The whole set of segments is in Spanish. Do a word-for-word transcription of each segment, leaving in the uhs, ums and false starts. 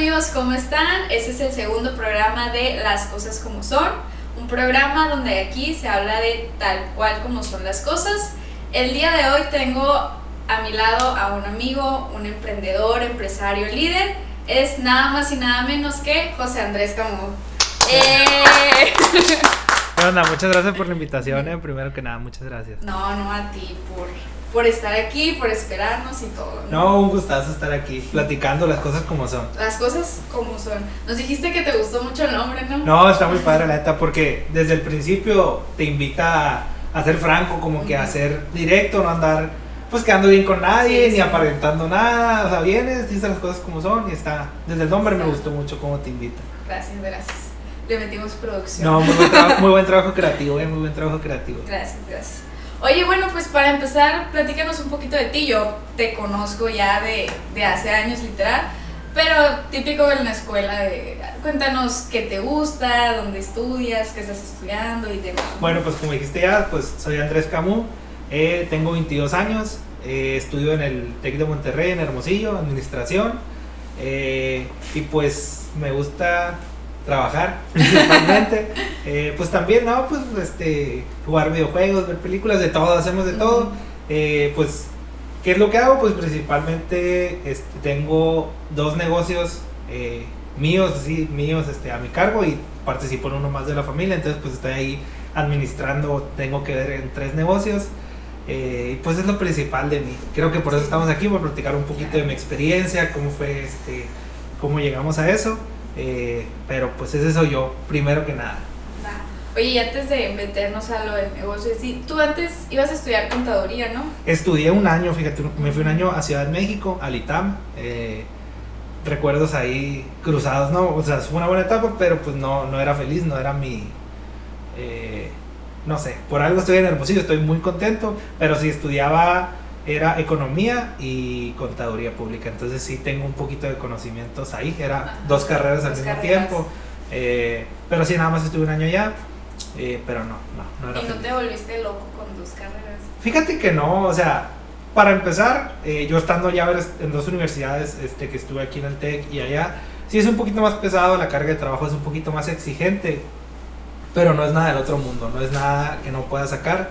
amigos, ¿cómo están? Este es el segundo programa de Las Cosas Como Son, un programa donde aquí se habla de tal cual como son las cosas. El día de hoy tengo a mi lado a un amigo, un emprendedor, empresario, líder. Es nada más y nada menos que José Andrés Camus. ¡Eh! ¿Qué onda? Muchas gracias por la invitación, eh. Primero que nada, muchas gracias. No, no a ti por, por estar aquí, por esperarnos y todo. ¿no? no, un gustazo estar aquí, platicando las cosas como son. Las cosas como son. Nos dijiste que te gustó mucho el nombre, ¿no? No, está muy padre la neta, porque desde el principio te invita a, a ser franco, como que a ser directo, no andar pues quedando bien con nadie, sí, ni sí. aparentando nada. O sea, vienes, dices las cosas como son y está. Desde el nombre sí. me gustó mucho cómo te invita. Gracias, gracias. Le metimos producción. No, muy buen, trabajo, muy buen trabajo creativo, eh, muy buen trabajo creativo. Gracias, gracias. Oye, bueno, pues para empezar, platícanos un poquito de ti. Yo te conozco ya de, de hace años, literal, pero típico en la escuela, de, cuéntanos qué te gusta, dónde estudias, qué estás estudiando y demás. Bueno, pues como dijiste ya, pues soy Andrés Camus, eh, tengo veintidós años, eh, estudio en el TEC de Monterrey, en Hermosillo, administración, eh, y pues me gusta trabajar principalmente, eh, pues también, no, pues este, jugar videojuegos, ver películas, de todo, hacemos de todo, uh-huh. eh, pues, ¿qué es lo que hago? Pues principalmente este, tengo dos negocios eh, míos, sí, míos este, a mi cargo y participo en uno más de la familia, entonces pues estoy ahí administrando, tengo que ver en tres negocios, eh, y pues es lo principal de mí, creo que por eso estamos aquí, por platicar un poquito de mi experiencia, cómo fue, este, cómo llegamos a eso. Eh, pero pues ese soy yo, primero que nada. Oye, y antes de meternos a lo del negocio, sí, tú antes ibas a estudiar contaduría, ¿no? Estudié un año, fíjate, me fui un año a Ciudad de México, al I T A M, eh, recuerdos ahí cruzados, ¿no? O sea, fue una buena etapa, pero pues no, no era feliz, no era mi, eh, no sé, por algo estoy en Hermosillo, estoy muy contento, pero si estudiaba era economía y contaduría pública, entonces sí tengo un poquito de conocimientos ahí, era Ajá, dos carreras al mismo carreras. tiempo, eh, pero sí, nada más estuve un año allá, eh, pero no, no, no era ¿Y no feliz. te volviste loco con dos carreras? Fíjate que no, o sea, para empezar, eh, yo estando ya en dos universidades, este, que estuve aquí en el TEC y allá, sí es un poquito más pesado, la carga de trabajo es un poquito más exigente, pero no es nada del otro mundo, no es nada que no puedas sacar,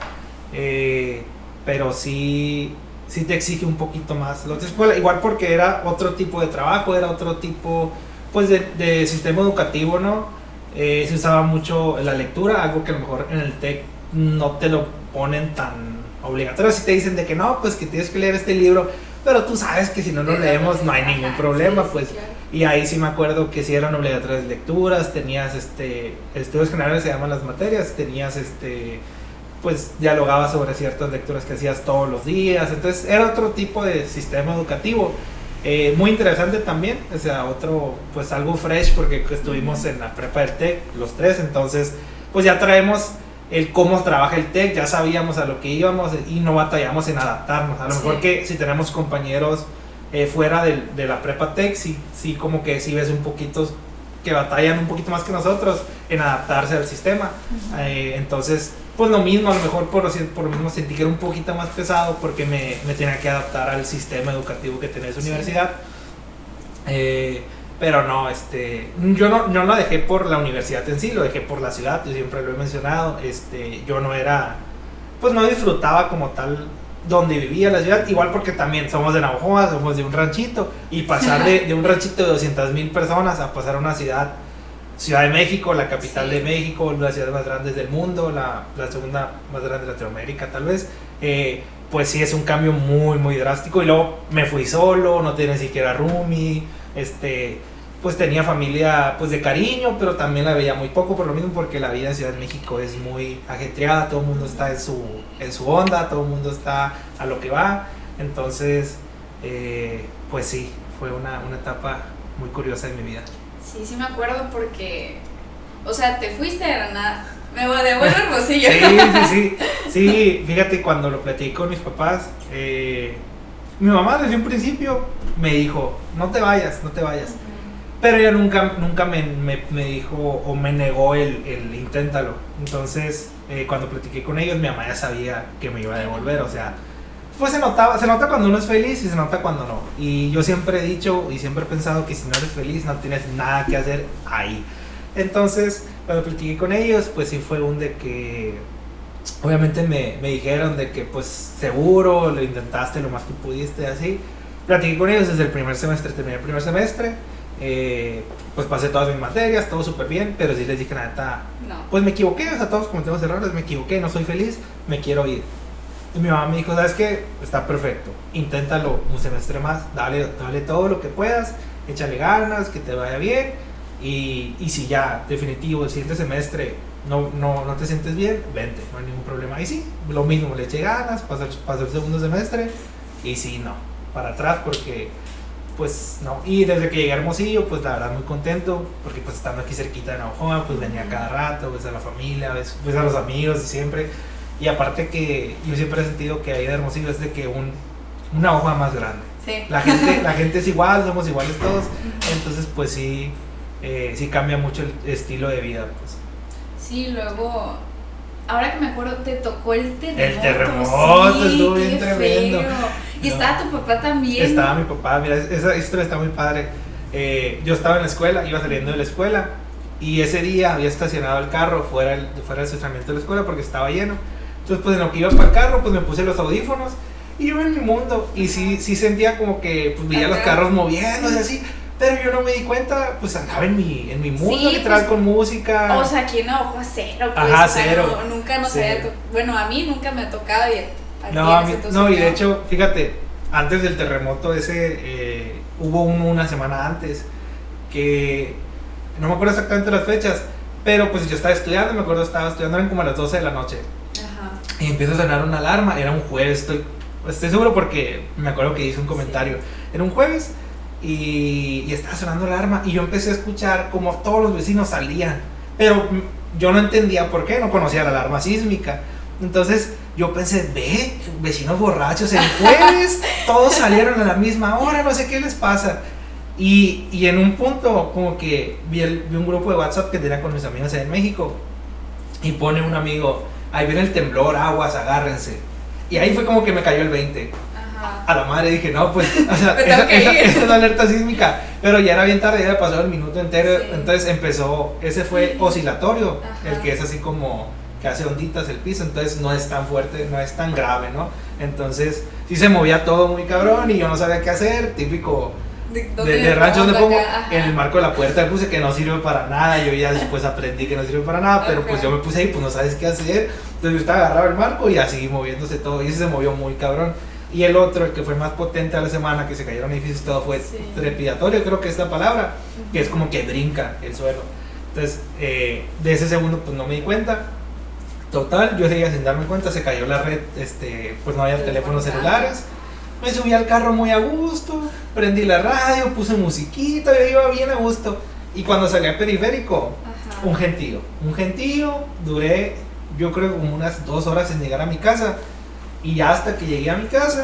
eh, pero sí, sí te exige un poquito más. Escuela, igual porque era otro tipo de trabajo, era otro tipo pues de, de sistema educativo, ¿no? Eh, se usaba mucho la lectura, algo que a lo mejor en el TEC no te lo ponen tan obligatorio. Si te dicen de que no, pues que tienes que leer este libro, pero tú sabes que si no lo leemos no hay ningún problema, pues. Y ahí sí me acuerdo que sí eran obligatorias lecturas, tenías este estudios generales, se llaman las materias, tenías este pues dialogaba sobre ciertas lecturas que hacías todos los días, entonces era otro tipo de sistema educativo, eh, muy interesante también, o sea, otro, pues algo fresh, porque estuvimos en la prepa del TEC, los tres, entonces, pues ya traemos el cómo trabaja el TEC, ya sabíamos a lo que íbamos y no batallamos en adaptarnos, a lo sí. mejor que si tenemos compañeros eh, fuera de, de la prepa TEC, sí, sí como que sí ves un poquito, que batallan un poquito más que nosotros en adaptarse al sistema, uh-huh. eh, entonces, pues lo mismo, a lo mejor por, por lo mismo sentí que era un poquito más pesado porque me, me tenía que adaptar al sistema educativo que tenía esa sí. universidad, eh, pero no, este, yo no, no lo dejé por la universidad en sí, lo dejé por la ciudad, yo siempre lo he mencionado, este, yo no era, pues no disfrutaba como tal donde vivía la ciudad, igual porque también somos de Navajoa, somos de un ranchito, y pasar de, de un ranchito de doscientas mil personas a pasar a una ciudad, Ciudad de México, la capital sí. de México, una de las ciudades más grandes del mundo, la, la segunda más grande de Latinoamérica tal vez, eh, pues sí es un cambio muy muy drástico, y luego me fui solo, no tenía ni siquiera roomie, este, pues tenía familia pues de cariño, pero también la veía muy poco por lo mismo, porque la vida en Ciudad de México es muy ajetreada, todo el mundo está en su, en su onda, todo el mundo está a lo que va, entonces eh, pues sí, fue una, una etapa muy curiosa de mi vida. Sí, sí me acuerdo porque, o sea, te fuiste de la nada, me voy de vuelta a Hermosillo. Sí, sí, sí, sí, fíjate, cuando lo platiqué con mis papás, eh, mi mamá desde un principio me dijo, no te vayas, no te vayas, uh-huh. pero ella nunca, nunca me, me, me dijo o me negó el, el inténtalo, entonces eh, cuando platiqué con ellos mi mamá ya sabía que me iba a devolver, o sea, pues se notaba, se nota cuando uno es feliz y se nota cuando no. Y yo siempre he dicho y siempre he pensado que si no eres feliz no tienes nada que hacer ahí. Entonces, cuando platiqué con ellos, pues sí fue un de que, obviamente me, me dijeron de que pues seguro, lo intentaste lo más que pudiste, así. Platiqué con ellos desde el primer semestre, terminé el primer semestre, eh, pues pasé todas mis materias, todo súper bien, pero sí les dije, la neta, No. pues me equivoqué, o sea, todos cometemos errores, me equivoqué, no soy feliz, me quiero ir. Y mi mamá me dijo, ¿sabes qué? Está perfecto, inténtalo un semestre más, dale, dale todo lo que puedas, échale ganas, que te vaya bien, y, y si ya, definitivo, el siguiente semestre no, no, no te sientes bien, vente, no hay ningún problema. Y sí, lo mismo, le eché ganas, pasó, pasó el segundo semestre, y sí, no, para atrás, porque, pues, no. Y desde que llegué a Hermosillo, pues, la verdad, muy contento, porque, pues, estando aquí cerquita de Navajo, pues, venía cada rato, pues, a la familia, pues, pues a los amigos, siempre. Y aparte que yo siempre he sentido que ahí de Hermosillo es de que un, una hoja más grande. Sí. La gente, la gente es igual, somos iguales todos. Entonces, pues sí, eh, sí cambia mucho el estilo de vida. Pues. Sí, luego, ahora que me acuerdo, te tocó el terremoto. El terremoto, sí, estuvo bien qué tremendo. feo. Y No. estaba tu papá también. Estaba mi papá, mira, esa historia está muy padre. Eh, yo estaba en la escuela, iba saliendo de la escuela. Y ese día había estacionado el carro fuera del, fuera del estacionamiento de la escuela porque estaba lleno. Entonces, pues en lo que iba para el carro, pues me puse los audífonos y yo en mi mundo. Y sí, sí sentía como que pues, veía los carros moviéndose así, pero yo no me di cuenta, pues andaba en mi, en mi mundo, Sí, literal, pues, con música. O sea, aquí en Ojo a cero. Pues, Ajá, o sea, cero. no, nunca nos Cero. había tocado. Bueno, a mí nunca me ha tocado. Y a ti No, a en mí- ese entonces no, y de no. hecho, fíjate, antes del terremoto ese, eh, hubo uno una semana antes, que no me acuerdo exactamente las fechas, pero pues yo estaba estudiando, me acuerdo, estaba estudiando, eran como a las doce de la noche. Ajá. Y empieza a sonar una alarma, era un jueves, estoy, estoy seguro porque me acuerdo que hice un comentario. Sí. Era un jueves y, y estaba sonando la alarma y yo empecé a escuchar como todos los vecinos salían, pero yo no entendía por qué, no conocía la alarma sísmica. Entonces yo pensé, ve, vecinos borrachos, el jueves todos salieron a la misma hora, no sé qué les pasa. Y, y en un punto como que vi, el, vi un grupo de WhatsApp que tenía con mis amigos en México y pone un amigo, ahí viene el temblor, aguas, agárrense. Y ahí fue como que me cayó el veinte. Ajá. A la madre dije, no, pues, o sea, esa, esa, esa es la alerta sísmica. Pero ya era bien tarde, ya había pasado el minuto entero. Sí. Entonces empezó, ese fue oscilatorio, ajá, el que es así como que hace onditas el piso. Entonces no es tan fuerte, no es tan grave, ¿no? Entonces sí se movía todo muy cabrón y yo no sabía qué hacer, típico. De, de, de rancho donde pongo, acá, en el marco de la puerta puse que no sirve para nada. Yo ya después aprendí que no sirve para nada, pero okay, pues yo me puse ahí, pues no sabes qué hacer. Entonces yo estaba agarrado el marco y así moviéndose todo. Y ese se movió muy cabrón. Y el otro, el que fue más potente a la semana, que se cayeron edificios, todo fue sí. trepidatorio, creo que es la palabra, uh-huh, que es como que brinca el suelo. Entonces, eh, de ese segundo, pues no me di cuenta. Total, yo seguía sin darme cuenta, se cayó la red, este, pues no había teléfonos celulares. Me subí al carro muy a gusto, prendí la radio, puse musiquita, yo iba bien a gusto. Y cuando salí al periférico, ajá, un gentío, un gentío, duré yo creo como unas dos horas en llegar a mi casa. Y ya hasta que llegué a mi casa,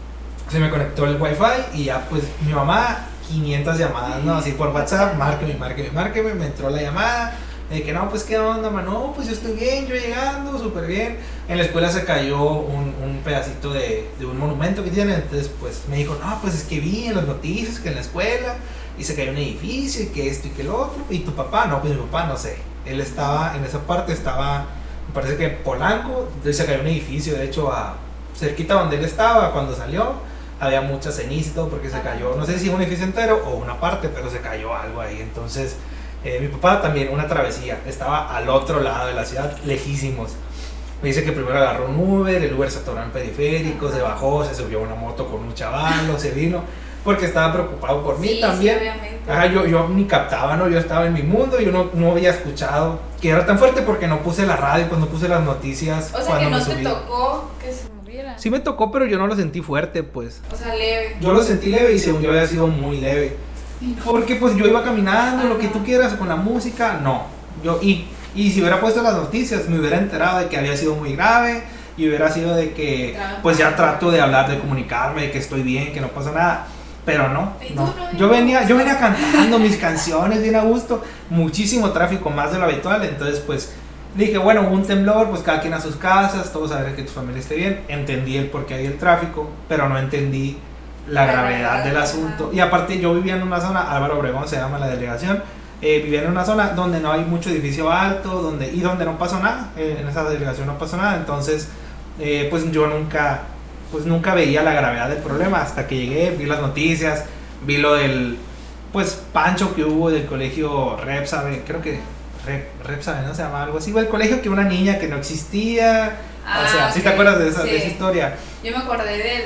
se me conectó el wifi y ya pues mi mamá, quinientas llamadas, ¿no? Así por WhatsApp, márqueme, márqueme, márqueme, me entró la llamada. De que no, pues qué onda, man, no, pues yo estoy bien, yo llegando, súper bien. En la escuela se cayó un, un pedacito de, de un monumento que tienen, entonces pues me dijo, no, pues es que vi en las noticias que en la escuela y se cayó un edificio y que esto y que lo otro. Y tu papá, no, pues mi papá no sé, él estaba en esa parte, estaba, me parece que en Polanco, entonces se cayó un edificio, de hecho a cerquita donde él estaba cuando salió, había mucha ceniza y todo porque se cayó, no sé si un edificio entero o una parte, pero se cayó algo ahí, entonces... Eh, mi papá también, una travesía, estaba al otro lado de la ciudad, lejísimos. Me dice que primero agarró un Uber, el Uber se atoró en periférico, se bajó, se subió a una moto con un chaval, se vino, porque estaba preocupado por mí sí, también. Sí, obviamente. Ajá, yo, yo ni captaba, ¿no? Yo estaba en mi mundo, yo no, no había escuchado que era tan fuerte porque no puse la radio, pues no puse las noticias. O sea que no te tocó que se moviera. Sí me tocó, pero yo no lo sentí fuerte, pues. O sea, leve. Yo lo sentí leve y según yo había sido muy leve. Porque pues yo iba caminando, ajá, lo que tú quieras, con la música, no. Yo, y, y si hubiera puesto las noticias, me hubiera enterado de que había sido muy grave y hubiera sido de que pues ya trato de hablar, de comunicarme, de que estoy bien, que no pasa nada. Pero no, no. Yo venía, yo venía cantando mis canciones bien a gusto, muchísimo tráfico, más de lo habitual, entonces pues Dije, bueno, hubo un temblor, pues cada quien a sus casas, todos a ver que tu familia esté bien. Entendí el porqué hay el tráfico, pero no entendí la gravedad del asunto. Y aparte yo vivía en una zona, Álvaro Obregón se llama la delegación, eh, vivía en una zona donde no hay mucho edificio alto, donde y donde no pasó nada, eh, en esa delegación no pasó nada, entonces eh, pues yo nunca, pues nunca veía la gravedad del problema hasta que llegué, vi las noticias, vi lo del, pues pancho que hubo del colegio Repsabe, creo que Rep, Repsabe, ¿no? Se llama algo así, el colegio que una niña que no existía, ah, o sea, ¿sí okay. te acuerdas de esa, sí. de esa historia? Yo me acordé del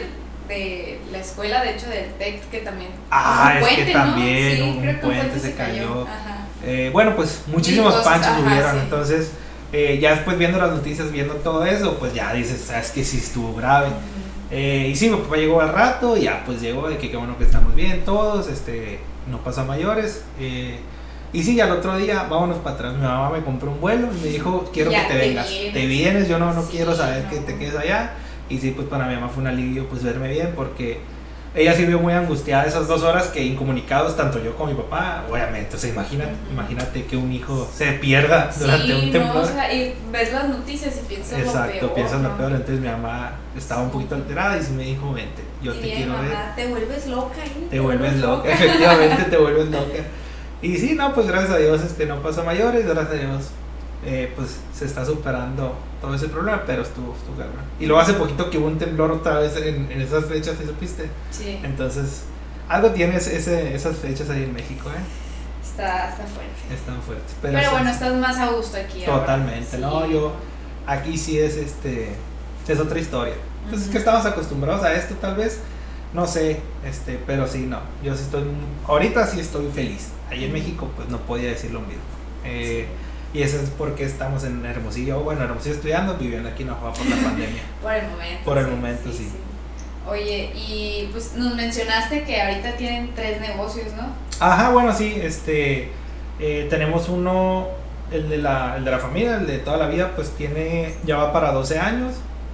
de la escuela, de hecho, del TEC, que también. Ah, un es puente, que también ¿no? sí, un, un, puente un puente se cayó. cayó. Eh, bueno, pues muchísimos cosas, panchos ajá, hubieron, sí. entonces eh, ya después viendo las noticias, viendo todo eso, pues ya dices, sabes que sí estuvo grave. Uh-huh. eh, y sí, mi papá llegó al rato, y ya pues llegó, de que qué bueno que estamos bien todos, este, no pasó a mayores. Eh, y sí, al otro día, vámonos para atrás. Mi mamá me compró un vuelo y me dijo, quiero ya que te, te vengas. Vienes. Te vienes, yo no, no sí, quiero saber no. que te quedes allá. Y sí, pues para mi mamá fue un alivio pues verme bien, porque ella sí vio muy angustiada esas dos horas que incomunicados, tanto yo como mi papá, obviamente, o sea, imagínate, uh-huh. imagínate que un hijo se pierda durante sí, un temblor. No, o sea, y ves las noticias y piensas Exacto, lo peor. piensas ¿no? lo peor, entonces mi mamá estaba un poquito alterada y sí me dijo, vente, yo y te bien, quiero mamá, ver. Te vuelves loca, ¿eh? Te, te vuelves loca, loca. Efectivamente te vuelves loca. Y sí, no, pues gracias a Dios este, no pasó a mayores, gracias a Dios eh, pues se está superando todo ese problema, pero estuvo, estuvo cabrón. Y luego hace poquito que hubo un temblor otra vez en, en esas fechas, ¿sí supiste? Sí. Entonces, algo tiene ese, esas fechas ahí en México, ¿eh? Está, está fuerte. Están fuertes. Pero, pero sí, bueno, estás más a gusto aquí ahora. Totalmente, sí. No, yo, aquí sí es, este, es otra historia. Pues uh-huh. es que estamos acostumbrados a esto tal vez, no sé, este, pero sí, no, yo sí estoy, ahorita sí estoy feliz. Ahí en México pues no podía decir lo mismo. Eh, sí. Y eso es porque estamos en Hermosillo, bueno, Hermosillo estudiando, viviendo aquí en Oaxaca por la pandemia. Por el momento. Por el sí, momento, sí, sí. sí. Oye, y pues nos mencionaste que ahorita tienen tres negocios, ¿no? Ajá, bueno, sí, este, eh, tenemos uno, el de, la, el de la familia, el de toda la vida, pues tiene, ya va para doce años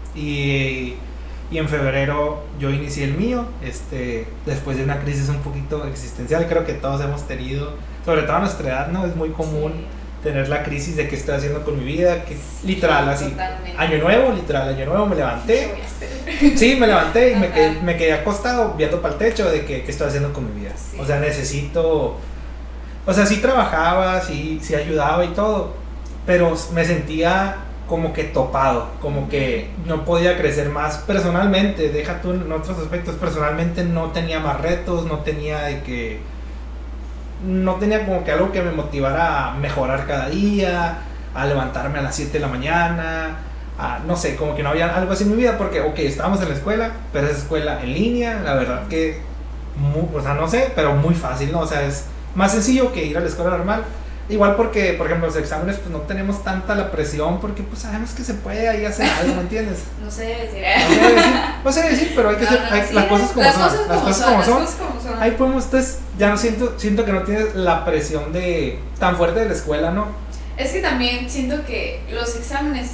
y, y en febrero yo inicié el mío, este, después de una crisis un poquito existencial, creo que todos hemos tenido, sobre todo a nuestra edad, ¿no? Es muy común. Sí. Tener la crisis de qué estoy haciendo con mi vida, que sí, literal así, totalmente. Año nuevo, literal, año nuevo me levanté, sí, me levanté y me quedé, me quedé acostado viendo para el techo de que, qué estoy haciendo con mi vida, sí. O sea, necesito, o sea, sí trabajaba, sí, sí ayudaba y todo, pero me sentía como que topado, como que no podía crecer más personalmente, deja tú en otros aspectos, personalmente no tenía más retos, no tenía de que no tenía como que algo que me motivara a mejorar cada día, a levantarme a las siete de la mañana, a, no sé, como que no había algo así en mi vida, porque, ok, estábamos en la escuela, pero esa escuela en línea, la verdad que, muy, o sea, no sé, pero muy fácil, ¿no? O sea, es más sencillo que ir a la escuela normal, igual porque, por ejemplo, los exámenes, pues no tenemos tanta la presión, porque pues sabemos que se puede ahí hacer algo, ¿me entiendes? No sé decir, ¿eh? No sé decir, no sé decir, pero hay que no, hacer no, hay, sí, las cosas como las son, cosas las como cosas son, como las son, cosas como son. Ahí podemos, entonces, ya no siento, siento que no tienes la presión de, tan fuerte de la escuela, ¿no? Es que también siento que los exámenes,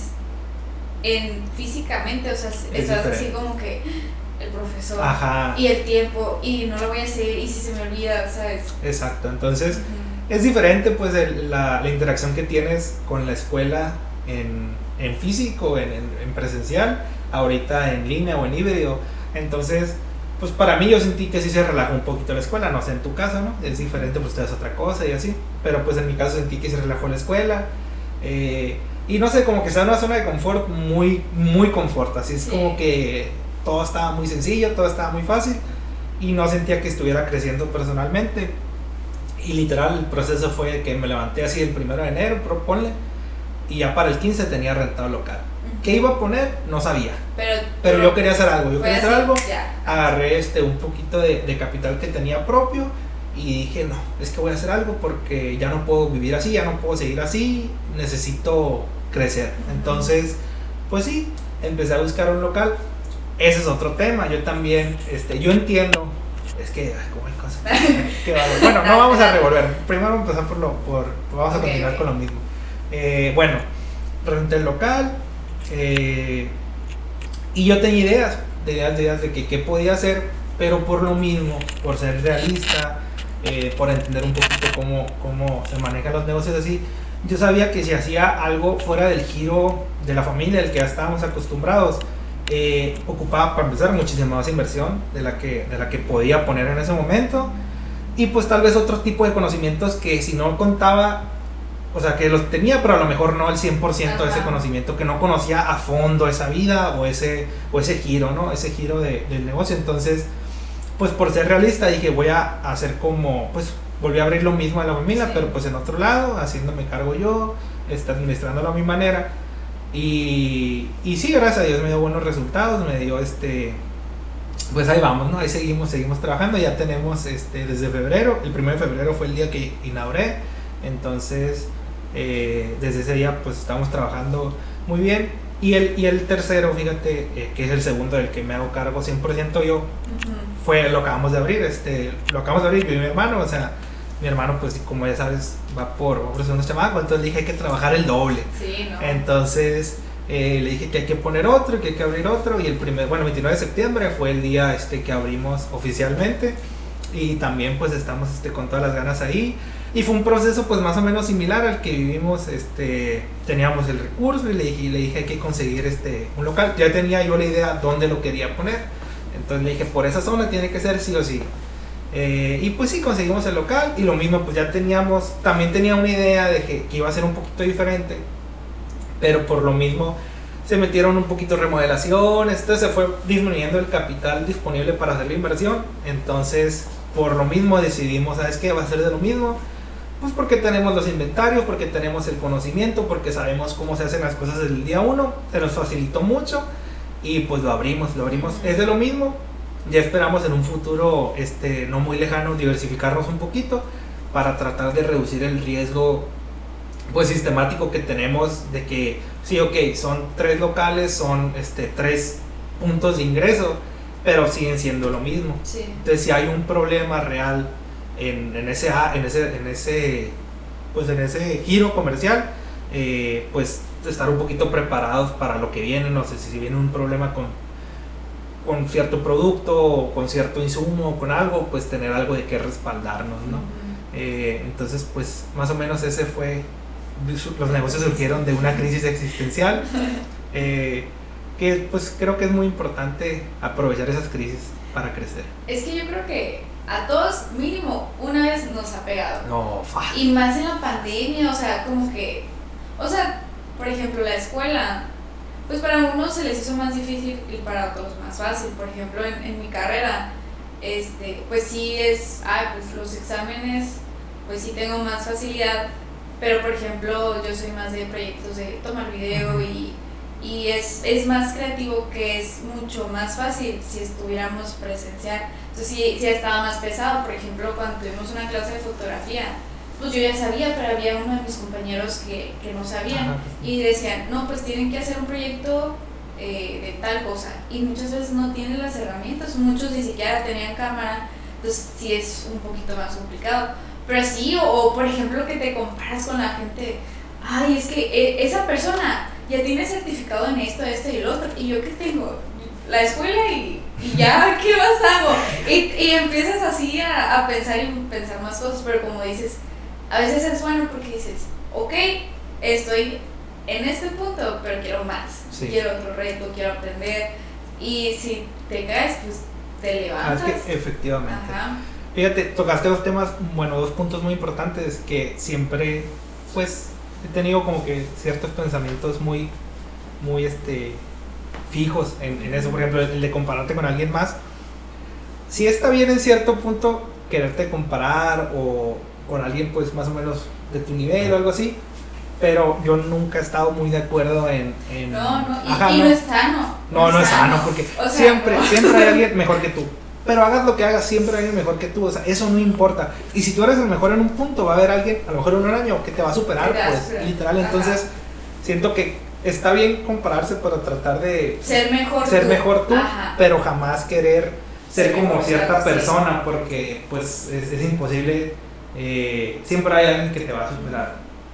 en físicamente, o sea, es estás diferente. Así como que el profesor, ajá. Y el tiempo, y no lo voy a hacer, y si se me olvida, ¿sabes? Exacto, entonces... Uh-huh. Es diferente pues el, la, la interacción que tienes con la escuela en, en físico, en, en, en presencial, ahorita en línea o en híbrido. Entonces, pues para mí yo sentí que sí se relajó un poquito la escuela, no sé en tu caso, ¿no? Es diferente, pues te das otra cosa y así. Pero pues en mi caso sentí que se relajó la escuela. Eh, y no sé, como que está en una zona de confort muy, muy confort. Así es sí. Como que todo estaba muy sencillo, todo estaba muy fácil. Y no sentía que estuviera creciendo personalmente. Y literal el proceso fue que me levanté así el primero de enero, proponle, y ya para el quince tenía rentado local. Uh-huh. ¿Qué iba a poner? No sabía. Pero, pero, pero yo quería hacer algo, yo quería hacer algo, ya. Agarré este, un poquito de, de capital que tenía propio y dije, no, es que voy a hacer algo porque ya no puedo vivir así, ya no puedo seguir así, necesito crecer. Uh-huh. Entonces, pues sí, empecé a buscar un local. Ese es otro tema, yo también, este, yo entiendo, es que, como hay cosas, que bueno, no vamos a revolver, primero vamos a empezar por lo, por, vamos a okay, continuar okay. con lo mismo. Eh, bueno, renté el local, eh, y yo tenía ideas, de ideas, de ideas de que qué podía hacer, pero por lo mismo, por ser realista, eh, por entender un poquito cómo, cómo se manejan los negocios así, yo sabía que si hacía algo fuera del giro de la familia, del que ya estábamos acostumbrados, eh, ocupaba para empezar muchísima más inversión de la, que, de la que podía poner en ese momento, y pues tal vez otro tipo de conocimientos que si no contaba, o sea, que los tenía, pero a lo mejor no el cien por ciento de ese conocimiento, que no conocía a fondo esa vida o ese, o ese giro, ¿no? Ese giro de, del negocio. Entonces, pues por ser realista dije, voy a hacer como, pues volví a abrir lo mismo a la familia, sí, pero pues en otro lado, haciéndome cargo yo, este, administrándolo a mi manera. Y, y sí, gracias a Dios me dio buenos resultados, me dio este, pues ahí vamos, ¿no? Ahí seguimos, seguimos trabajando, ya tenemos este, desde febrero, el primero de febrero fue el día que inauguré, entonces eh, desde ese día pues estamos trabajando muy bien. Y el, y el tercero, fíjate, eh, que es el segundo del que me hago cargo cien por ciento yo, uh-huh, fue lo acabamos de abrir, este, lo acabamos de abrir yo y mi hermano, o sea, mi hermano pues como ya sabes va por, va por segundo chamaco, entonces le dije hay que trabajar el doble, sí, ¿no? Entonces eh, le dije que hay que poner otro, que hay que abrir otro, y el primer, bueno, veintinueve de septiembre fue el día este, que abrimos oficialmente, y también pues estamos este, con todas las ganas ahí. Y fue un proceso pues más o menos similar al que vivimos, este, teníamos el recurso y le dije, le dije hay que conseguir este, un local, ya tenía yo la idea dónde lo quería poner, entonces le dije por esa zona tiene que ser sí o sí, eh, y pues sí conseguimos el local, y lo mismo pues ya teníamos, también tenía una idea de que, que iba a ser un poquito diferente, pero por lo mismo se metieron un poquito de remodelaciones, entonces se fue disminuyendo el capital disponible para hacer la inversión, entonces por lo mismo decidimos, ¿sabes qué? Va a ser de lo mismo. Pues porque tenemos los inventarios, porque tenemos el conocimiento, porque sabemos cómo se hacen las cosas desde el día uno, se nos facilitó mucho y pues lo abrimos, lo abrimos, es de lo mismo. Ya esperamos en un futuro este, no muy lejano diversificarnos un poquito para tratar de reducir el riesgo pues sistemático que tenemos de que sí, ok, son tres locales, son este, tres puntos de ingreso, pero siguen siendo lo mismo. Sí. Entonces si hay un problema real En, en ese en ese en ese pues en ese giro comercial, eh, pues estar un poquito preparados para lo que viene, no sé si viene un problema con con cierto producto o con cierto insumo o con algo, pues tener algo de qué respaldarnos, ¿no? Uh-huh. Eh, entonces pues más o menos ese fue, los negocios surgieron de una crisis existencial, eh, que pues creo que es muy importante aprovechar esas crisis para crecer. Es que yo creo que a todos mínimo una vez nos ha pegado. No, fácil. Y más en la pandemia, o sea, como que, o sea, por ejemplo, la escuela, pues para unos se les hizo más difícil y para otros más fácil. Por ejemplo, en, en mi carrera, este, pues sí es, ah, pues los exámenes, pues sí tengo más facilidad, pero por ejemplo, yo soy más de proyectos de tomar video y y es, es más creativo, que es mucho más fácil si estuviéramos presencial. Entonces sí, sí estaba más pesado. Por ejemplo, cuando tuvimos una clase de fotografía, pues yo ya sabía, pero había uno de mis compañeros que, que no sabían. Ajá. Y decían, no, pues tienen que hacer un proyecto eh, de tal cosa, y muchas veces no tienen las herramientas, muchos ni siquiera tenían cámara, entonces sí es un poquito más complicado. Pero sí, o, o por ejemplo que te comparas con la gente, ay, es que eh, esa persona ya tiene certificado en esto, esto y el otro, y yo qué tengo, la escuela y, y ya, ¿qué más hago? Y, y empiezas así a, a pensar y pensar más cosas, pero como dices, a veces es bueno porque dices, ok, estoy en este punto, pero quiero más, sí, quiero otro reto, quiero aprender, y si te caes, pues te levantas. Ah, es que efectivamente. Ajá. Fíjate, tocaste dos temas, bueno, dos puntos muy importantes que siempre, pues, he tenido como que ciertos pensamientos muy, muy este, fijos en, en eso. Por ejemplo, el de compararte con alguien más. Sí está bien en cierto punto quererte comparar o con alguien pues más o menos de tu nivel o algo así, pero yo nunca he estado muy de acuerdo en... en no, no, y, ajá, y no, no es sano. No, no, no es sano, porque o sea, siempre, no. siempre hay alguien mejor que tú. Pero hagas lo que hagas, siempre hay alguien mejor que tú, o sea, eso no importa. Y si tú eres el mejor en un punto, va a haber alguien, a lo mejor en un año, que te va a superar, te pues, superar. literal. Ajá. Entonces, siento que está bien compararse para tratar de ser mejor ser tú, mejor tú Ajá. pero jamás querer ser, ser como cierta sí. persona, porque pues es, es imposible, eh, siempre hay alguien que te va a superar.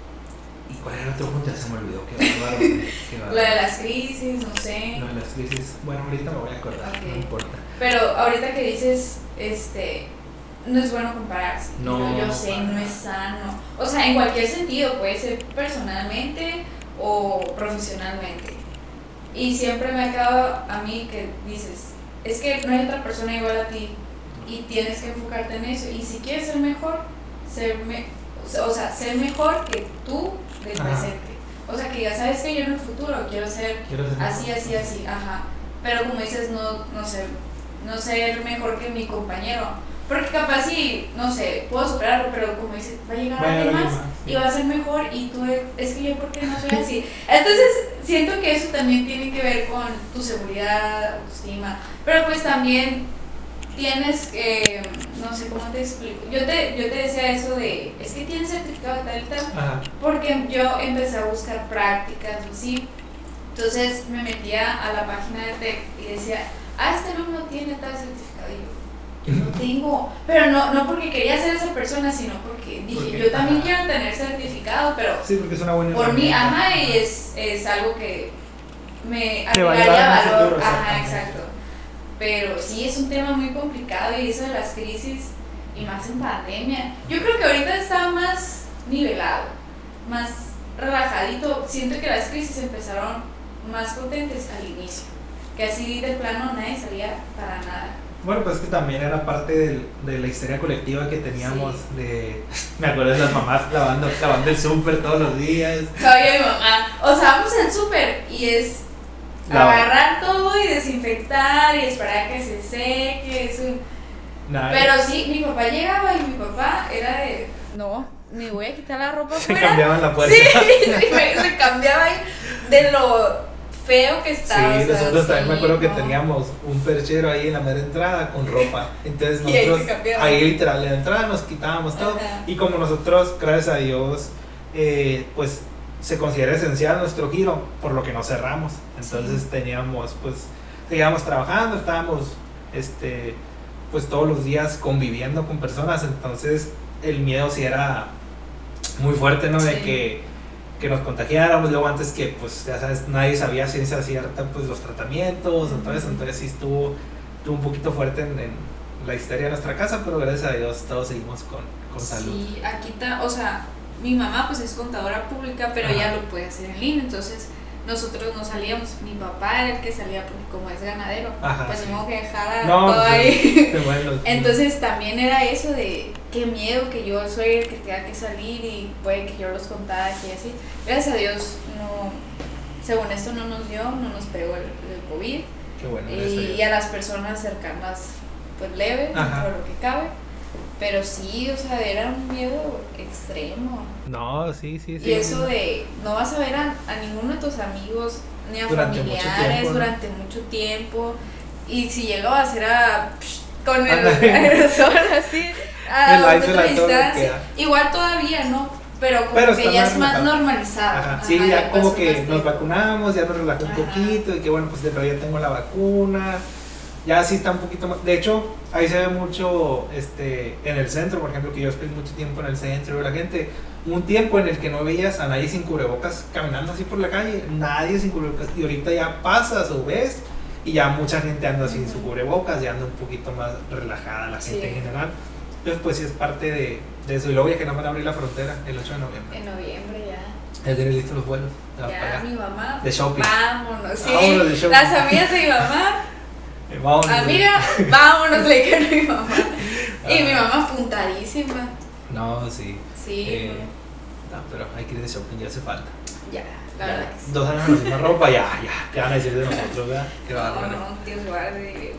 ¿Y cuál era el otro punto? Ya se me olvidó. Qué bárbaro, qué bárbaro. Lo de las crisis, no sé. Lo de las crisis, bueno, ahorita me voy a acordar, okay. No importa. Pero ahorita que dices, este, no es bueno compararse. No, yo, yo sé, no es sano. O sea, en cualquier sentido, puede ser personalmente o profesionalmente. Y siempre me ha quedado a mí que dices, es que no hay otra persona igual a ti y tienes que enfocarte en eso. Y si quieres ser mejor, ser me, o sea, ser mejor que tú del Ajá. presente. O sea, que ya sabes que yo en el futuro quiero ser, Quiero ser así, mejor. así, así, ajá. Pero como dices, no, no sé, no ser mejor que mi compañero. Porque capaz sí, no sé, puedo superarlo, pero como dices, va a llegar Va a alguien llegar más alguien más, sí. y va a ser mejor y tú, es que yo, ¿por qué no soy así? Entonces, siento que eso también tiene que ver con tu seguridad, autoestima, pero pues también tienes que, no sé cómo te explico, yo te, yo te decía eso de, es que tienes certificado de tal y tal, Ajá. porque yo empecé a buscar prácticas y así, entonces me metía a la página de Tech y decía, ah, este alumno tiene tal certificado y yo, yo no tengo, pero no, no porque quería ser esa persona, sino porque dije, Porque, yo también ajá. quiero tener certificado, pero Sí, porque es una buena por mí, herramienta. ajá, y es, es algo que me Te va a agregaría llevar en un valor, futuro, ajá, exactamente. exacto. Pero sí es un tema muy complicado y eso de las crisis, y más en pandemia. Yo creo que ahorita está más nivelado, más relajadito. Siento que las crisis empezaron más potentes al inicio, que así de plano nadie salía para nada. Bueno, pues es que también era parte del, de la histeria colectiva que teníamos. Sí. De me acuerdo de las mamás lavando, lavando el súper todos los días. Todavía mi mamá, o sea, vamos al súper y es La- agarrar todo y desinfectar y esperar a que se seque, eso. Nada, Pero sí, mi papá llegaba y mi papá era de, no, me voy a quitar la ropa se afuera. cambiaban la puerta. Sí, y me, se cambiaba ahí de lo feo que estaba. Sí, o sea, nosotros también sí, me acuerdo que no. teníamos un perchero ahí en la mera entrada con ropa. Entonces Y ahí se nosotros cambiaba. ahí literal en la entrada nos quitábamos todo. Ajá. Y como nosotros, gracias a Dios, eh, pues se considera esencial nuestro giro, por lo que nos cerramos. Entonces Sí. teníamos, pues, seguíamos trabajando, estábamos, este, pues todos los días conviviendo con personas. Entonces el miedo sí era muy fuerte, ¿no? De Sí. que que nos contagiáramos, luego antes que, pues, ya sabes, nadie sabía ciencia cierta, pues, los tratamientos, Ujú. entonces, entonces sí estuvo, estuvo un poquito fuerte en, en la histeria de nuestra casa, pero gracias a Dios todos seguimos con, con salud. Sí, aquí está, o sea, mi mamá pues es contadora pública, pero Ajá. ella lo puede hacer en línea, entonces nosotros no salíamos, mi papá era el que salía porque como es ganadero, Ajá, pues sí. tengo que dejar No, todo pues, ahí. qué bueno. Entonces también era eso de qué miedo que yo soy el que tenga que salir y puede que yo los contagie y así. Gracias a Dios, no, según esto no nos dio, no nos pegó el, el COVID. Qué bueno, gracias a Y, Dios. y a las personas cercanas, pues leve, Ajá. dentro de lo que cabe. Pero sí, o sea, era un miedo extremo. No, sí, sí, sí. Y eso de no vas a ver a, a ninguno de tus amigos ni a Durante mucho familiares tiempo, ¿no? durante mucho tiempo. Y si llegaba a ser a psh, con el Ándale. aerosol así, a El otra ice, la todo distancia. queda. Igual todavía, ¿no? Pero como Pero que está ya más es más relajado. normalizado. Ajá, Ajá, sí, ya como pasó que más nos tiempo. vacunamos, ya nos relajó un Ajá. poquito, y que bueno, pues de verdad ya tengo la vacuna, ya sí está un poquito más, de hecho, ahí se ve mucho, este, en el centro, por ejemplo, que yo estoy mucho tiempo en el centro, la gente, un tiempo en el que no veías a nadie sin cubrebocas caminando así por la calle, nadie sin cubrebocas, y ahorita ya pasas o ves, y ya mucha gente anda sin su cubrebocas, ya anda un poquito más relajada la gente Sí. en general, entonces pues sí es parte de, de eso, y luego ya que no van a abrir la frontera el ocho de noviembre. En noviembre ya. Ya tienes listos los vuelos. Te vas para Ya, allá. mi mamá. De shopping. Vámonos, sí. Vámonos de shopping. Las amigas de mi mamá. Eh, vámonos. Amiga, vámonos, le dijeron a mi mamá. Y mi Ah. mamá apuntadísima. No, sí. Sí, Eh, no, pero hay que ir de shopping, ya hace falta. ya, la Ya, verdad que sí. dos años con la misma ropa, ya, ya. ¿Qué van a decir de nosotros, verdad? Qué No, bárbaro. no, Dios guarde.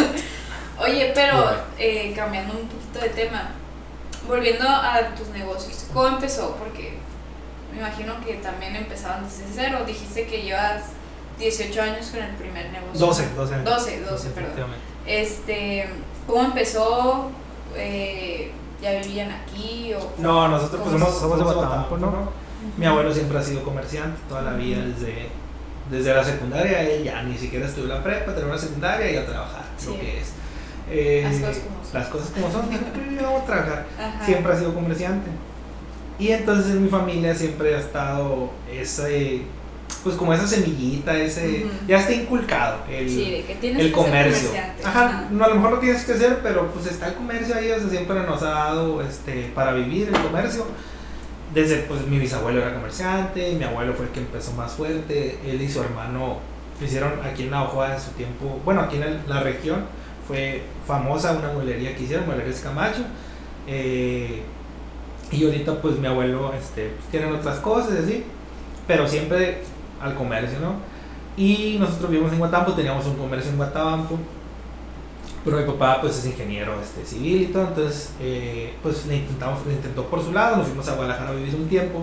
Oye, pero Bueno. eh, cambiando un poquito de tema, volviendo a tus negocios, ¿cómo empezó? Porque me imagino que también empezaban desde cero. Dijiste que llevas dieciocho años con el primer negocio. doce, doce años. doce, doce, perdón. Efectivamente. Este, ¿cómo empezó? Eh, ¿Ya vivían aquí? O No, nosotros pues ¿Cómo somos, somos de Batampo, ¿no? Ujú. Mi abuelo siempre ha sido comerciante toda la vida, desde, desde la secundaria, él ya ni siquiera estudió la prepa, terminó la secundaria y a trabajar, Sí. lo que es. Eh, Las cosas como son. Las cosas como son, dijo, "Pues, yo voy a trabajar". Ajá. Siempre ha sido comerciante. Y entonces en mi familia siempre ha estado ese, pues como esa semillita, ese, uh-huh. ya está inculcado el, sí, de que tienes el que comercio. Ser Ajá, no, a lo mejor lo tienes que hacer, pero pues está el comercio ahí, o sea, siempre nos ha dado este, para vivir el comercio. Desde pues mi bisabuelo era comerciante, mi abuelo fue el que empezó más fuerte, él y su hermano lo hicieron aquí en Navajoa en su tiempo, bueno, aquí en el, la región fue famosa una mueblería que hicieron, Mueblerías Camacho, eh, y ahorita pues mi abuelo este, pues, tienen otras cosas así, pero siempre al comercio, ¿no? Y nosotros vivimos en Guatabampo, teníamos un comercio en Guatabampo, pero mi papá pues es ingeniero este, civil y todo, entonces eh, pues le intentamos, le intentó por su lado, nos fuimos a Guadalajara a vivir un tiempo,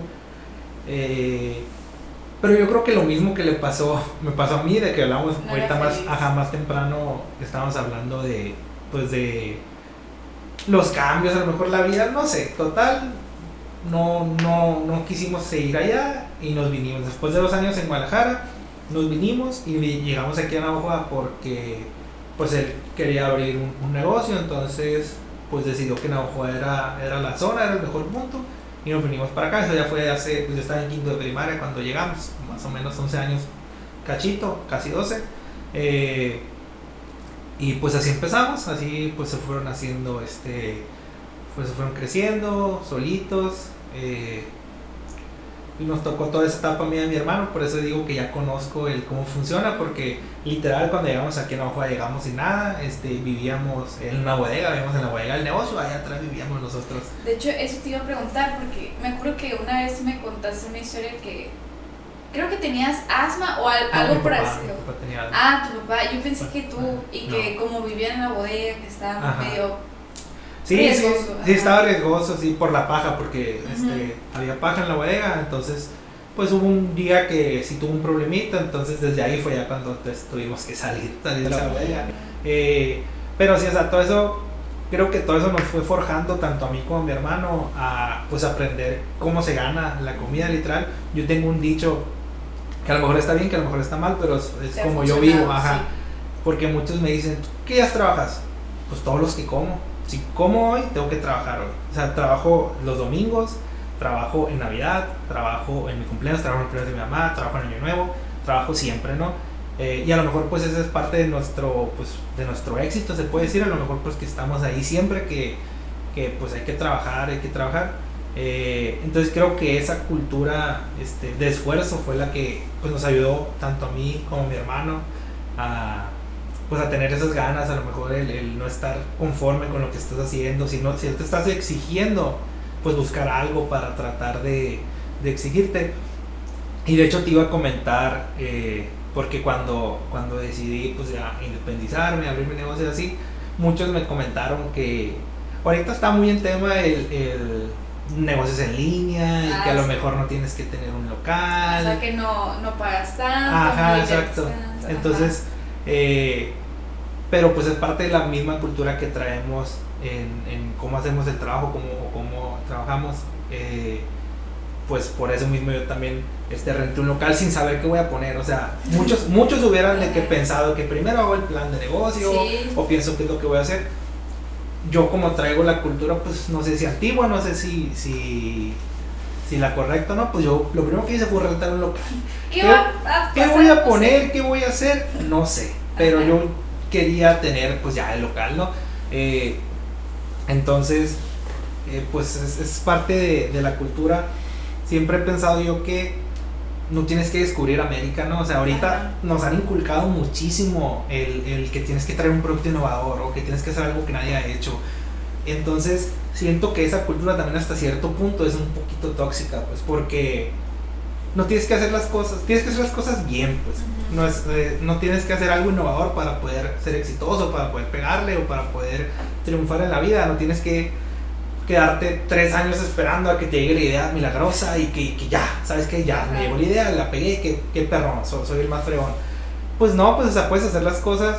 eh, pero yo creo que lo mismo que le pasó, me pasó a mí, de que hablamos no ahorita más, ajá, más temprano, estábamos hablando de, pues de los cambios, a lo mejor la vida, no sé, total, no, no, no quisimos seguir allá y nos vinimos, después de dos años en Guadalajara, nos vinimos y llegamos aquí a Navajoa porque pues él quería abrir un, un negocio, entonces pues decidió que Navajoa era, era la zona, era el mejor punto y nos vinimos para acá. Eso ya fue hace, pues yo estaba en quinto de primaria cuando llegamos, más o menos once años cachito, casi doce, eh, y pues así empezamos, así pues se fueron haciendo, este, pues se fueron creciendo solitos, eh, y nos tocó toda esa etapa a mí y a mi hermano, por eso digo que ya conozco el cómo funciona, porque literal cuando llegamos aquí en Navajoa llegamos sin nada, este, vivíamos en una bodega, vivíamos en la bodega del negocio, allá atrás vivíamos nosotros. De hecho, eso te iba a preguntar, porque me acuerdo que una vez me contaste una historia que creo que tenías asma o al, no, algo por así. Ah, tu papá, yo pensé que tú, ah, y que no. Como vivían en la bodega, que estaba Ajá. medio... Sí, riesgoso, sí, sí, estaba riesgoso, sí, por la paja, porque uh-huh. este, había paja en la bodega, entonces, pues hubo un día que sí tuvo un problemita, entonces desde ahí fue ya cuando pues, tuvimos que salir, salir de la bodega. Eh, pero sí, o sea, todo eso, creo que todo eso nos fue forjando, tanto a mí como a mi hermano, a pues aprender cómo se gana la comida, literal. Yo tengo un dicho, que a lo mejor está bien, que a lo mejor está mal, pero es, es como yo vivo, ajá, sí. Porque muchos me dicen, ¿qué días trabajas? Pues todos los que como. Si como hoy, tengo que trabajar hoy. O sea, trabajo los domingos, trabajo en Navidad, trabajo en mi cumpleaños, trabajo en el cumpleaños de mi mamá, trabajo en Año Nuevo, trabajo siempre, ¿no? Eh, y a lo mejor pues esa es parte de nuestro, pues, de nuestro éxito, se puede decir, a lo mejor pues que estamos ahí siempre, que, que pues hay que trabajar, hay que trabajar. Eh, entonces creo que esa cultura este, de esfuerzo fue la que pues, nos ayudó tanto a mí como a mi hermano a... pues a tener esas ganas, a lo mejor el, el no estar conforme con lo que estás haciendo, sino si te estás exigiendo, pues buscar algo para tratar de, de exigirte. Y de hecho te iba a comentar, eh, porque cuando, cuando decidí pues ya independizarme, abrir mi negocio así, muchos me comentaron que ahorita está muy en tema el, el negocios en línea y ah, que a lo sí. mejor no tienes que tener un local. O sea que no, no pagas tanto. Ajá, exacto. Tanto, entonces... Ajá. Eh, pero pues es parte de la misma cultura que traemos en, en cómo hacemos el trabajo, cómo, cómo trabajamos, eh, pues por eso mismo yo también este, renté un local sin saber qué voy a poner, o sea, muchos, muchos hubieran de que pensado que primero hago el plan de negocio sí. o pienso qué es lo que voy a hacer. Yo como traigo la cultura, pues no sé si antigua, no sé si, si, si la correcta o no, pues yo lo primero que hice fue rentar un local. ¿Qué, ¿Qué, va a ¿qué voy a poner? ¿Qué voy a hacer? No sé, pero Ajá. yo quería tener pues ya el local, ¿no? Eh, entonces, eh, pues es, es parte de, de la cultura. Siempre he pensado yo que no tienes que descubrir América, ¿no? O sea, ahorita Ajá. nos han inculcado muchísimo el, el que tienes que traer un producto innovador o que tienes que hacer algo que nadie ha hecho. Entonces, siento que esa cultura también hasta cierto punto es un poquito tóxica, pues, porque no tienes que hacer las cosas, tienes que hacer las cosas bien, pues. Uh-huh. No, es, eh, no tienes que hacer algo innovador para poder ser exitoso, para poder pegarle o para poder triunfar en la vida. No tienes que quedarte tres años esperando a que te llegue la idea milagrosa y que, que ya, ¿sabes qué? Ya, me llegó la idea, la pegué, que, que perrón, soy, soy el más fregón. Pues no, pues o sea, puedes hacer las cosas,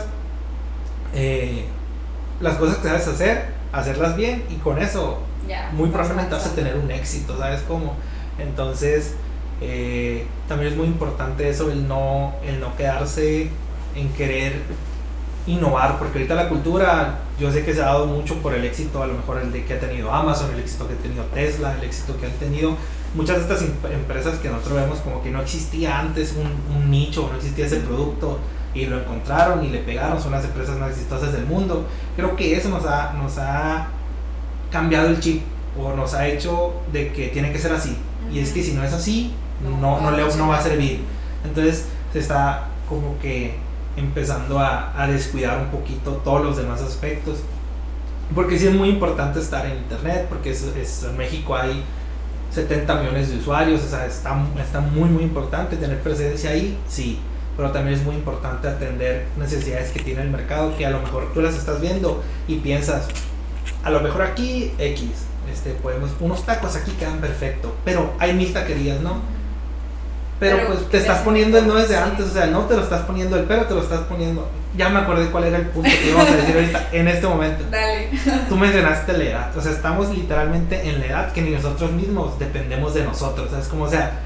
eh, las cosas que sabes hacer, hacerlas bien y con eso yeah, muy probablemente vas a tener un éxito, ¿sabes cómo? Entonces, eh, también es muy importante eso, el no, el no quedarse en querer innovar, porque ahorita la cultura, yo sé que se ha dado mucho por el éxito, a lo mejor el de que ha tenido Amazon, el éxito que ha tenido Tesla, el éxito que han tenido muchas de estas empresas que nosotros vemos como que no existía antes un, un nicho, no existía ese producto y lo encontraron y le pegaron, son las empresas más exitosas del mundo. Creo que eso nos ha, nos ha cambiado el chip o nos ha hecho de que tiene que ser así, uh-huh. y es que si no es así, no, no, le, no va a servir. Entonces se está como que empezando a, a descuidar un poquito todos los demás aspectos, porque sí es muy importante estar en internet, porque es, es, en México hay setenta millones de usuarios, o sea, está, está muy muy importante tener presencia ahí, sí, pero también es muy importante atender necesidades que tiene el mercado, que a lo mejor tú las estás viendo y piensas, a lo mejor aquí X, este, podemos, unos tacos aquí quedan perfecto, pero hay mil taquerías, ¿no? Pero, pero pues te estás poniendo el no desde antes, o sea, no te lo estás poniendo el pero, te lo estás poniendo. Ya me acordé cuál era el punto que íbamos a decir ahorita, en este momento. Dale. Tú mencionaste la edad, o sea, estamos literalmente en la edad que ni nosotros mismos dependemos de nosotros, ¿sabes? Como, o sea,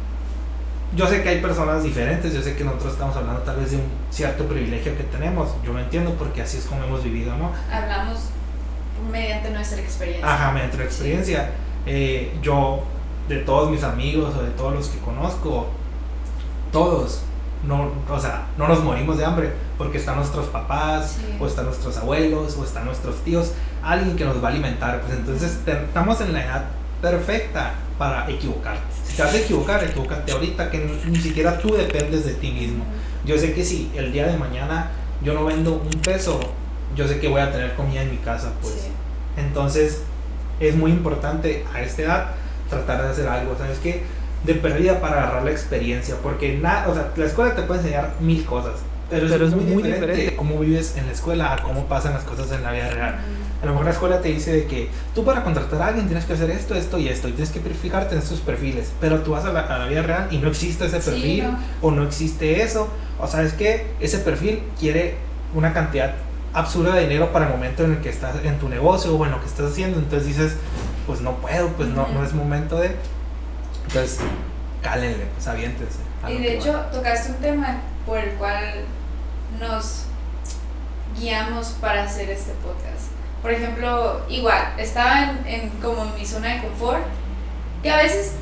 yo sé que hay personas diferentes, yo sé que nosotros estamos hablando tal vez de un cierto privilegio que tenemos, yo lo entiendo porque así es como hemos vivido, ¿no? Hablamos mediante nuestra experiencia. Ajá, mediante la experiencia. Sí. Eh, yo... de todos mis amigos o de todos los que conozco, todos, no, o sea, no nos morimos de hambre porque están nuestros papás, sí. o están nuestros abuelos, o están nuestros tíos, alguien que nos va a alimentar, pues entonces te, estamos en la edad perfecta para equivocarte. Si te vas a equivocar, equivócate ahorita, que ni, ni siquiera tú dependes de ti mismo. Yo sé que si el día de mañana yo no vendo un peso, yo sé que voy a tener comida en mi casa, pues. Sí. Entonces es muy importante a esta edad tratar de hacer algo, ¿sabes qué? De perdida para agarrar la experiencia, porque nada, o sea, la escuela te puede enseñar mil cosas, pero, pero es, es muy, muy diferente, diferente cómo vives en la escuela a cómo pasan las cosas en la vida real. A lo mejor la escuela te dice de que tú para contratar a alguien tienes que hacer esto, esto y esto, y tienes que fijarte en estos perfiles, pero tú vas a la, a la vida real y no existe ese perfil, sí, ¿no? O no existe eso, o sabes que ese perfil quiere una cantidad absurda de dinero para el momento en el que estás en tu negocio o en lo que estás haciendo, entonces dices, pues no puedo, pues no, no es momento de, entonces cálenle, pues aviéntense. Y de hecho va. Tocaste un tema por el cual nos guiamos para hacer este podcast. Por ejemplo, igual, estaba en, en como en mi zona de confort, que a veces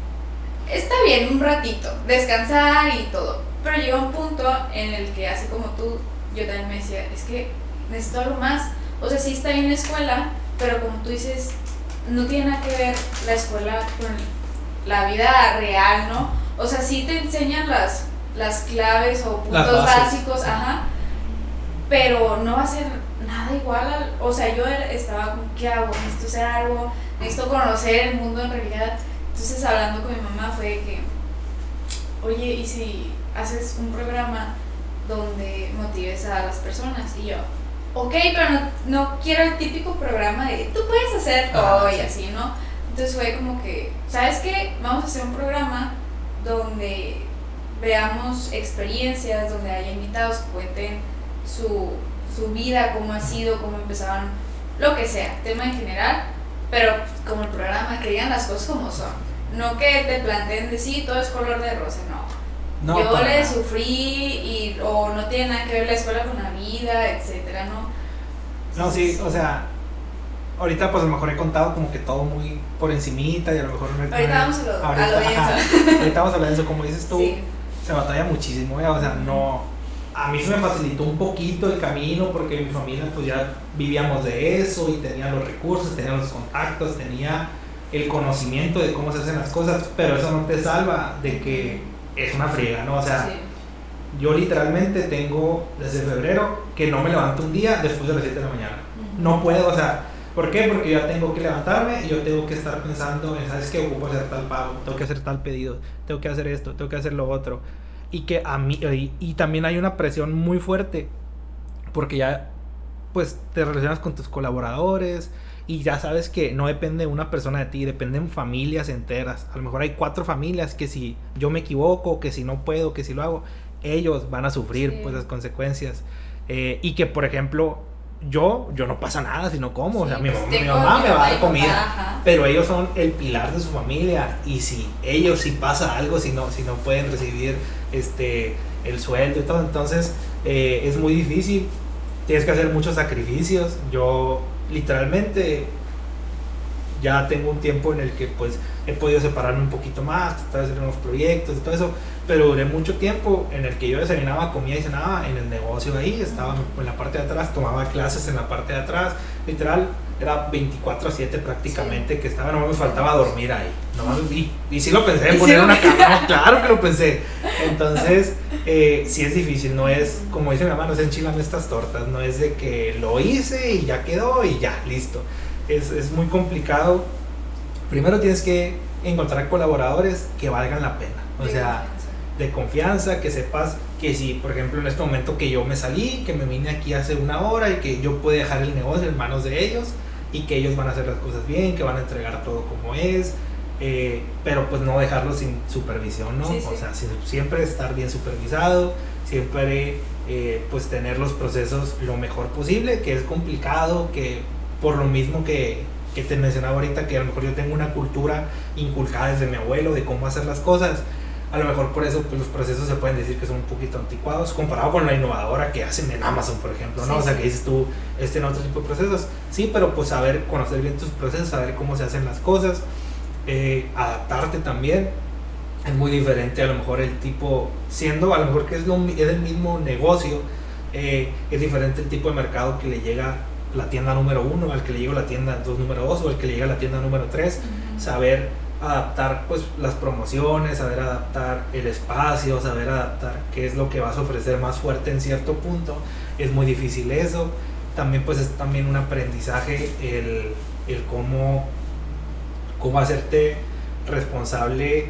está bien un ratito, descansar y todo, pero llega un punto en el que así como tú, yo también me decía, es que necesito algo más, o sea, sí está en la escuela, pero como tú dices, no tiene nada que ver la escuela con la vida real, ¿no? O sea, sí te enseñan las, las claves o puntos básicos, ajá, pero no va a ser nada igual al, o sea, yo estaba como, ¿qué hago? Necesito hacer algo, necesito conocer el mundo en realidad. Entonces, hablando con mi mamá fue de que, oye, ¿y si haces un programa donde motives a las personas? Y yo, ok, pero no, no quiero el típico programa de tú puedes hacer todo, ah, y sí. así, ¿no? Entonces fue como que, ¿sabes qué? Vamos a hacer un programa donde veamos experiencias, donde haya invitados que cuenten su, su vida, cómo ha sido, cómo empezaron, lo que sea, tema en general, pero como el programa, que digan las cosas como son, no que te planteen de sí, todo es color de rosa, no. no Yo le nada. sufrí y, o no tiene nada que ver la escuela con la vida, etcétera, ¿no? No, sí, o sea, ahorita pues a lo mejor he contado como que todo muy por encimita y a lo mejor... No, ahorita vamos a lo, ahorita, a lo denso. Ajá, ahorita vamos a lo denso, como dices tú, sí. Se batalla muchísimo, ¿eh? O sea, no... A mí se me facilitó un poquito el camino porque mi familia pues ya vivíamos de eso y tenía los recursos, tenía los contactos, tenía el conocimiento de cómo se hacen las cosas, pero eso no te salva de que es una friega, ¿no? O sea, sí. Yo literalmente tengo desde febrero que no me levanto un día después de las siete de la mañana. Uh-huh. No puedo, o sea, ¿por qué? Porque yo tengo que levantarme y yo tengo que estar pensando en, ¿sabes qué? Ocupo hacer tal pago, tengo que hacer tal pedido, tengo que hacer esto, tengo que hacer lo otro. Y que a mí, y, y también hay una presión muy fuerte porque ya pues te relacionas con tus colaboradores y ya sabes que no depende una persona de ti, dependen familias enteras. A lo mejor hay cuatro familias que si yo me equivoco, que si no puedo, que si lo hago, ellos van a sufrir sí. pues las consecuencias. Eh, y que por ejemplo yo, yo no pasa nada si no como, sí, o sea, mi, pues mi mamá me va a dar comida, ajá. Pero ellos son el pilar de su familia y si ellos si pasa algo, si no, si no pueden recibir este el sueldo y todo, entonces eh, es muy difícil tienes que hacer muchos sacrificios. Yo literalmente ya tengo un tiempo en el que pues he podido separarme un poquito más, tratar de hacer unos proyectos y todo eso, pero duré mucho tiempo en el que yo desayunaba, comía y cenaba en el negocio ahí, estaba en la parte de atrás, tomaba clases en la parte de atrás, literal, era veinticuatro a siete prácticamente, sí, que estaba, no me faltaba dormir ahí, no, y, y sí lo pensé, poner sí, una cama, claro que lo pensé, entonces eh, sí es difícil, no es, como dice mi mamá, no se enchilan estas tortas, no es de que lo hice y ya quedó y ya, listo, es, es muy complicado. Primero tienes que encontrar colaboradores que valgan la pena, o sea, de confianza, que sepas que si, por ejemplo, en este momento que yo me salí, que me vine aquí hace una hora y que yo puedo dejar el negocio en manos de ellos y que ellos van a hacer las cosas bien, que van a entregar todo como es, eh, pero pues no dejarlo sin supervisión, ¿no? Sí, sí. O sea, siempre estar bien supervisado, siempre eh, pues tener los procesos lo mejor posible, que es complicado, que por lo mismo que, que te mencionaba ahorita, que a lo mejor yo tengo una cultura inculcada desde mi abuelo de cómo hacer las cosas, a lo mejor por eso pues, los procesos se pueden decir que son un poquito anticuados comparado con la innovadora que hacen en Amazon, por ejemplo, ¿no? Sí, o sea, que dices tú, este en otro tipo de procesos, sí, pero pues saber, conocer bien tus procesos, saber cómo se hacen las cosas, eh, adaptarte también, es muy diferente a lo mejor el tipo, siendo a lo mejor que es, lo, es el mismo negocio, eh, es diferente el tipo de mercado que le llega la tienda número uno, al que le llega la tienda dos número dos o al que le llega la tienda número tres, uh-huh. Saber adaptar pues las promociones, saber adaptar el espacio, saber adaptar qué es lo que vas a ofrecer más fuerte en cierto punto, es muy difícil eso. También pues es también un aprendizaje el, el cómo, cómo hacerte responsable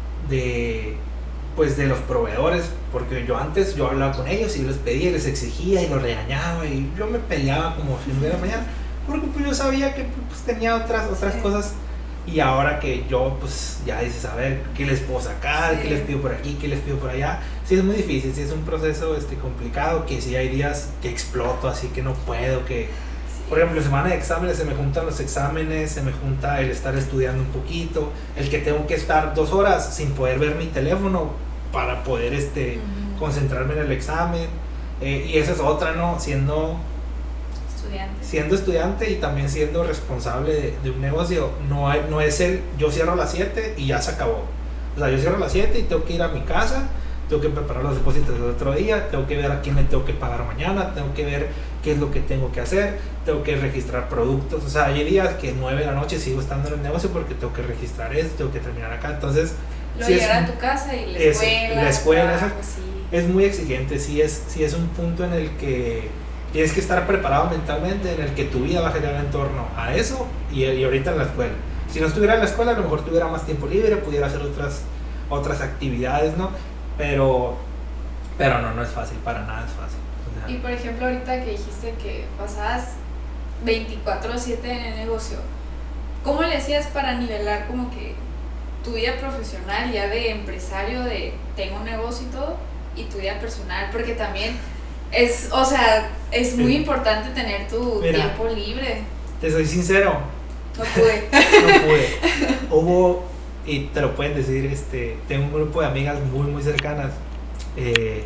de pues de los proveedores, porque yo antes yo hablaba con ellos y les pedía, les exigía y los regañaba y yo me peleaba como si no hubiera mañana, porque pues yo sabía que pues tenía otras, otras sí. cosas. Y ahora que yo, pues, ya dices, a ver, ¿qué les puedo sacar? Sí. ¿Qué les pido por aquí? ¿Qué les pido por allá? Sí, es muy difícil, sí es un proceso este, complicado, que sí hay días que exploto, así que no puedo, que... Sí. Por ejemplo, semana de exámenes, se me juntan los exámenes, se me junta el estar estudiando un poquito, el que tengo que estar dos horas sin poder ver mi teléfono para poder este, uh-huh. concentrarme en el examen. Eh, y esa es otra, ¿no? Siendo... Estudiante. Siendo estudiante y también siendo responsable de, de un negocio, no, hay, no es el yo cierro a las siete y ya se acabó. O sea, yo cierro a las siete y tengo que ir a mi casa, tengo que preparar los depósitos del otro día, tengo que ver a quién le tengo que pagar mañana, tengo que ver qué es lo que tengo que hacer, tengo que registrar productos. O sea, hay días que nueve de la noche sigo estando en el negocio porque tengo que registrar esto, tengo que terminar acá. Entonces, lo sí llegar es, a tu casa y la escuela. Es, la escuela claro, es, sí. es muy exigente, sí es, sí es un punto en el que tienes que estar preparado mentalmente, en el que tu vida va a girar en torno a eso y, y ahorita en la escuela. Si no estuviera en la escuela, a lo mejor tuviera más tiempo libre, pudiera hacer otras, otras actividades, ¿no? Pero, pero no, no es fácil, para nada es fácil. O sea, y por ejemplo, ahorita que dijiste que pasabas veinticuatro siete en el negocio, ¿cómo le hacías para nivelar como que tu vida profesional ya de empresario, de tengo un negocio y todo, y tu vida personal? Porque también... Es, o sea, es muy importante tener tu Mira, tiempo libre. Te soy sincero. No pude. No pude. Hubo, y te lo pueden decir, este, tengo un grupo de amigas muy, muy cercanas eh,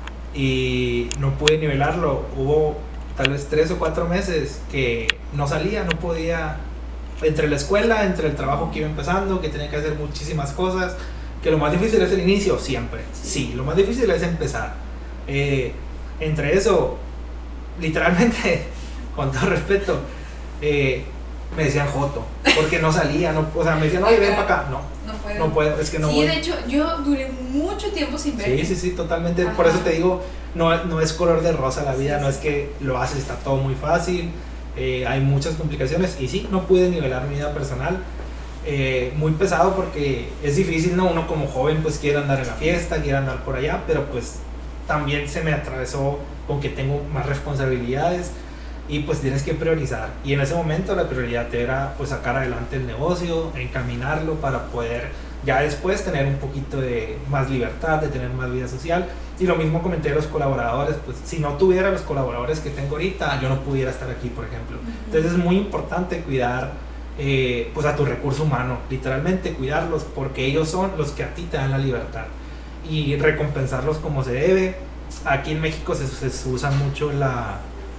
y no pude nivelarlo. Hubo tal vez tres o cuatro meses que no salía, no podía, entre la escuela, entre el trabajo que iba empezando, que tenía que hacer muchísimas cosas, que lo más difícil es el inicio, siempre. Sí, sí lo más difícil es empezar. Eh, Entre eso, literalmente, con todo respeto, eh, me decían joto, porque no salía, no, o sea, me decían, oye, ven para acá, no, no puedo, no puedo, es que no sí, voy. de hecho, yo duré mucho tiempo sin ver. Sí, sí, sí, totalmente, Ajá. Por eso te digo, no, no es color de rosa la vida, sí, no sí. Es que lo haces, está todo muy fácil, eh, hay muchas complicaciones, y sí, no pude nivelar mi vida personal, eh, muy pesado porque es difícil, ¿no? Uno como joven pues quiere andar en la fiesta, quiere andar por allá, pero pues también se me atravesó con que tengo más responsabilidades y pues tienes que priorizar, y en ese momento la prioridad era pues sacar adelante el negocio, encaminarlo para poder ya después tener un poquito de más libertad, de tener más vida social. Y lo mismo comenté a los colaboradores, pues si no tuviera los colaboradores que tengo ahorita, yo no pudiera estar aquí, por ejemplo. Entonces es muy importante cuidar eh, pues a tu recurso humano, literalmente cuidarlos, porque ellos son los que a ti te dan la libertad, y recompensarlos como se debe. Aquí en México se, se usa mucho la,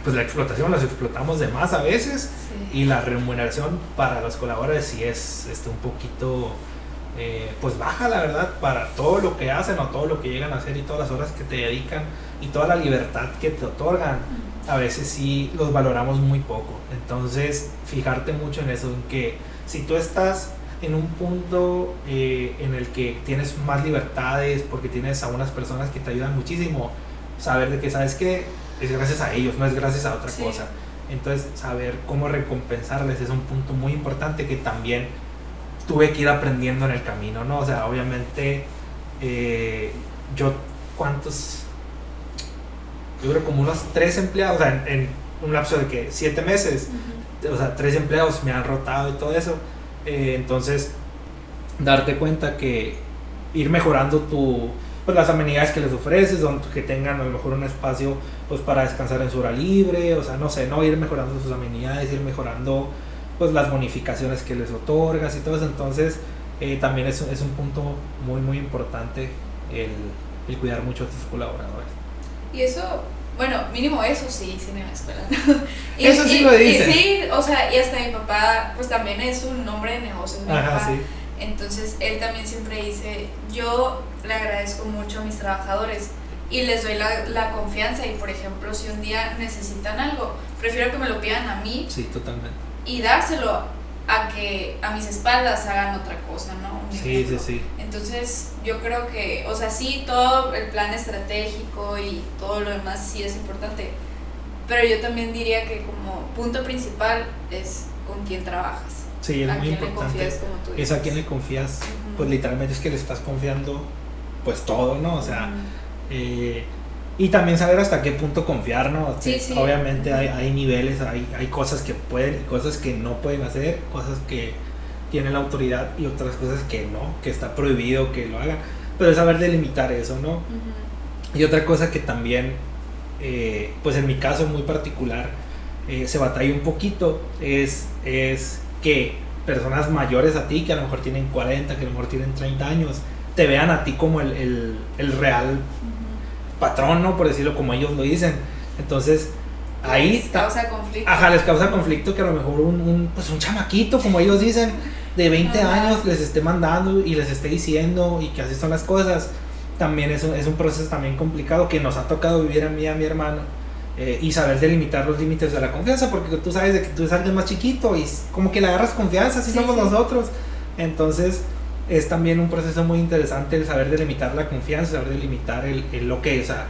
pues la explotación, los explotamos de más a veces, sí. Y la remuneración para los colaboradores sí es este, un poquito eh, pues baja, la verdad, para todo lo que hacen o todo lo que llegan a hacer y todas las horas que te dedican y toda la libertad que te otorgan. A veces sí los valoramos muy poco. Entonces fijarte mucho en eso, en que si tú estás en un punto eh, en el que tienes más libertades porque tienes a unas personas que te ayudan muchísimo, saber de que sabes que es gracias a ellos, no es gracias a otra sí. cosa. Entonces saber cómo recompensarles es un punto muy importante que también tuve que ir aprendiendo en el camino, ¿no? O sea, obviamente eh, yo cuántos yo creo como unos tres empleados, o sea, en, en un lapso de que siete meses, uh-huh. o sea, tres empleados me han rotado y todo eso. Eh, entonces, darte cuenta que ir mejorando tu, pues, las amenidades que les ofreces, donde, que tengan a lo mejor un espacio pues, para descansar en su hora libre, o sea, no sé, no ir mejorando sus amenidades, ir mejorando pues, las bonificaciones que les otorgas y todo eso. Entonces, eh, también es, es un punto muy, muy importante el, el cuidar mucho a tus colaboradores. Y eso, bueno, mínimo eso sí dicen en la escuela, ¿no? Y, eso sí y, lo dicen. Y sí, o sea, y hasta mi papá, pues también es un hombre de negocios, mi Ajá, papá. Sí. Entonces, él también siempre dice, yo le agradezco mucho a mis trabajadores y les doy la, la confianza y, por ejemplo, si un día necesitan algo, prefiero que me lo pidan a mí. Sí, totalmente. Y dárselo a que a mis espaldas hagan otra cosa, ¿no? Un sí, ejemplo. sí, sí. Entonces yo creo que, o sea, sí, todo el plan estratégico y todo lo demás sí es importante, pero yo también diría que como punto principal es con quién trabajas. Sí, es a muy quién importante. Le confías, como tú dices. Es a quién le confías, uh-huh. pues literalmente es que le estás confiando pues todo, ¿no? O sea, uh-huh. eh, y también saber hasta qué punto confiar, ¿no? Sí, sí. Obviamente uh-huh. hay, hay niveles, hay, hay cosas que pueden y cosas que no pueden hacer, cosas que tienen la autoridad y otras cosas que no, que está prohibido que lo hagan, pero es saber delimitar eso, ¿no? Uh-huh. Y otra cosa que también, eh, pues en mi caso muy particular, eh, se batalla un poquito, es, es que personas mayores a ti, que a lo mejor tienen cuarenta, que a lo mejor tienen treinta años, te vean a ti como el, el, el real uh-huh. patrón, ¿no? Por decirlo como ellos lo dicen. Entonces, ahí... Les causa conflicto. Ajá, les causa conflicto que a lo mejor un, un, pues un chamaquito, como ellos dicen, de veinte uh-huh. años les esté mandando y les esté diciendo y que así son las cosas. También es un, es un proceso también complicado que nos ha tocado vivir a mí y a mi hermano. Eh, y saber delimitar los límites de la confianza, porque tú sabes de que tú eres alguien más chiquito y como que le agarras confianza, así sí, somos sí. nosotros. Entonces es también un proceso muy interesante el saber delimitar la confianza, saber delimitar el, el lo que es. O sea,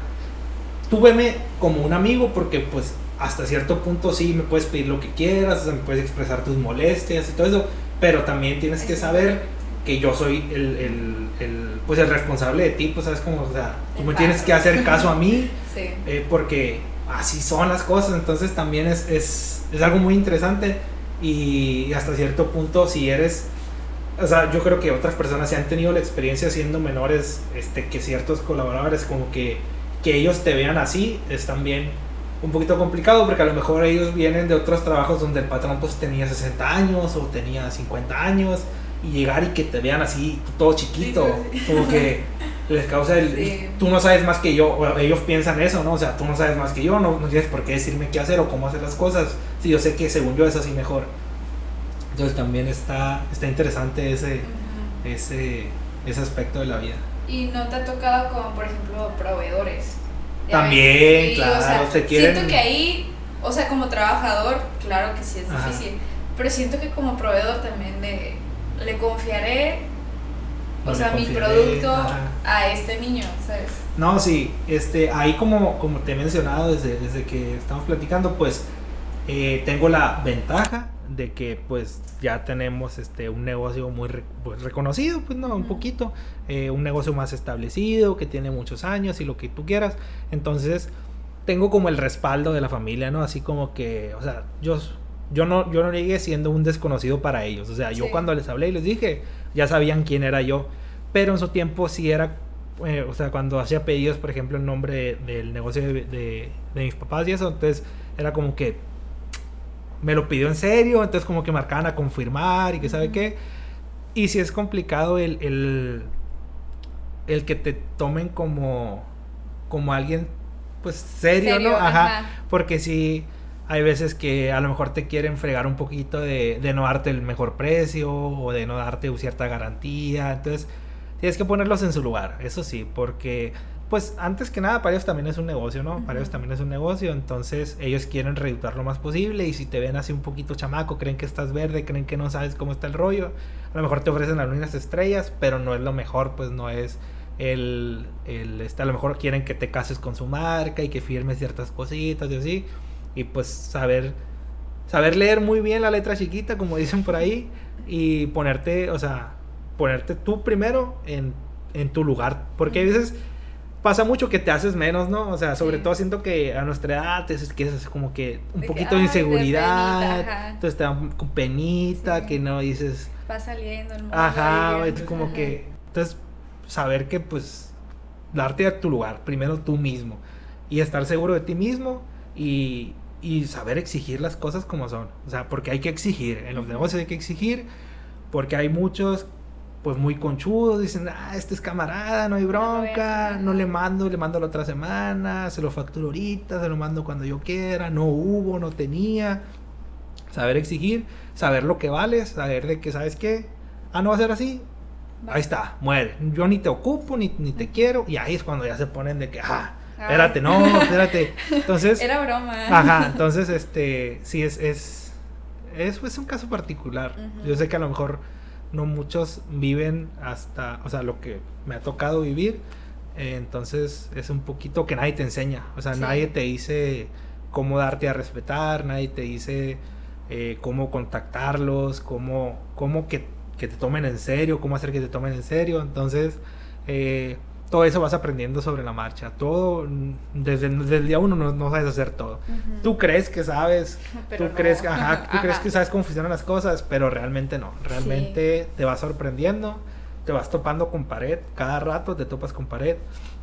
tú veme como un amigo porque pues hasta cierto punto sí me puedes pedir lo que quieras, o sea, me puedes expresar tus molestias y todo eso, pero también tienes que saber que yo soy el, el, el, pues el responsable de ti, pues sabes como, o sea, tú me tienes que hacer caso a mí, sí. eh, porque así son las cosas. Entonces también es, es, es algo muy interesante y hasta cierto punto si eres, o sea, yo creo que otras personas sí han tenido la experiencia siendo menores este, que ciertos colaboradores, como que, que ellos te vean así, es también un poquito complicado porque a lo mejor ellos vienen de otros trabajos donde el patrón pues tenía sesenta años o tenía cincuenta años y llegar y que te vean así todo chiquito, sí, sí. como que les causa el, sí. tú no sabes más que yo, o ellos piensan eso, ¿no? O sea, tú no sabes más que yo, no, no tienes por qué decirme qué hacer o cómo hacer las cosas, si yo sé que según yo es así mejor. Entonces también está, está interesante ese, uh-huh. ese, ese aspecto de la vida. ¿Y no te ha tocado como, por ejemplo, proveedores? También, sí, claro, o sea, se quieren... siento que ahí, o sea, como trabajador, claro que sí es Ajá. difícil, pero siento que como proveedor también le, le confiaré, o no sea, mi producto Ajá. a este niño, ¿sabes? No, sí, este, ahí como, como te he mencionado desde, desde que estamos platicando, pues eh, tengo la ventaja de que pues ya tenemos este un negocio muy re, pues, reconocido, pues no, un poquito, eh, un negocio más establecido, que tiene muchos años y lo que tú quieras. Entonces tengo como el respaldo de la familia, ¿no? Así como que, o sea, yo, yo, no, yo no llegué siendo un desconocido para ellos. O sea, sí. yo cuando les hablé y les dije, ya sabían quién era yo. Pero en su tiempo sí era, eh, o sea, cuando hacía pedidos, por ejemplo, en nombre del negocio de, de, de mis papás y eso, entonces era como que me lo pidió en serio, entonces como que marcaban a confirmar y que sabe qué. Y si es complicado el, el, el que te tomen como, como alguien pues serio, Serio, ¿no? Ajá, ajá. porque sí, hay veces que a lo mejor te quieren fregar un poquito de, de no darte el mejor precio o de no darte cierta garantía, entonces tienes que ponerlos en su lugar, eso sí, porque pues antes que nada para ellos también es un negocio, ¿no? Uh-huh. Para ellos también es un negocio, entonces ellos quieren reducir lo más posible y si te ven así un poquito chamaco, creen que estás verde, creen que no sabes cómo está el rollo, a lo mejor te ofrecen algunas estrellas, pero no es lo mejor, pues no es el, el este, a lo mejor quieren que te cases con su marca y que firmes ciertas cositas y así, y pues saber saber leer muy bien la letra chiquita, como dicen por ahí, y ponerte, o sea, ponerte tú primero en, en tu lugar, porque a veces pasa mucho que te haces menos, ¿no? O sea, sobre sí. todo siento que a nuestra edad te quieres como que un de poquito que, de inseguridad, de penita, entonces te da con penita, sí. que no dices... Va saliendo el mundo. Ajá, y como ajá. que... Entonces, saber que pues darte a tu lugar, primero tú mismo, y estar seguro de ti mismo y, y saber exigir las cosas como son, o sea, porque hay que exigir, en los uh-huh. negocios hay que exigir, porque hay muchos... pues muy conchudos, dicen, ah, este es camarada, no hay bronca, no, no le mando, le mando la otra semana, se lo facturo ahorita, se lo mando cuando yo quiera, no hubo, no tenía. Saber exigir, saber lo que vales, saber de que, ¿sabes qué? Ah, no va a ser así, va. Ahí está, muere. Yo ni te ocupo, ni, ni te quiero, y ahí es cuando ya se ponen de que, ah, espérate, no, espérate. Entonces... Era broma. Ajá, entonces, este, sí, es, es, es, es un caso particular. Uh-huh. Yo sé que a lo mejor... no muchos viven hasta, o sea, lo que me ha tocado vivir, eh, entonces es un poquito que nadie te enseña, o sea, sí. nadie te dice cómo darte a respetar, nadie te dice eh, cómo contactarlos, cómo, cómo que, que te tomen en serio, cómo hacer que te tomen en serio, entonces eh, todo eso vas aprendiendo sobre la marcha, todo, desde, desde el día uno no, no sabes hacer todo, uh-huh. tú crees que sabes, pero tú, no. crees, ajá, tú ajá. crees que sabes cómo funcionan las cosas, pero realmente no, realmente sí. te vas sorprendiendo, te vas topando con pared, cada rato te topas con pared.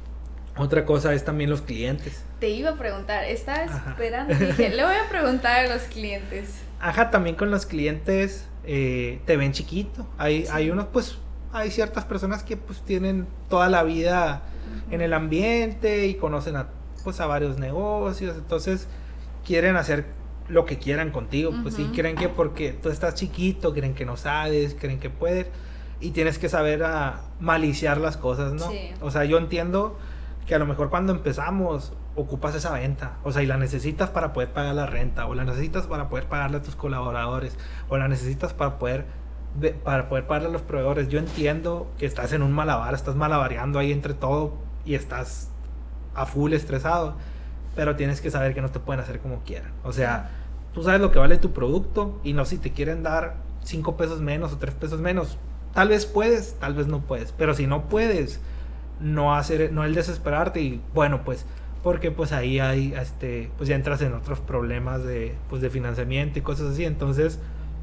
Otra cosa es también los clientes. Te iba a preguntar, estaba esperando, dije, le voy a preguntar a los clientes. Ajá, también con los clientes eh, te ven chiquito, hay, sí. hay unos pues... hay ciertas personas que pues tienen toda la vida uh-huh. en el ambiente y conocen a, pues, a varios negocios, entonces quieren hacer lo que quieran contigo, uh-huh. pues sí, creen que porque tú estás chiquito, creen que no sabes, creen que puedes y tienes que saber a maliciar las cosas, ¿no? Sí. O sea, yo entiendo que a lo mejor cuando empezamos ocupas esa venta, o sea, y la necesitas para poder pagar la renta, o la necesitas para poder pagarle a tus colaboradores, o la necesitas para poder De, para poder pagarle a los proveedores. Yo entiendo que estás en un malabar, estás malabareando ahí entre todo y estás a full estresado, pero tienes que saber que no te pueden hacer como quieran, o sea, tú sabes lo que vale tu producto y no si te quieren dar cinco pesos menos o tres pesos menos, tal vez puedes, tal vez no puedes, pero si no puedes, no hacer, no el desesperarte y bueno, pues porque pues ahí hay este, pues ya entras en otros problemas de, pues, de financiamiento y cosas así, entonces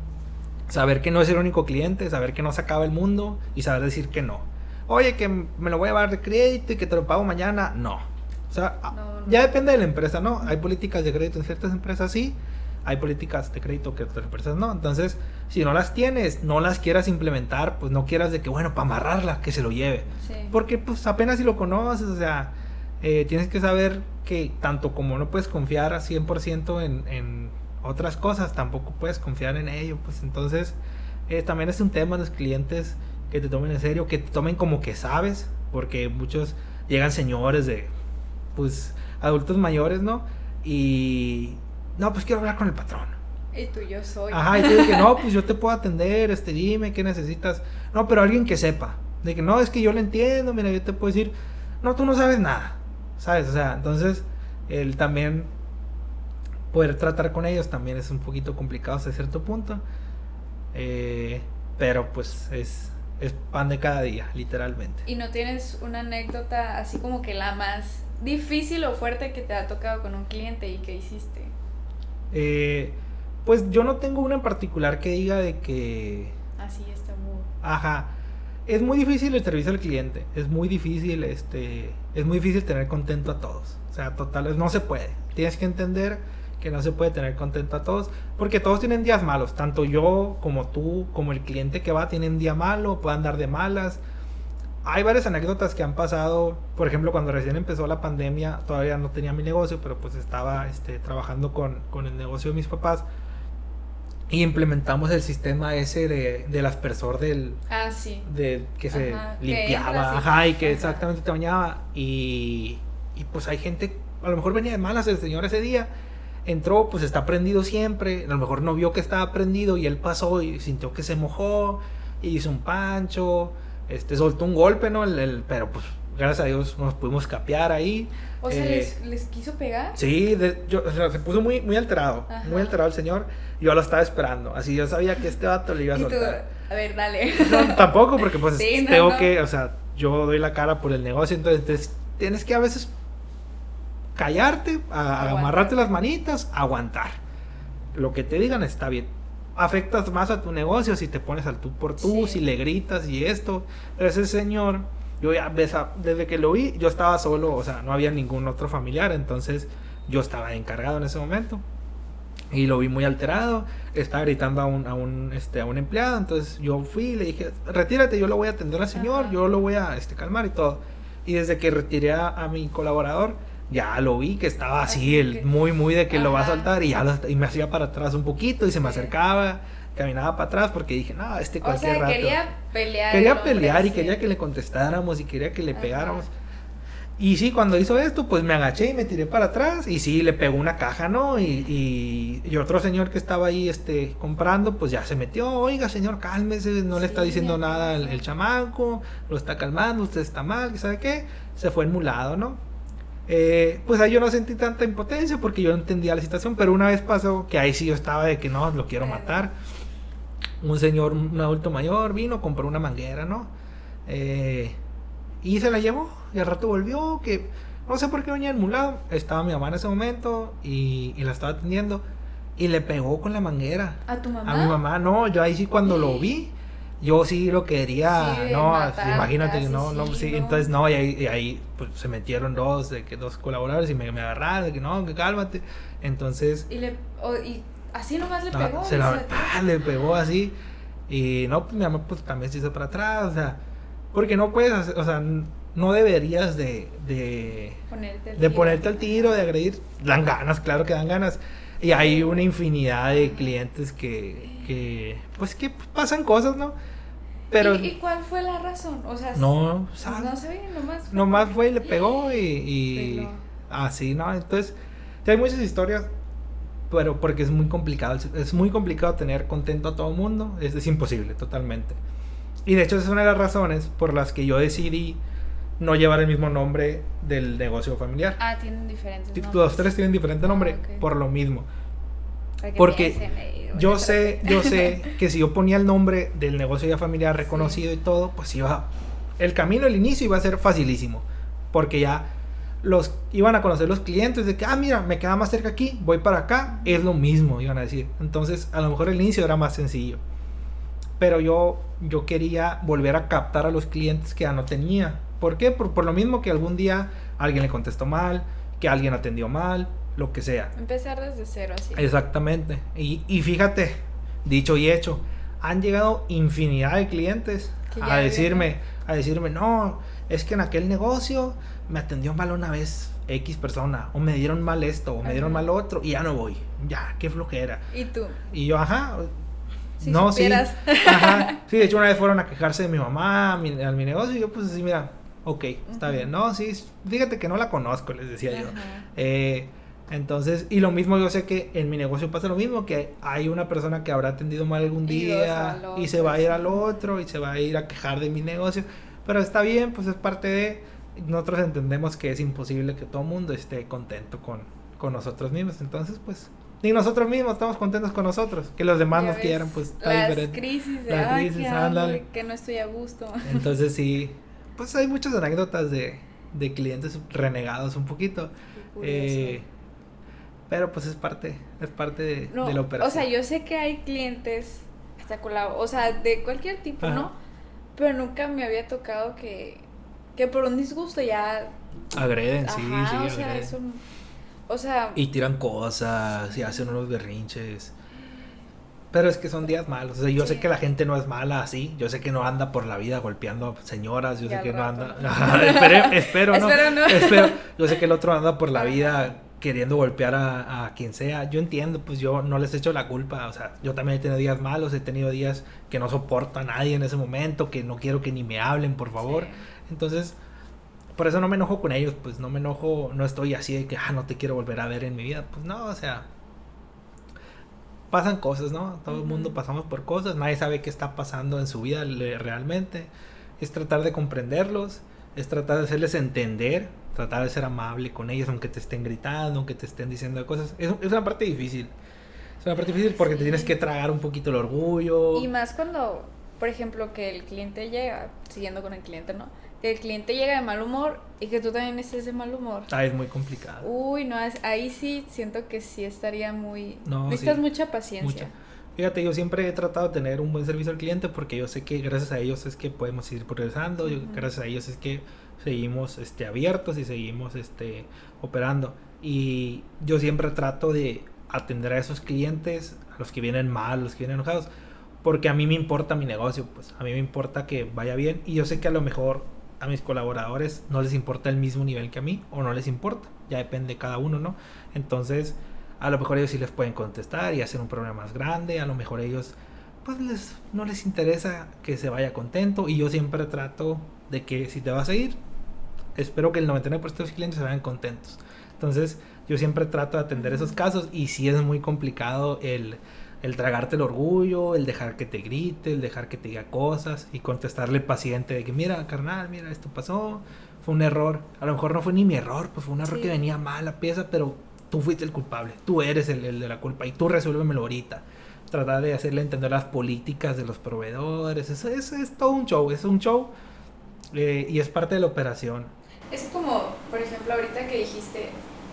saber que no es el único cliente, saber que no se acaba el mundo y saber decir que no. Oye, que me lo voy a llevar de crédito y que te lo pago mañana. No. O sea, no, no. ya depende de la empresa, ¿no? Hay políticas de crédito en ciertas empresas, sí. Hay políticas de crédito que otras empresas no. Entonces, si no las tienes, no las quieras implementar, pues no quieras de que, bueno, para amarrarla, que se lo lleve. Sí. Porque pues apenas si lo conoces, o sea, eh, tienes que saber que tanto como no puedes confiar a cien por ciento en... en otras cosas, tampoco puedes confiar en ello, pues entonces eh, también es un tema los clientes que te tomen en serio, que te tomen como que sabes, porque muchos llegan señores de pues adultos mayores, ¿no? Y no, pues quiero hablar con el patrón. Y tú, yo soy. Ajá, y tú dices, no, pues yo te puedo atender, este, dime qué necesitas. No, pero alguien que sepa, de que no, es que yo lo entiendo, mira, yo te puedo decir, no, tú no sabes nada, ¿sabes? O sea, entonces él también poder tratar con ellos también es un poquito complicado hasta cierto punto, eh, pero pues es, es pan de cada día, literalmente. ¿Y no tienes una anécdota así como que la más difícil o fuerte que te ha tocado con un cliente y qué hiciste? Eh, pues yo no tengo una en particular que diga de que... Así está muy... Ajá, es muy difícil el servicio al cliente, es muy difícil, este, es muy difícil tener contento a todos, o sea, total, no se puede, tienes que entender que no se puede tener contento a todos, porque todos tienen días malos, tanto yo como tú, como el cliente que va, tienen día malo, pueden andar de malas, hay varias anécdotas que han pasado. Por ejemplo, cuando recién empezó la pandemia, todavía no tenía mi negocio, pero pues estaba este, trabajando con, con el negocio de mis papás. Y implementamos el sistema ese de, del aspersor del... Ah, sí. De, que se Ajá, que limpiaba, entras y- ajá, y que ajá. exactamente te bañaba. Y, y pues hay gente, a lo mejor venía de malas el señor ese día. Entró, pues está prendido siempre. A lo mejor no vio que estaba prendido y él pasó y sintió que se mojó. Y hizo un pancho. Este, soltó un golpe, ¿no? El, el- pero pues gracias a Dios nos pudimos capear ahí. O sea, Eh, les, les quiso pegar. Sí, de- yo, o sea, se puso muy, muy alterado. Ajá. Muy alterado el señor. Yo lo estaba esperando. Así yo sabía que este vato le iba a Y tú, soltar. a ver, dale. No, tampoco, porque pues Sí, no, tengo no. que, o sea, yo doy la cara por el negocio, entonces, entonces tienes que a veces callarte, a- Aguantar. amarrarte las manitas, aguantar. Lo que te digan está bien. Afectas más a tu negocio si te pones al tú por tú, Sí. si le gritas y esto. Pero ese señor, yo ya, ves a- desde que lo vi, yo estaba solo, o sea, no había ningún otro familiar, entonces yo estaba encargado en ese momento. Y lo vi muy alterado, estaba gritando a un, a un, este, a un empleado, entonces yo fui y le dije, retírate, yo lo voy a atender al señor, Ajá. yo lo voy a este, calmar y todo. Y desde que retiré a, a mi colaborador, ya lo vi que estaba así, Así el, que- muy, muy de que lo va a Ajá. soltar y ya lo- y me hacía para atrás un poquito y se me Sí. acercaba, caminaba para atrás porque dije, no, este O cualquier sea, rato. quería pelear. el Quería hombre, pelear y sí. quería que le contestáramos y quería que le Ajá. pegáramos. Y sí, cuando hizo esto, pues me agaché y me tiré para atrás. Y sí, le pegó una caja, ¿no? Y, y, y otro señor que estaba ahí este, comprando, pues ya se metió. Oiga, señor, cálmese, no le está Sí, diciendo me nada el, acuerdo. el chamaco, lo está calmando, usted está mal, ¿y sabe qué? Se fue enmulado, ¿no? Eh, pues ahí yo no sentí tanta impotencia porque yo entendía la situación, pero una vez pasó que ahí sí yo estaba de que no, lo quiero Bueno. matar. Un señor, un adulto mayor, vino, compró una manguera, ¿no? Eh, y se la llevó, y al rato volvió, que no sé por qué venía enmulado. Estaba mi mamá en ese momento y, y la estaba atendiendo, y le pegó con la manguera. ¿A tu mamá? A mi mamá, no, yo ahí sí cuando lo vi, yo sí lo quería, Sí, no, matar imagínate, casi, no, no, sí, sí, no. entonces no, y ahí, y ahí pues, se metieron dos, de que dos colaboradores y me, me agarraron, de que no, que cálmate, entonces Y, le, o- y así nomás le ah, pegó. se y la, se- ¡pah! Le pegó así, y no, pues mi mamá pues también se hizo para atrás, o sea, porque no puedes, hacer, o sea, n- no deberías de, de, ponerte el de tiro. ponerte al tiro, de agredir, dan ganas, claro que dan ganas. Y hay una infinidad de clientes que, que pues que pasan cosas, ¿no? Pero ¿Y, y cuál fue la razón? O sea, no, pues ¿sabes? no sabía, nomás. fue Nomás como- fue y le pegó y, y Pegó. así, ¿no? Entonces, sí hay muchas historias, pero porque es muy complicado, es muy complicado tener contento a todo el mundo, es, es imposible, totalmente. Y de hecho esa es una de las razones por las que yo decidí no llevar el mismo nombre del negocio familiar. Ah, tienen diferentes Ti- nombres. Los tres tienen diferente Ah, nombre ok. por lo mismo. Para que Porque piensen, eh, Yo bueno, sé, espérate. yo sé que si yo ponía el nombre del negocio ya familiar reconocido y todo, pues iba, el camino, el inicio iba a ser facilísimo, porque ya los iban a conocer los clientes de que, ah, mira, me queda más cerca aquí, voy para acá, es lo mismo, iban a decir. Entonces, a lo mejor el inicio era más sencillo. Pero yo, yo quería volver a captar a los clientes que ya no tenía. ¿Por qué? Por, por lo mismo que algún día alguien le contestó mal, que alguien atendió mal, lo que sea. Empezar desde cero, así. Exactamente. Y, y fíjate, dicho y hecho, han llegado infinidad de clientes Que a ya decirme, a decirme, no, es que en aquel negocio me atendió mal una vez X persona, o me dieron mal esto, o me dieron Ajá. mal otro, y ya no voy. Ya, qué flojera. ¿Y tú? Y yo, ajá. Si no, supieras. sí. Ajá. Sí, de hecho una vez fueron a quejarse de mi mamá, a mi, a mi negocio, y yo pues así, mira, ok, está Ujú. bien. No, sí, fíjate que no la conozco, les decía yo. Ajá. Eh, entonces, y lo mismo yo sé que en mi negocio pasa lo mismo, que hay una persona que habrá atendido mal algún Y día dos al y se va a ir otro, al sí. otro y se va a ir a quejar de mi negocio, pero está bien, pues es parte de, nosotros entendemos que es imposible que todo el mundo esté contento con, con nosotros mismos, entonces pues, ni nosotros mismos estamos contentos con nosotros, que los demás Ya nos ves, quieran, pues está las diferente. crisis de, Las ay, crisis, ¿qué hago? ándale. Que no estoy a gusto. Entonces sí, pues hay muchas anécdotas de, de clientes renegados un poquito. Qué curioso. Eh, pero pues es parte, es parte de, No, de la operación. o sea, yo sé que hay clientes, hasta colab- o sea, de cualquier tipo, Ajá. ¿no? Pero nunca me había tocado que, que por un disgusto ya... Agreden, sí, ajá, sí, o sea, agreden. eso... O sea... Y tiran cosas y hacen unos berrinches. Pero es que son días malos. O sea, yo Sí. sé que la gente no es mala así. Yo sé que no anda por la vida golpeando a señoras. Yo Ya sé que al no rato, anda. ¿no? espero, espero, no. Espero no. Espero. Yo sé que el otro anda por la vida queriendo golpear a, a quien sea. Yo entiendo, pues yo no les echo la culpa. O sea, yo también he tenido días malos. He tenido días que no soporto a nadie en ese momento. Que no quiero que ni me hablen, por favor. Sí. Entonces, por eso no me enojo con ellos. Pues no me enojo. No estoy así de que, ah, no te quiero volver a ver en mi vida. Pues no, o sea. Pasan cosas, ¿no? Todo Uh-huh. el mundo pasamos por cosas, nadie sabe qué está pasando en su vida le, realmente. Es tratar de comprenderlos, es tratar de hacerles entender, tratar de ser amable con ellos, aunque te estén gritando, aunque te estén diciendo cosas. Es, es una parte difícil. Es una parte difícil porque Sí. te tienes que tragar un poquito el orgullo. Y más cuando, por ejemplo, que el cliente llega, siguiendo con el cliente, ¿no? Que el cliente llega de mal humor y que tú también estés de mal humor. Ah, es muy complicado. Uy, no, es- ahí sí siento que sí estaría muy... No, necesitas sí. mucha paciencia. Mucha. Fíjate, yo siempre he tratado de tener un buen servicio al cliente porque yo sé que gracias a ellos es que podemos seguir progresando, yo- Ujú. gracias a ellos es que seguimos este, abiertos y seguimos este, operando. Y yo siempre trato de atender a esos clientes, a los que vienen mal, a los que vienen enojados, porque a mí me importa mi negocio, pues a mí me importa que vaya bien y yo sé que a lo mejor a mis colaboradores no les importa el mismo nivel que a mí o no les importa, ya depende de cada uno, ¿no? Entonces, a lo mejor ellos sí les pueden contestar y hacer un programa más grande, a lo mejor ellos pues les, no les interesa que se vaya contento y yo siempre trato de que si te vas a ir, espero que el noventa y nueve por ciento de los clientes se vayan contentos. Entonces yo siempre trato de atender esos casos y sí es muy complicado el, el tragarte el orgullo, el dejar que te grite, el dejar que te diga cosas y contestarle paciente de que mira carnal, mira esto pasó, fue un error, a lo mejor no fue ni mi error, pues fue un error Sí. que venía mal la pieza, pero tú fuiste el culpable, tú eres el, el de la culpa y tú resuélvemelo ahorita. Tratar de hacerle entender las políticas de los proveedores, eso, eso es todo un show, es un show eh, y es parte de la operación. Es como, por ejemplo, ahorita que dijiste,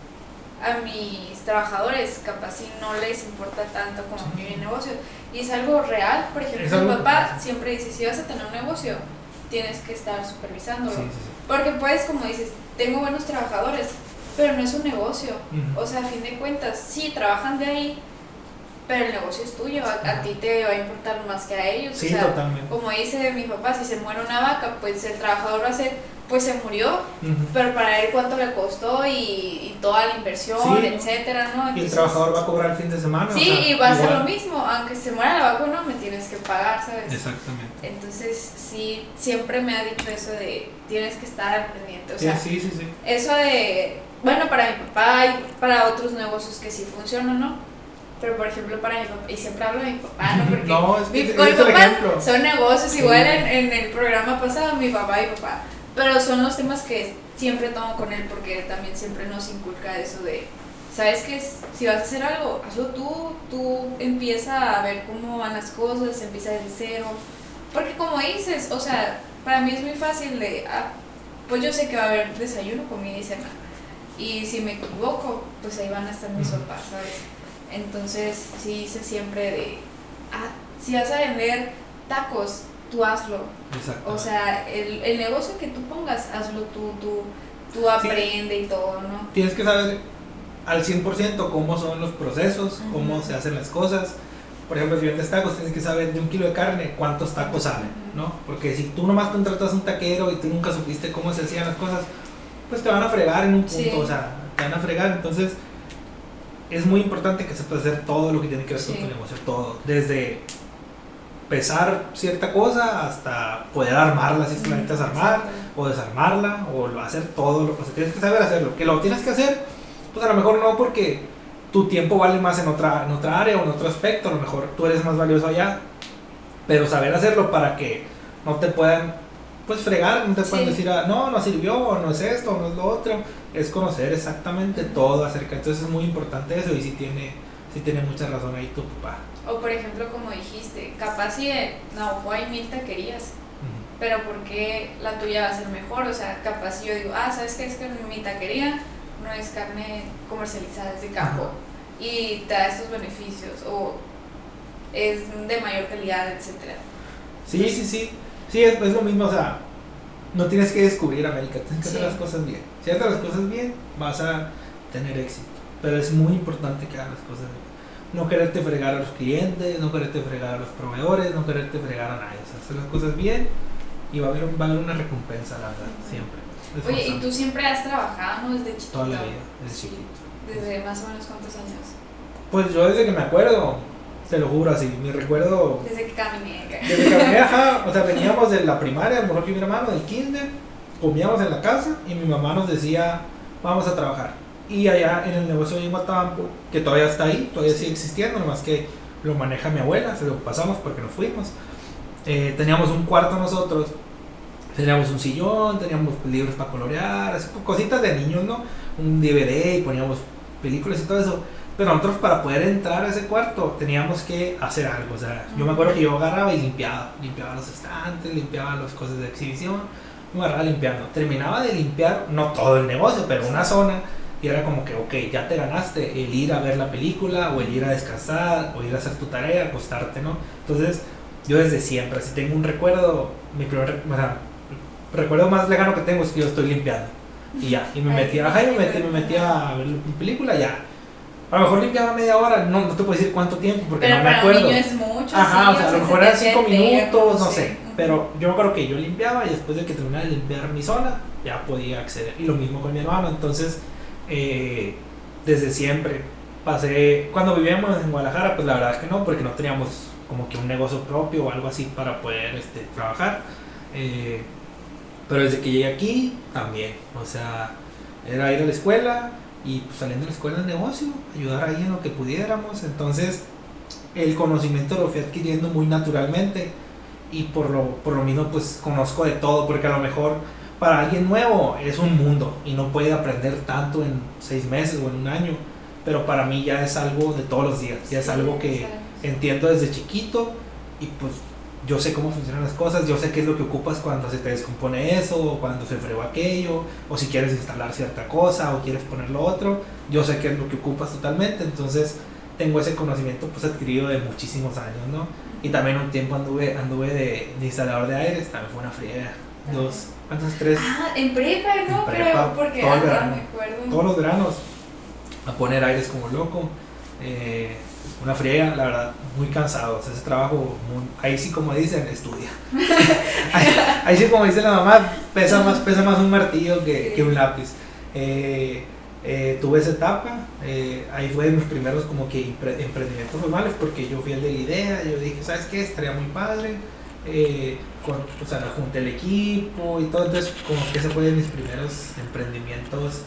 a mis trabajadores capaz si no les importa tanto como a mí mi negocio. Y es algo real. Por ejemplo, Es mi algo que papá pasa. siempre dice, si vas a tener un negocio, tienes que estar supervisándolo. Sí, sí, sí. Porque pues, como dices, tengo buenos trabajadores, pero no es un negocio. Ujú. O sea, a fin de cuentas, sí, trabajan de ahí, pero el negocio es tuyo. A, a ti te va a importar más que a ellos. Sí, o sea, totalmente. como dice mi papá, si se muere una vaca, pues el trabajador va a ser, pues se murió, Ujú. pero para él cuánto le costó y, y toda la inversión, Sí. etcétera, ¿no? Y el Entonces, trabajador va a cobrar el fin de semana. sí, o sea, y va a ser igual. lo mismo, aunque se muera la vaca o no, me tienes que pagar, ¿sabes? Exactamente. Entonces, sí, siempre me ha dicho eso de tienes que estar al pendiente, o Sí, sea, sí, sí, sí. eso de, bueno, para mi papá y para otros negocios que sí funcionan, ¿no? Pero por ejemplo para mi papá, y siempre hablo de mi papá, ¿no? Porque No, es que mi, ese con mi es el papá ejemplo. son negocios, Sí. igual en, en el programa pasado, mi papá y papá. Pero son los temas que siempre tomo con él porque él también siempre nos inculca eso de, ¿sabes qué? Si vas a hacer algo, hazlo tú, tú empieza a ver cómo van las cosas, empieza desde cero. Porque como dices, o sea, para mí es muy fácil de, ah, pues yo sé que va a haber desayuno, comida y cena. Y si me equivoco, pues ahí van a estar mis Ujú. papás, ¿sabes? Entonces, sí dice siempre de, ah, si vas a vender tacos, tú hazlo. Exacto. O sea, el, el negocio que tú pongas, hazlo tú, tú, tú aprende y todo, ¿no? Tienes que saber al cien por ciento cómo son los procesos, Ujú. cómo se hacen las cosas. Por ejemplo, si vendes tacos, tienes que saber de un kilo de carne cuántos tacos salen, ¿no? Porque si tú nomás contratas un taquero y tú nunca supiste cómo se hacían las cosas, pues te van a fregar en un punto, Sí. o sea, te van a fregar. Entonces, es muy importante que sepas hacer todo lo que tiene que ver con Sí. tu negocio, todo. Desde pesar cierta cosa hasta poder armarla si es que la necesitas armar, Exacto. o desarmarla, o lo- hacer todo lo que tienes que saber hacerlo. Que lo tienes que hacer, pues a lo mejor no porque tu tiempo vale más en otra, en otra área o en otro aspecto, a lo mejor tú eres más valioso allá, pero saber hacerlo para que no te puedan pues fregar, no te puedan Sí. decir, ah, no, no sirvió, o no es esto, o no es lo otro, es conocer exactamente todo acerca, entonces es muy importante eso y sí tiene, sí tiene mucha razón ahí tu papá. O por ejemplo, como dijiste, capaz si en Naujo hay mil taquerías, Ujú. pero ¿por qué la tuya va a ser mejor? O sea, capaz si yo digo, ah, ¿sabes qué? Es que mi taquería no es carne comercializada, es de campo y te da estos beneficios, o es de mayor calidad, etcétera. Sí, sí, sí. Sí, es, es lo mismo, o sea, no tienes que descubrir América, tienes que Sí. hacer las cosas bien. Si haces las cosas bien, vas a tener éxito. Pero es muy importante que hagas las cosas bien. no quererte fregar a los clientes, no quererte fregar a los proveedores, no quererte fregar a nadie, o sea, hacer las cosas bien y va a haber, va a haber una recompensa, la verdad, siempre. Oye, ¿y tú siempre has trabajado, no, desde chiquito? Toda la vida, desde chiquito. ¿Desde más o menos cuántos años? Pues yo desde que me acuerdo, te lo juro así, mi recuerdo... Desde que caminé. Desde que caminé, ajá, o sea, veníamos de la primaria, a lo mejor que mi hermano, del kinder, comíamos en la casa y mi mamá nos decía, vamos a trabajar. Y allá en el negocio de Guatabampo, que todavía está ahí, todavía sigue existiendo, nomás que lo maneja mi abuela, se lo pasamos porque nos fuimos. Eh, teníamos un cuarto nosotros, teníamos un sillón, teníamos libros para colorear, así, cositas de niños, ¿no? Un D V D y poníamos películas y todo eso. Pero nosotros para poder entrar a ese cuarto teníamos que hacer algo, o sea, yo me acuerdo que yo agarraba y limpiaba, limpiaba los estantes, limpiaba las cosas de exhibición, me agarraba limpiando. Terminaba de limpiar, no todo el negocio, pero una zona, y era como que, ok, ya te ganaste el ir a ver la película, o el ir a descansar, o ir a hacer tu tarea, acostarte, ¿no? Entonces, yo desde siempre, si tengo un recuerdo, mi primer, o sea, recuerdo más lejano que tengo es que yo estoy limpiando, y ya, y me metía, ajá, y me metía, me metía a ver la película, ya. A lo mejor limpiaba media hora, no, no te puedo decir cuánto tiempo porque pero no me acuerdo. Pero para un niño es mucho, ajá, sí, o sea, a lo mejor eran cinco minutos, no sé. Pero yo me acuerdo que yo limpiaba y después de que terminaba de limpiar mi zona, ya podía acceder. Y lo mismo con mi hermano, entonces, eh, desde siempre pasé, cuando vivíamos en Guadalajara, pues la verdad es que no, porque no teníamos como que un negocio propio o algo así para poder este, trabajar. Eh, pero desde que llegué aquí, también, o sea, era ir a la escuela y pues, saliendo de la escuela del negocio, ayudar ahí en lo que pudiéramos. Entonces el conocimiento lo fui adquiriendo muy naturalmente y por lo, por lo mismo pues conozco de todo, porque a lo mejor para alguien nuevo es un mundo y no puede aprender tanto en seis meses o en un año, pero para mí ya es algo de todos los días, ya es algo que entiendo desde chiquito y pues yo sé cómo funcionan las cosas, yo sé qué es lo que ocupas cuando se te descompone eso, o cuando se fregó aquello, o si quieres instalar cierta cosa, o quieres poner lo otro, yo sé qué es lo que ocupas totalmente, entonces tengo ese conocimiento pues adquirido de muchísimos años, ¿no? Y también un tiempo anduve, anduve de, de instalador de aires, también fue una friega, dos, ¿cuántos? Tres. Ah, en prepa, ¿no? En prepa, pero porque todo el ah, verano, me acuerdo. Todos los veranos, a poner aires como loco, eh, una friega, la verdad, muy cansado, o sea, ese trabajo, muy, ahí sí como dicen, estudia. ahí, ahí sí como dice la mamá, pesa más, pesa más un martillo que, sí. que un lápiz. Eh, eh, tuve esa etapa, eh, ahí fue de mis primeros como que emprendimientos formales, porque yo fui el de la idea, yo dije, ¿sabes qué? Estaría muy padre, eh, con, o sea, junté el equipo y todo, entonces como que ese fue de mis primeros emprendimientos,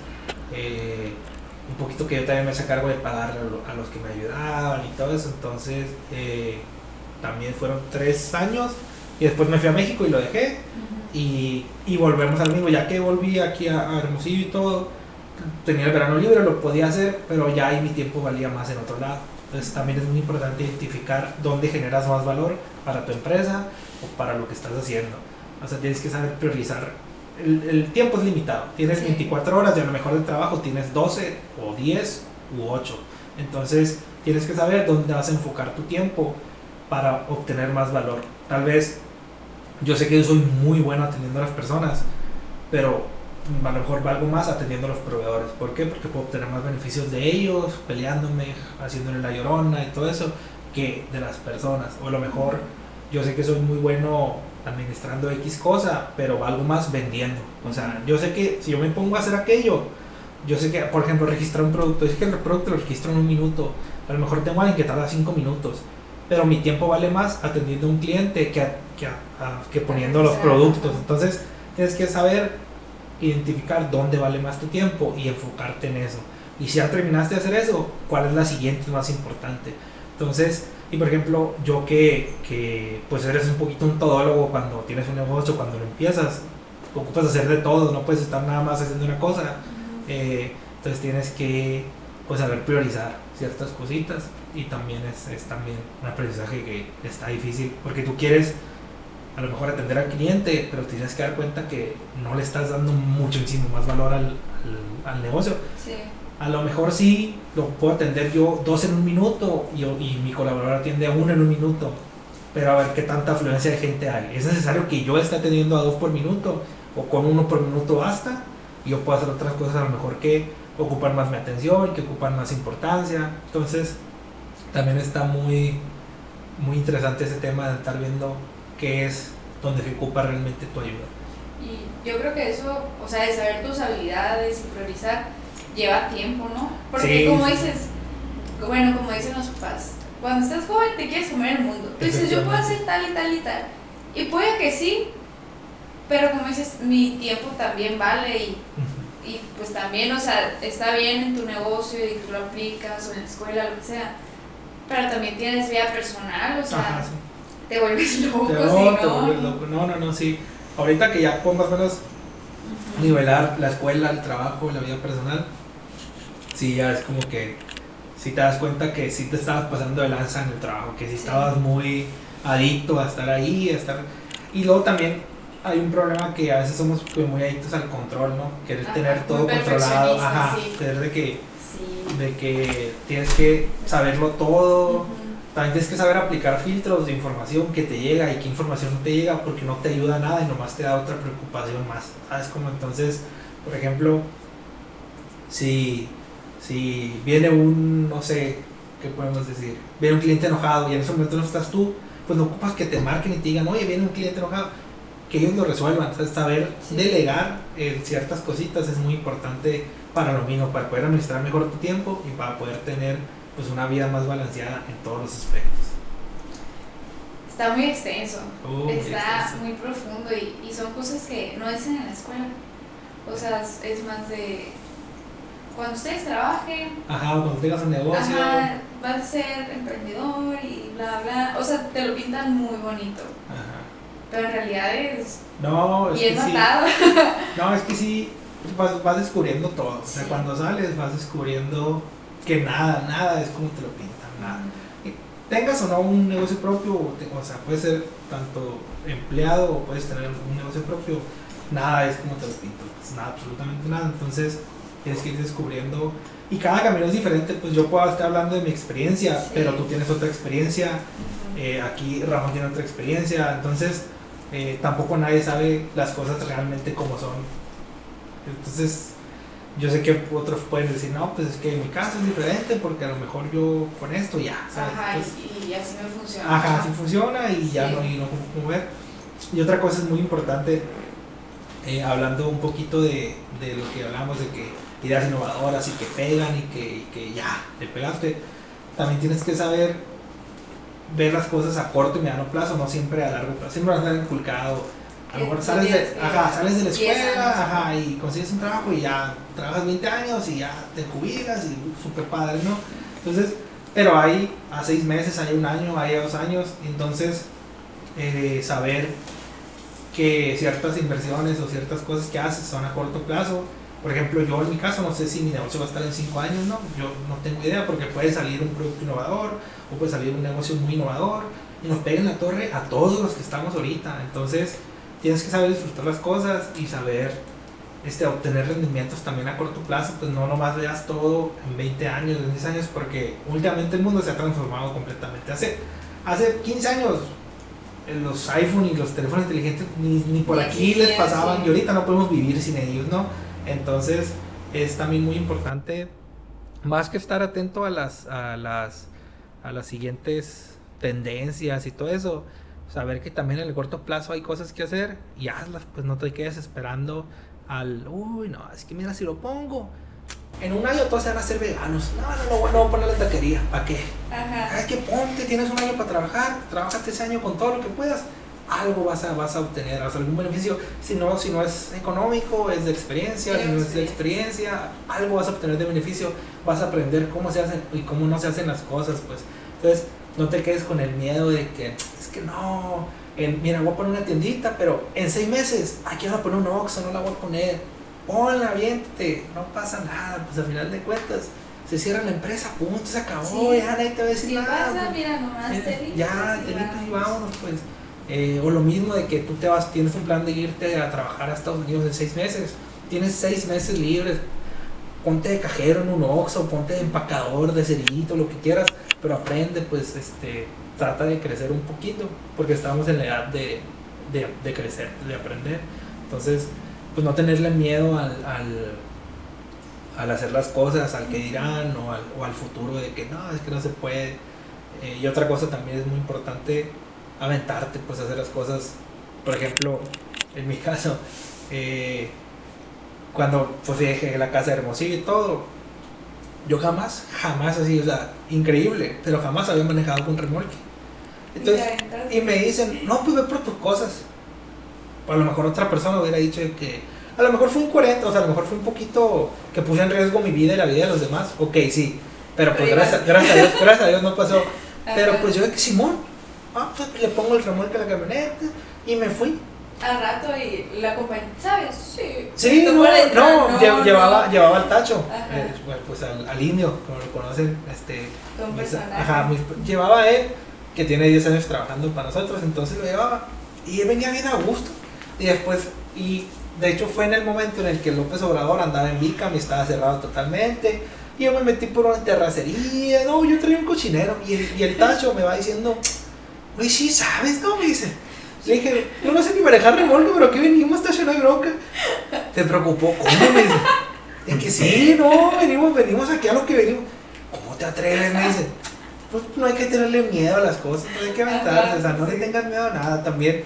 eh, un poquito que yo también me hice cargo de pagar a los que me ayudaban y todo eso, entonces eh, también fueron tres años y después me fui a México y lo dejé. Uh-huh. y, y volvemos al mismo, ya que volví aquí a, a Hermosillo y todo, tenía el verano libre, lo podía hacer, pero ya ahí mi tiempo valía más en otro lado, entonces también es muy importante identificar dónde generas más valor para tu empresa o para lo que estás haciendo, o sea, tienes que saber priorizar. El, el tiempo es limitado, tienes sí. veinticuatro horas y a lo mejor de trabajo tienes doce o diez u ocho, entonces tienes que saber dónde vas a enfocar tu tiempo para obtener más valor. Tal vez yo sé que yo soy muy bueno atendiendo a las personas, pero a lo mejor valgo más atendiendo a los proveedores. ¿Por qué? Porque puedo obtener más beneficios de ellos, peleándome, haciéndole la llorona y todo eso, que de las personas. O a lo mejor yo sé que soy muy bueno administrando X cosa, pero valgo más vendiendo. O sea, yo sé que si yo me pongo a hacer aquello, yo sé que, por ejemplo, registrar un producto, yo sé que el producto lo registro en un minuto, a lo mejor tengo a alguien que tarda cinco minutos, pero mi tiempo vale más atendiendo a un cliente que, a, que, a, a, que poniendo los productos. Entonces tienes que saber identificar dónde vale más tu tiempo y enfocarte en eso. Y si ya terminaste de hacer eso, ¿cuál es la siguiente más importante? Entonces, y por ejemplo, yo que, que pues eres un poquito un todólogo cuando tienes un negocio, cuando lo empiezas, ocupas hacer de todo, no puedes estar nada más haciendo una cosa. Eh, entonces tienes que pues saber priorizar ciertas cositas, y también es, es también un aprendizaje que está difícil, porque tú quieres a lo mejor atender al cliente, pero tienes que dar cuenta que no le estás dando muchísimo más valor al, al, al negocio. Sí. A lo mejor sí lo puedo atender yo dos en un minuto y, y mi colaborador atiende a uno en un minuto, pero a ver qué tanta afluencia de gente hay. Es necesario que yo esté atendiendo a dos por minuto, o con uno por minuto basta, y yo puedo hacer otras cosas a lo mejor que ocupan más mi atención, que ocupan más importancia. Entonces también está muy, muy interesante ese tema de estar viendo qué es donde se ocupa realmente tu ayuda. Y yo creo que eso, o sea, de saber tus habilidades y priorizar, lleva tiempo, ¿no? Porque Sí, como sí. dices, bueno, como dicen los papás, cuando estás joven te quieres comer el mundo. Tú dices, yo puedo hacer tal y tal y tal. Y puede que sí, pero como dices, mi tiempo también vale y, Ujú. y pues también, o sea, está bien en tu negocio y tú lo aplicas o en la escuela, lo que sea, pero también tienes vida personal, o sea, Ajá, sí. te vuelves loco, Te, si no, no. te vuelves loco. No, no, no, sí. Ahorita que ya puedo más o menos Ujú. nivelar la escuela, el trabajo, la vida personal, sí, ya es como que sí te das cuenta que sí te estabas pasando de lanza en el trabajo, que sí Sí. estabas muy adicto a estar ahí, a estar... Y luego también hay un problema que a veces somos pues, muy adictos al control, ¿no? Querer Ajá, tener muy todo controlado, perfeccionistas, ajá, sí. tener de que, Sí. de que tienes que saberlo todo. Ujú. También tienes que saber aplicar filtros de información que te llega y qué información no te llega porque no te ayuda a nada y nomás te da otra preocupación más. ¿Sabes? Como entonces, por ejemplo, si, si viene un, no sé, ¿qué podemos decir? Viene un cliente enojado y en ese momento no estás tú, pues no ocupas que te marquen y te digan, oye, viene un cliente enojado, que ellos lo resuelvan. Entonces, saber Sí. delegar en ciertas cositas es muy importante para lo mismo, para poder administrar mejor tu tiempo y para poder tener pues una vida más balanceada en todos los aspectos. Está muy extenso, Oh, muy está extenso. muy profundo y, y son cosas que no dicen en la escuela. O sea, es, es más de cuando ustedes trabajen, Ajá, cuando tengas un negocio. ajá, vas a ser emprendedor y bla bla. O sea, te lo pintan muy bonito, Ajá. pero en realidad es No, es bien que sí. matado. No, es que sí, vas, vas descubriendo todo. O sea, Sí. cuando sales vas descubriendo que nada, nada es como te lo pintan, nada. Tengas o no un negocio propio, o, te- o sea, puedes ser tanto empleado o puedes tener un negocio propio, nada es como te lo pintan, pues nada, absolutamente nada. Entonces tienes que ir descubriendo y cada camino es diferente. Pues yo puedo estar hablando de mi experiencia, Sí. pero tú tienes otra experiencia, Ujú. eh, aquí Ramón tiene otra experiencia, entonces eh, tampoco nadie sabe las cosas realmente como son. Entonces yo sé que otros pueden decir, no, pues es que en mi caso es diferente porque a lo mejor yo con esto ya, ¿sabes? Ajá, Entonces, y, y así me funciona. ajá, así funciona y ya Sí. no, y no como mover. Y otra cosa es muy importante, eh, hablando un poquito de, de lo que hablamos de que ideas innovadoras y que pegan y que, y que ya, le pegaste, también tienes que saber ver las cosas a corto y mediano plazo, no siempre a largo plazo. Siempre vas a estar inculcado. A lo mejor Que sales tienes de, que- ajá, sales de la diez escuela, años. ajá, y consigues un trabajo y ya trabajas veinte años y ya te jubilas y uh, súper padre, ¿no? Entonces, pero hay a seis meses, hay un año, hay a dos años, entonces eh, saber que ciertas inversiones o ciertas cosas que haces son a corto plazo. Por ejemplo, yo en mi caso no sé si mi negocio va a estar en cinco años, ¿no? Yo no tengo idea porque puede salir un producto innovador o puede salir un negocio muy innovador y nos peguen la torre a todos los que estamos ahorita. Entonces, tienes que saber disfrutar las cosas y saber este, obtener rendimientos también a corto plazo, pues no nomás veas todo en veinte años, en diez años, porque últimamente el mundo se ha transformado completamente. Hace, hace quince años eh, los iPhone y los teléfonos inteligentes ni, ni por Ni aquí les existían, pasaban sí. y ahorita no podemos vivir sin ellos, ¿no? Entonces es también muy importante, más que estar atento a las, a las, a las siguientes tendencias y todo eso, saber que también en el corto plazo hay cosas que hacer y hazlas, pues no te quedes esperando al, uy, no, es que mira, si lo pongo, en un año todos se van a hacer veganos, no, no, no, no voy a poner la taquería, ¿para qué? Ajá. Es que ponte, tienes un año para trabajar, trabájate ese año con todo lo que puedas, algo vas a, vas a obtener, o sea, algún beneficio, si no, si no es económico, es de experiencia, si no es de experiencia, algo vas a obtener de beneficio, vas a aprender cómo se hacen y cómo no se hacen las cosas, pues, entonces, no te quedes con el miedo de que, es que no, en, mira, voy a poner una tiendita, pero en seis meses, aquí voy a poner un Oxxo, no la voy a poner, ponla, aviéntate, no pasa nada, pues al final de cuentas, se cierra la empresa, punto, se acabó, Sí. ya nadie te va a decir Si nada. pasa, pues, mira, nomás mira, te limpias ya, y te limpias y vámonos. vámonos, pues. Eh, o lo mismo de que tú te vas, tienes un plan de irte a trabajar a Estados Unidos en seis meses, tienes seis meses libres, ponte de cajero en un Oxxo, ponte de empacador, de cerillito, lo que quieras, pero aprende, pues, este, trata de crecer un poquito, porque estamos en la edad de, de, de crecer, de aprender. Entonces, pues no tenerle miedo al, al, al hacer las cosas, al que dirán, o al, o al futuro de que no, es que no se puede. Eh, y otra cosa también es muy importante, aventarte, pues hacer las cosas. Por ejemplo, en mi caso, eh, cuando pues dejé la casa de Hermosillo y todo, yo jamás, jamás así, o sea, increíble, pero jamás había manejado con remolque. Entonces, y me dicen, no, pues ve por tus cosas. A lo mejor otra persona hubiera dicho que a lo mejor fue incoherente, o sea, a lo mejor fue un poquito que puse en riesgo mi vida y la vida de los demás. Ok, sí, pero pues gracias, gracias a Dios, gracias a Dios no pasó. Pero pues yo de que Simón, ah, pues le pongo el remolque a la camioneta y me fui. Al rato y la compañía, ¿sabes? Sí. Sí, no, no, no, lle- llevaba, no. llevaba al Tacho, eh, pues al, al indio, como lo conocen, este, mis, ajá, mis, llevaba a él, que tiene diez años trabajando para nosotros, entonces lo llevaba, y él venía bien a gusto, y después, y de hecho fue en el momento en el que López Obrador andaba en Bicam y estaba cerrado totalmente, y yo me metí por una terracería, no, yo traía un cochinero, y el, y el Tacho me va diciendo, güey, sí, ¿sabes? No, me dice. Le dije, yo no sé ni manejar remolque, pero aquí venimos, Tacho, no hay bronca. ¿Te preocupó? ¿Cómo? Me dice. Es que sí, no, venimos, venimos aquí a lo que venimos. ¿Cómo te atreves? Me dice. Pues no hay que tenerle miedo a las cosas, no hay que aventarse, o sea, no le tengas miedo a nada. También,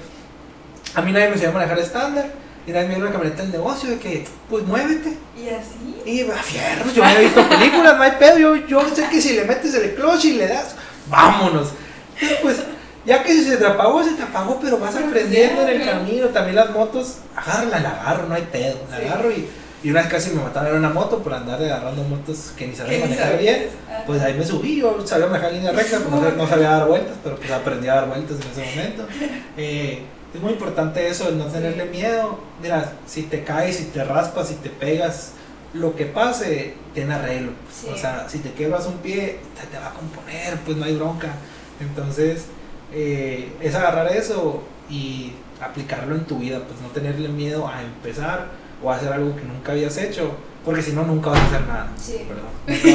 a mí nadie me enseñó a manejar estándar, y nadie me dio una camioneta del negocio de que, pues muévete. ¿Y así? Y a fierros, yo me he visto películas, no hay pedo, yo, yo sé que si le metes el clutch y le das, vámonos. Entonces, pues, ya que si se te apagó, se te apagó, pero vas aprendiendo en el camino. También las motos, agárrala, la agarro, no hay pedo, la sí. agarro y, y una vez casi me mataron en una moto por andar agarrando motos que ni sabía manejar bien. Pues ahí me subí, yo sabía manejar línea recta, pues no, no sabía dar vueltas, pero pues aprendí a dar vueltas en ese momento. Eh, es muy importante eso, el no tenerle miedo. Mira, si te caes, si te raspas, si te pegas, lo que pase, tiene arreglo. Pues. Sí. O sea, si te quebras un pie, te, te va a componer, pues no hay bronca. Entonces, eh, es agarrar eso y aplicarlo en tu vida, pues no tenerle miedo a empezar o a hacer algo que nunca habías hecho, porque si no, nunca vas a hacer nada. Sí. Perdón.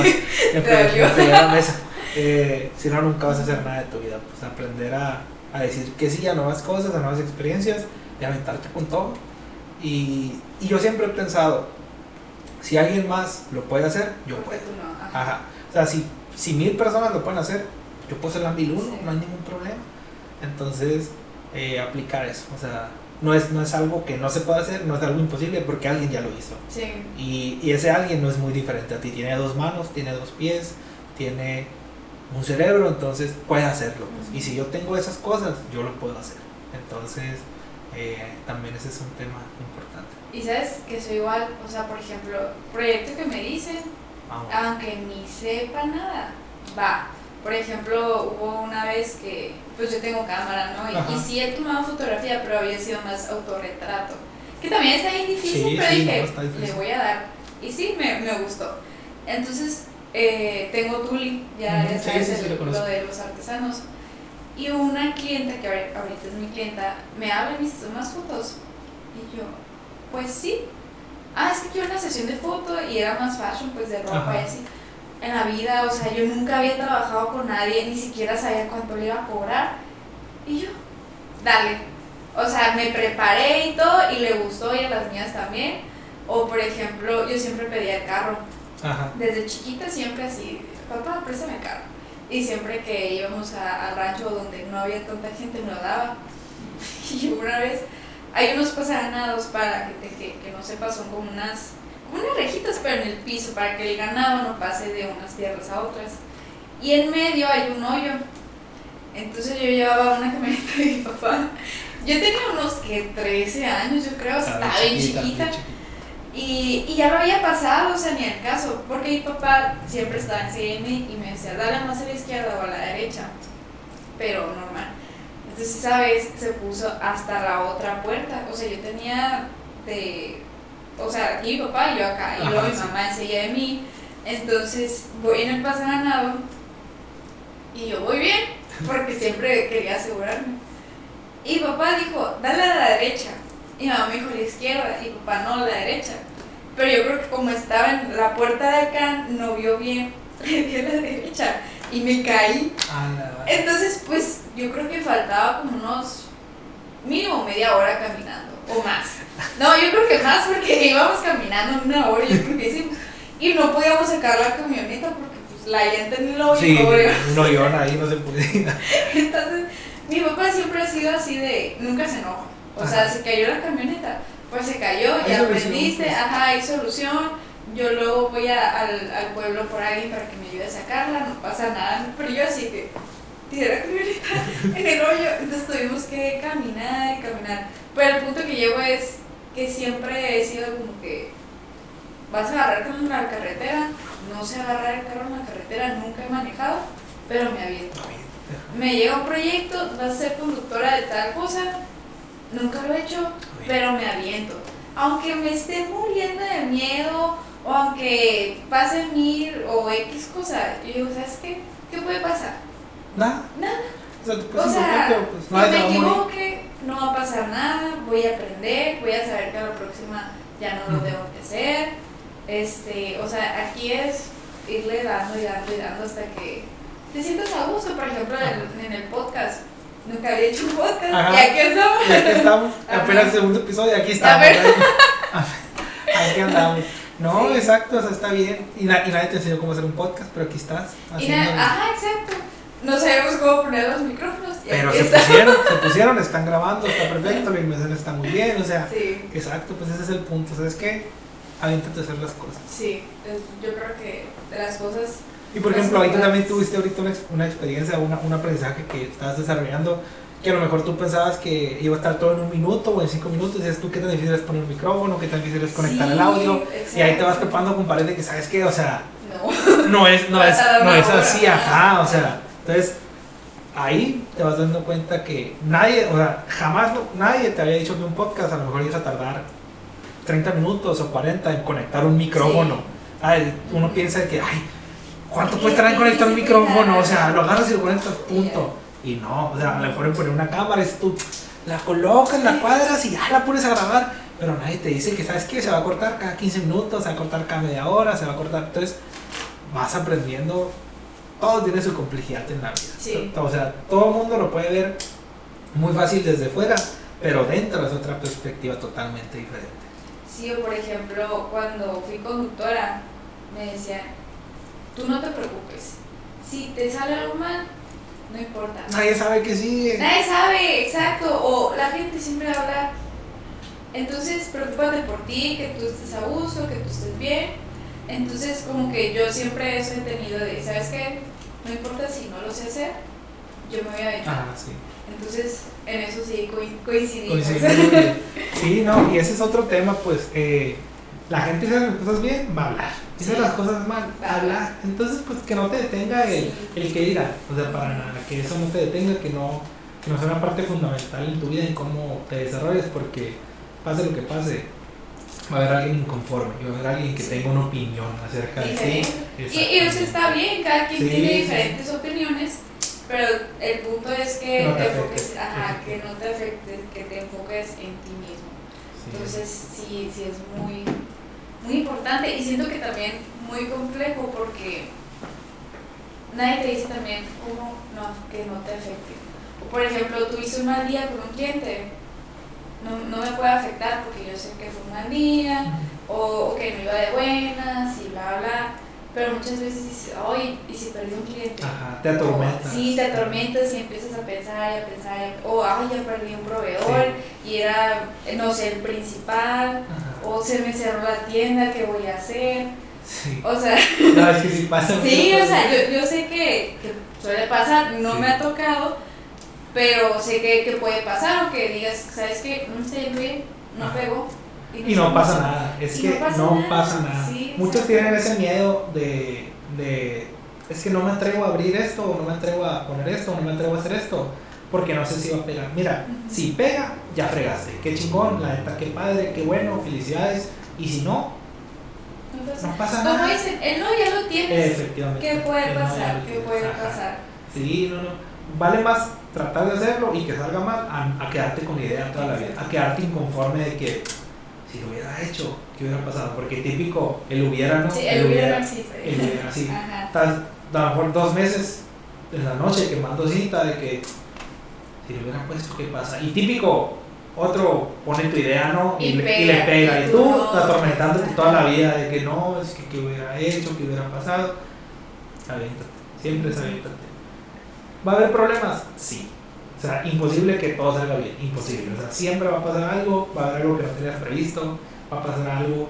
Nunca vas, eh, si no, nunca vas a hacer nada de tu vida. Pues aprender a, a decir que sí a nuevas cosas, a nuevas experiencias y aventarte con todo. Y, y yo siempre he pensado, si alguien más lo puede hacer, yo puedo. No. Ajá. Ajá. O sea, si, si mil personas lo pueden hacer, yo puedo ser la mil uno, sí. No hay ningún problema. Entonces, eh, aplicar eso, o sea, no es, no es algo que no se pueda hacer, no es algo imposible porque alguien ya lo hizo. Sí. Y, y ese alguien no es muy diferente a ti, tiene dos manos, tiene dos pies, tiene un cerebro, entonces puede hacerlo. Pues. Uh-huh. Y si yo tengo esas cosas, yo lo puedo hacer. Entonces, eh, también ese es un tema importante. Y sabes que soy igual, o sea, por ejemplo, proyecto que me dicen, ah, bueno. Aunque ni sepa nada, va. Por ejemplo, hubo una vez que, pues yo tengo cámara, ¿no? Y, y sí he tomado fotografía, pero había sido más autorretrato. Que también está bien difícil, sí, pero sí, dije, no, le voy a dar. Y sí, me, me gustó. Entonces, eh, tengo Tuli, ya, mm, ya sabes, sí, sí, sí, el, lo, lo de los artesanos. Y una clienta, que ahorita es mi clienta, me habla y me dice, ¿tomas fotos? Y yo, pues sí. Ah, es que quiero una sesión de foto y era más fashion, pues de ropa. Ajá. Y así. En la vida, o sea, yo nunca había trabajado con nadie, ni siquiera sabía cuánto le iba a cobrar. Y yo, dale. O sea, me preparé y todo, y le gustó, y a las mías también. O, por ejemplo, yo siempre pedía el carro. Ajá. Desde chiquita siempre así, papá, préstame el carro. Y siempre que íbamos a, al rancho donde no había tanta gente, me lo daba. Y una vez, hay unos pasaganados para la gente que, que no sepa, son como unas... unas rejitas pero en el piso para que el ganado no pase de unas tierras a otras, y en medio hay un hoyo. Entonces yo llevaba una camioneta de mi papá, yo tenía unos que trece años, yo creo, estaba bien chiquita, chiquita. Y, y ya lo había pasado, o sea, ni al caso, porque mi papá siempre estaba en C M y me decía, dale más a la izquierda o a la derecha, pero normal. Entonces esa vez se puso hasta la otra puerta, o sea, yo tenía de... o sea, aquí mi papá y yo acá, y ajá, luego mi mamá enseguida de mí. Entonces voy en el pasaganado y yo voy bien, porque siempre quería asegurarme. Y papá dijo, dale a la derecha. Y mamá me dijo a la izquierda, y papá no, a la derecha. Pero yo creo que como estaba en la puerta de acá, no vio bien, le di a la derecha y me caí. Ah, entonces, pues yo creo que faltaba como unos mínimo media hora caminando, o más. No, yo creo que más, porque íbamos caminando una hora, yo creo que sí, y no podíamos sacar la camioneta porque pues la llanta en el hoyo. Sí, obvio. un hoyón ahí no se podía. Entonces, mi papá siempre ha sido así de, nunca se enoja. O Ajá. sea, se cayó la camioneta, pues se cayó, Hay ya solución, aprendiste, pues. ajá, hay solución. Yo luego voy a, al, al pueblo por alguien para que me ayude a sacarla, no pasa nada. Pero yo así que tiré la camioneta en el hoyo, entonces tuvimos que caminar y caminar. Pero el punto que llevo es que siempre he sido como que vas a agarrar con la carretera, no sé agarrar el carro en la carretera, nunca he manejado, pero me aviento. Me llega un proyecto, vas a ser conductora de tal cosa, nunca lo he hecho, pero me aviento. Aunque me esté muriendo de miedo, o aunque pasen mil o X cosa, yo digo, ¿sabes qué? ¿Qué puede pasar? Nada. Nada. O sea, te O puedes sea, equivocar, pero pues que nadie me te va a morir. equivoque, no va a pasar nada, voy a aprender, voy a saber que a la próxima ya no lo Ujú. debo que hacer. Este, o sea, aquí es irle dando y dando y dando hasta que te sientas a gusto. Por ejemplo, en, en el podcast, nunca había hecho un podcast, Ajá. y aquí estamos. Y aquí estamos, Ajá. apenas el segundo episodio y aquí estamos. ver. Aquí andamos. No, Sí. exacto, o sea, está bien. Y, na- y nadie te enseñó cómo hacer un podcast, pero aquí estás. Y haciéndolo. na- ajá, exacto. No sabemos cómo poner los micrófonos. y Pero aquí se estamos. pusieron, se pusieron, están grabando, está perfecto, la inversión está muy bien, o sea, Sí, exacto, pues ese es el punto, ¿sabes qué? Aviéntate a hacer las cosas. sí. es- Yo creo que de las cosas. Y por Las ejemplo, ahorita cosas- también tuviste ahorita una, ex- una experiencia, una, un aprendizaje que estabas desarrollando, que a lo mejor tú pensabas que iba a estar todo en un minuto o en cinco minutos, y dices tú qué tan difícil es poner un micrófono, qué tan difícil es conectar Sí, el audio, y ahí te vas exacto. topando con pared de que, ¿sabes qué? O sea, No. no es, no Vas es, a dar no una es hora. así, ajá, o sea, entonces ahí te vas dando cuenta que nadie, o sea, jamás lo- nadie te había dicho que un podcast a lo mejor ibas a tardar treinta minutos o cuarenta en conectar un micrófono. Ay, uno piensa de que, ay, ¿cuánto puede estar en conectar un micrófono? O sea, lo agarras y lo conectas, punto. Y no, o sea, a lo mejor en poner una cámara es tú, la colocas, la cuadras y ya la pones a grabar. Pero nadie te dice que, ¿sabes qué? Se va a cortar cada quince minutos, se va a cortar cada media hora, se va a cortar. Entonces, vas aprendiendo. Todo tiene su complejidad en la vida. Sí. O sea, todo el mundo lo puede ver muy fácil desde fuera, pero dentro es otra perspectiva totalmente diferente. Sí, o por ejemplo, cuando fui conductora, me decían, tú no te preocupes, si te sale algo mal, no importa. Nadie sabe que sigue. Nadie sabe, exacto, o la gente siempre habla, entonces preocúpate por ti, que tú estés a gusto, que tú estés bien. Entonces como que yo siempre eso he tenido de, ¿sabes qué? No importa si no lo sé hacer, yo me voy a aventar. Ah, sí. Entonces en eso sí co- coincidimos. Coincidimos. Sí, no, y ese es otro tema, pues, eh, la gente dice las cosas bien, va a hablar. Dice Sí. las cosas mal, Va va a hablar. Entonces, pues, que no te detenga el, Sí. el que dirá. O sea, para nada, que eso no te detenga, que no, que no sea una parte fundamental en tu vida, en cómo te desarrolles, porque pase lo que pase, va a haber alguien inconforme, y va a haber alguien que Sí. tenga una opinión acerca de ti. Diferente. Y, y eso está bien, cada quien Sí, tiene sí. diferentes opiniones, pero el punto es que Que no te te afecte. enfoques, ajá, que no te afecte, que te enfoques en ti mismo. Sí. Entonces sí, sí es muy, muy importante y siento que también muy complejo porque nadie te dice también cómo no, que no te afecte. O por ejemplo, tuviste un mal día con un cliente, no, no me puede afectar porque yo sé que fue un mal día, o, o que no iba de buenas y bla bla, pero muchas veces dices, ay, ¿y si perdí un cliente? Ajá, te atormentas. O, sí, te atormentas y empiezas a pensar y a pensar, o ay, ya perdí un proveedor y era, no sé, el principal, Ajá. o se me cerró la tienda, ¿qué voy a hacer? Sí. O sea, No, es que sí pasa. sí, mucho. o sea, yo, yo sé que, que suele pasar, no Sí. me ha tocado, pero sé que, que puede pasar, o que digas, ¿sabes qué? No me está yendo bien, no Ajá. pegó. Y no sé pasa cómo- nada, es Y que no pasa no nada, pasa nada. sí, Muchos exacto. tienen ese miedo de, de, es que no me atrevo a abrir esto, o no me atrevo a poner esto, o no me atrevo a hacer esto, porque no sé si va a pegar. Mira, Ujú. si pega, ya fregaste, qué chingón, la neta, qué padre, qué bueno, felicidades. Y si no, No pasa, no pasa Como nada. dicen, el no ya lo tienes. Efectivamente. ¿Qué puede El no ya pasar? lo ¿Qué tienes. puede Ajá. pasar? Sí, no, no. Vale más tratar de hacerlo y que salga mal a, a quedarte con la idea toda la vida, a quedarte inconforme de que si lo hubiera hecho, ¿qué hubiera pasado? Porque típico, el hubiera, ¿no? Sí, el hubiera no existe. el hubiera, sí. Ajá. Estás a lo mejor dos meses en la noche quemando cinta de que si lo hubieran puesto, ¿qué pasa? Y típico, otro pone tu idea, ¿no? Y, Y le, pega, y le pega. y Y tú tú no. atormentándote toda la vida de que no, es que qué hubiera hecho, qué hubiera pasado. aviéntate, siempre es aviéntate. ¿Va a haber problemas? Sí. O sea, imposible que todo salga bien, imposible. O sea, siempre va a pasar algo, va a haber algo que no tenías previsto, va a pasar algo,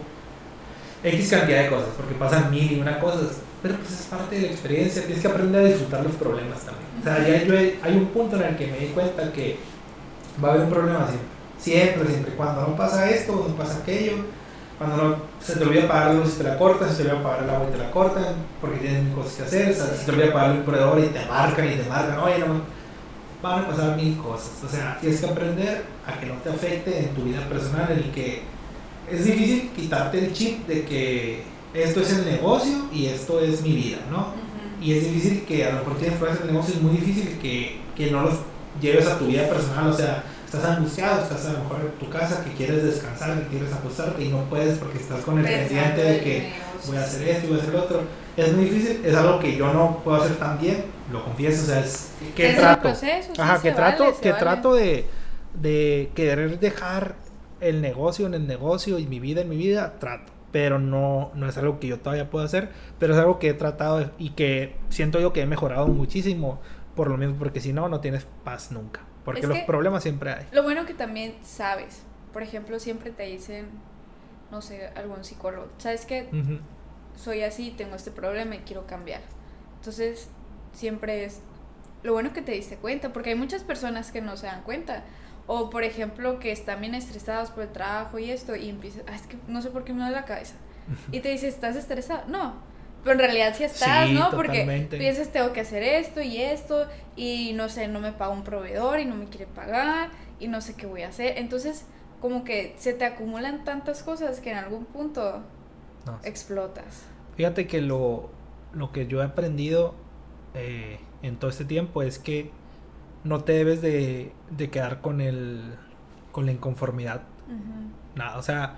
X cantidad de cosas, porque pasan mil y una cosas, pero pues es parte de la experiencia, tienes que aprender a disfrutar los problemas también. O sea, ya yo he, hay un punto en el que me di cuenta que va a haber un problema siempre, siempre, siempre. Cuando no pasa esto, no pasa aquello, cuando no, se te olvida pagar la luz y te la cortan, se te olvida pagar el agua y te la cortan, porque tienen cosas que hacer, o sea, se te olvida pagar un proveedor y te marcan y te marcan, oye, no, van a pasar mil cosas. O sea, tienes que aprender a que no te afecte en tu vida personal, en el que es difícil quitarte el chip de que esto es el negocio y esto es mi vida, ¿no? Uh-huh. Y es difícil que a lo mejor tienes problemas en el negocio, es muy difícil que, que no los lleves a tu vida personal. O sea, estás angustiado, estás a lo mejor en tu casa, que quieres descansar, que quieres acostarte y no puedes porque estás con el pendiente de que voy a hacer esto y voy a hacer lo otro. Es muy difícil, es algo que yo no puedo hacer tan bien, lo confieso. O sea, es que es trato, proceso, sí, ajá, que trato, vale, que vale. trato de, de querer dejar el negocio en el negocio y mi vida en mi vida, trato, pero no, no es algo que yo todavía puedo hacer, pero es algo que he tratado y que siento yo que he mejorado muchísimo por lo mismo, porque si no, no tienes paz nunca, porque es los problemas siempre hay. Lo bueno que también sabes, por ejemplo, siempre te dicen, no sé, algún psicólogo, ¿sabes qué? Uh-huh. Soy así, tengo este problema y quiero cambiar. Entonces, siempre es lo bueno que te diste cuenta, porque hay muchas personas que no se dan cuenta. O, por ejemplo, que están bien estresados por el trabajo y esto, y empiezan, ah, es que no sé por qué me duele la cabeza. Y te dices, ¿estás estresado? No, pero en realidad sí estás, sí, ¿no? Totalmente. Porque piensas, tengo que hacer esto y esto, y no sé, no me paga un proveedor y no me quiere pagar, y no sé qué voy a hacer. Entonces, como que se te acumulan tantas cosas que en algún punto no, sí. explotas. Fíjate que lo, lo que yo he aprendido eh, en todo este tiempo es que no te debes de, de quedar con el con la inconformidad. Uh-huh. Nada, o sea,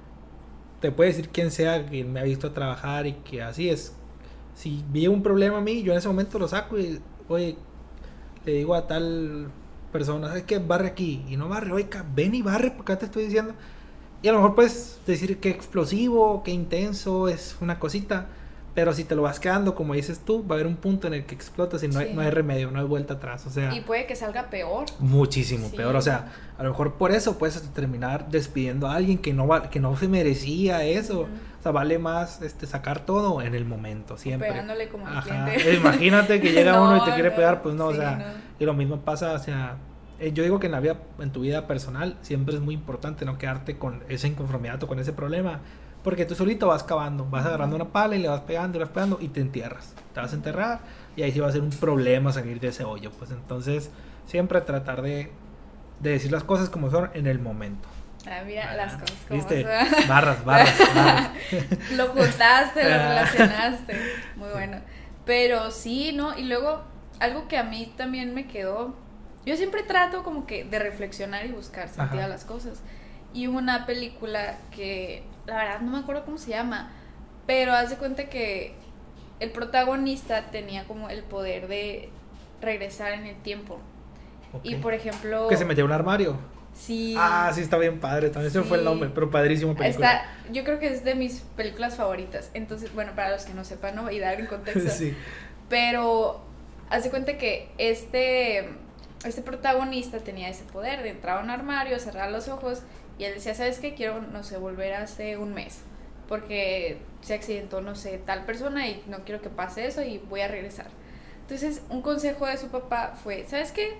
te puede decir quien sea que me ha visto trabajar y que así es. Si vi un problema a mí, yo en ese momento lo saco y, oye, le digo a tal persona, ¿sabes qué? Barre aquí. Y no barre, oye, ven y barre, porque acá te estoy diciendo. Y a lo mejor puedes decir que explosivo, que intenso, es una cosita. Pero si te lo vas quedando, como dices tú, va a haber un punto en el que explotas y no, sí. hay, no hay remedio, no hay vuelta atrás, o sea... Y puede que salga peor. Muchísimo sí. peor, o sea, a lo mejor por eso puedes hasta terminar despidiendo a alguien que no, va, que no se merecía eso. Uh-huh. O sea, vale más este, sacar todo en el momento, siempre. Pegándole como al Ajá. cliente. Imagínate que llega no, uno y te quiere no, pegar, pues no, sí, o sea... No. Y lo mismo pasa, o sea... Yo digo que en la vida, en tu vida personal, siempre es muy importante no quedarte con esa inconformidad o con ese problema. Porque tú solito vas cavando, vas agarrando una pala y le vas pegando y le vas pegando y te entierras. Te vas a enterrar y ahí sí va a ser un problema salir de ese hoyo. Pues entonces, siempre tratar de, de decir las cosas como son en el momento. Ah, mira, ah, las cosas como ¿viste? son. Barras, barras, barras. Lo juntaste, lo relacionaste. Muy bueno. Pero sí, ¿no? Y luego, algo que a mí también me quedó... Yo siempre trato como que de reflexionar y buscar sentido a las cosas. Y hubo una película que, la verdad no me acuerdo cómo se llama, pero haz de cuenta que el protagonista tenía como el poder de regresar en el tiempo. Okay. Y por ejemplo... ¿Que se metió en un armario? Sí. Ah, sí, está bien padre, también sí. Se me fue el nombre, pero padrísimo película. Está, yo creo que es de mis películas favoritas. Entonces, bueno, para los que no sepan, ¿no? Y dar en contexto. Sí. Pero haz de cuenta que este... Este protagonista tenía ese poder de entrar a un armario, cerrar los ojos y él decía, ¿sabes qué? Quiero, no sé, volver hace un mes porque se accidentó, no sé, tal persona y no quiero que pase eso y voy a regresar. Entonces, un consejo de su papá fue, ¿sabes qué?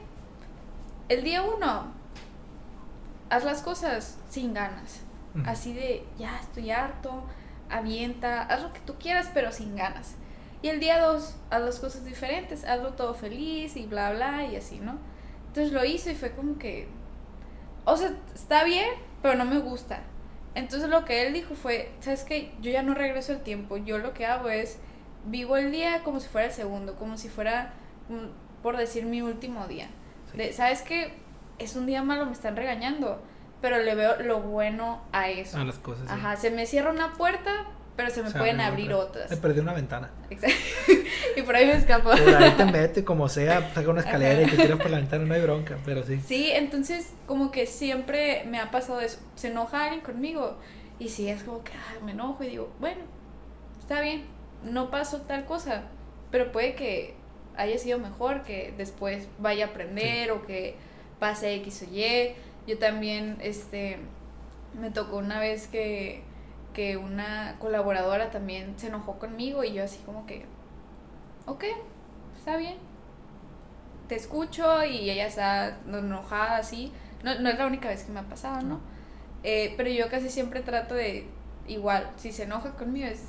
El día uno, haz las cosas sin ganas. Uh-huh. Así de, ya estoy harto, avienta, haz lo que tú quieras, pero sin ganas. Y el día dos, haz las cosas diferentes, hazlo todo feliz y bla, bla, y así, ¿no? Entonces lo hizo y fue como que, o sea, está bien, pero no me gusta. Entonces lo que él dijo fue, ¿sabes qué? Yo ya no regreso el tiempo, yo lo que hago es, vivo el día como si fuera el segundo, como si fuera, por decir, mi último día. Sí. De, ¿sabes qué? Es un día malo, me están regañando, pero le veo lo bueno a eso. A las cosas, Ajá, sí. Se me cierra una puerta, pero se me se pueden abrir otra. otras. Me perdí una ventana. Exacto. Y por ahí me escapó. Por ahí te mete, como sea, saca una escalera y te tiras por la ventana, no hay bronca, pero sí. Sí, entonces como que siempre me ha pasado eso. Se enoja alguien conmigo y sí, es como que ay, me enojo y digo, bueno, está bien, no pasó tal cosa, pero puede que haya sido mejor, que después vaya a aprender, sí, o que pase X o Y. Yo también, este, me tocó una vez que, que una colaboradora también se enojó conmigo y yo así como que, ok, está bien, te escucho, y ella está enojada así. No, no es la única vez que me ha pasado, ¿no? Eh, pero yo casi siempre trato de, igual, si se enoja conmigo es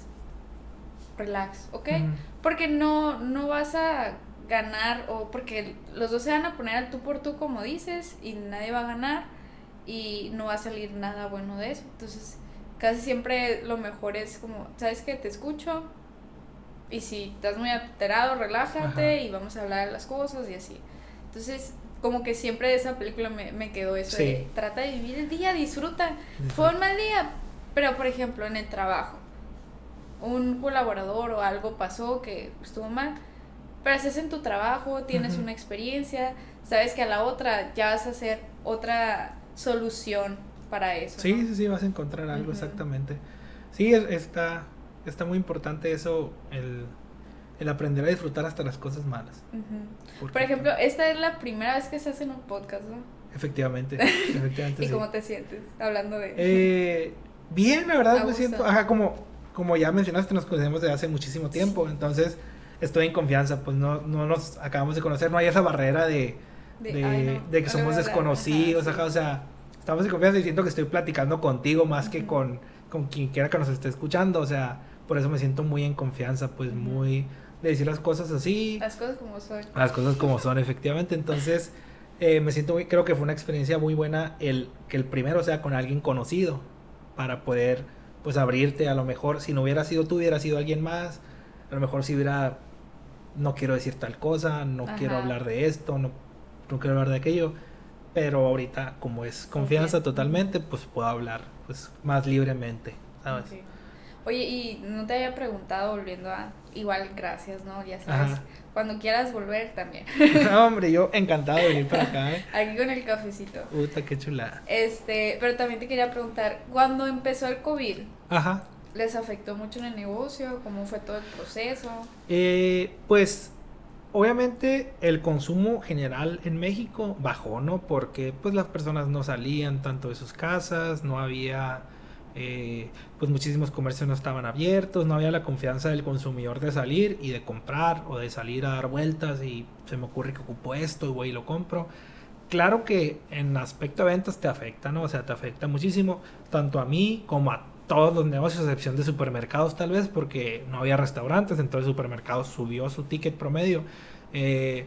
relax, ¿ok? Mm. Porque no, no vas a ganar, o porque los dos se van a poner al tú por tú, como dices, y nadie va a ganar y no va a salir nada bueno de eso. Entonces casi siempre lo mejor es como, ¿sabes qué? Te escucho, y si estás muy alterado, relájate. Ajá. Y vamos a hablar de las cosas y así. Entonces como que siempre de esa película me, me quedó eso, sí, de trata de vivir el día, disfruta. Disfruta. Fue un mal día, pero por ejemplo en el trabajo un colaborador o algo pasó que estuvo mal, pero haces en tu trabajo, tienes uh-huh. una experiencia, sabes que a la otra ya vas a hacer otra solución para eso. Sí, ¿no? sí, sí, vas a encontrar algo, uh-huh. exactamente. Sí, es, está, está muy importante eso, el, el aprender a disfrutar hasta las cosas malas. Uh-huh. Por ejemplo, esta es la primera vez que estás en un podcast, ¿no? Efectivamente, efectivamente. ¿Y sí. cómo te sientes hablando de eh, bien, la verdad me siento, ajá, como, como ya mencionaste, nos conocemos desde hace muchísimo tiempo, sí. Entonces estoy en confianza, pues no, no nos acabamos de conocer, no hay esa barrera de, de, de, ay, no, de que no somos desconocidos, ajá, sí. O sea, estamos en confianza y siento que estoy platicando contigo más uh-huh. que con, con quien quiera que nos esté escuchando, o sea, por eso me siento muy en confianza, pues uh-huh. muy de decir las cosas así. Las cosas como son. Las cosas como son, efectivamente, entonces eh, me siento muy, creo que fue una experiencia muy buena el que el primero sea con alguien conocido, para poder, pues, abrirte, a lo mejor, si no hubiera sido tú, hubiera sido alguien más, a lo mejor si hubiera, no quiero decir tal cosa, no Ajá. quiero hablar de esto, no, no quiero hablar de aquello, pero ahorita, como es confianza okay. totalmente, pues puedo hablar, pues, más libremente, ¿sabes? Okay. Oye, y no te había preguntado, volviendo a, igual, gracias, ¿no? Ya sabes, Ajá. cuando quieras volver también. No, hombre, yo encantado de venir para acá, ¿eh? Aquí con el cafecito. Puta, qué chulada. Este, pero también te quería preguntar, cuando empezó el COVID, Ajá. ¿les afectó mucho en el negocio? ¿Cómo fue todo el proceso? Eh, pues, obviamente, el consumo general en México bajó, ¿no? Porque, pues, las personas no salían tanto de sus casas, no había... Eh, pues muchísimos comercios no estaban abiertos, no había la confianza del consumidor de salir y de comprar, o de salir a dar vueltas y se me ocurre que ocupo esto y voy y lo compro. Claro que en aspecto de ventas te afecta, ¿no? O sea, te afecta muchísimo, tanto a mí como a todos los negocios, a excepción de supermercados tal vez, porque no había restaurantes, entonces supermercados subió su ticket promedio, eh,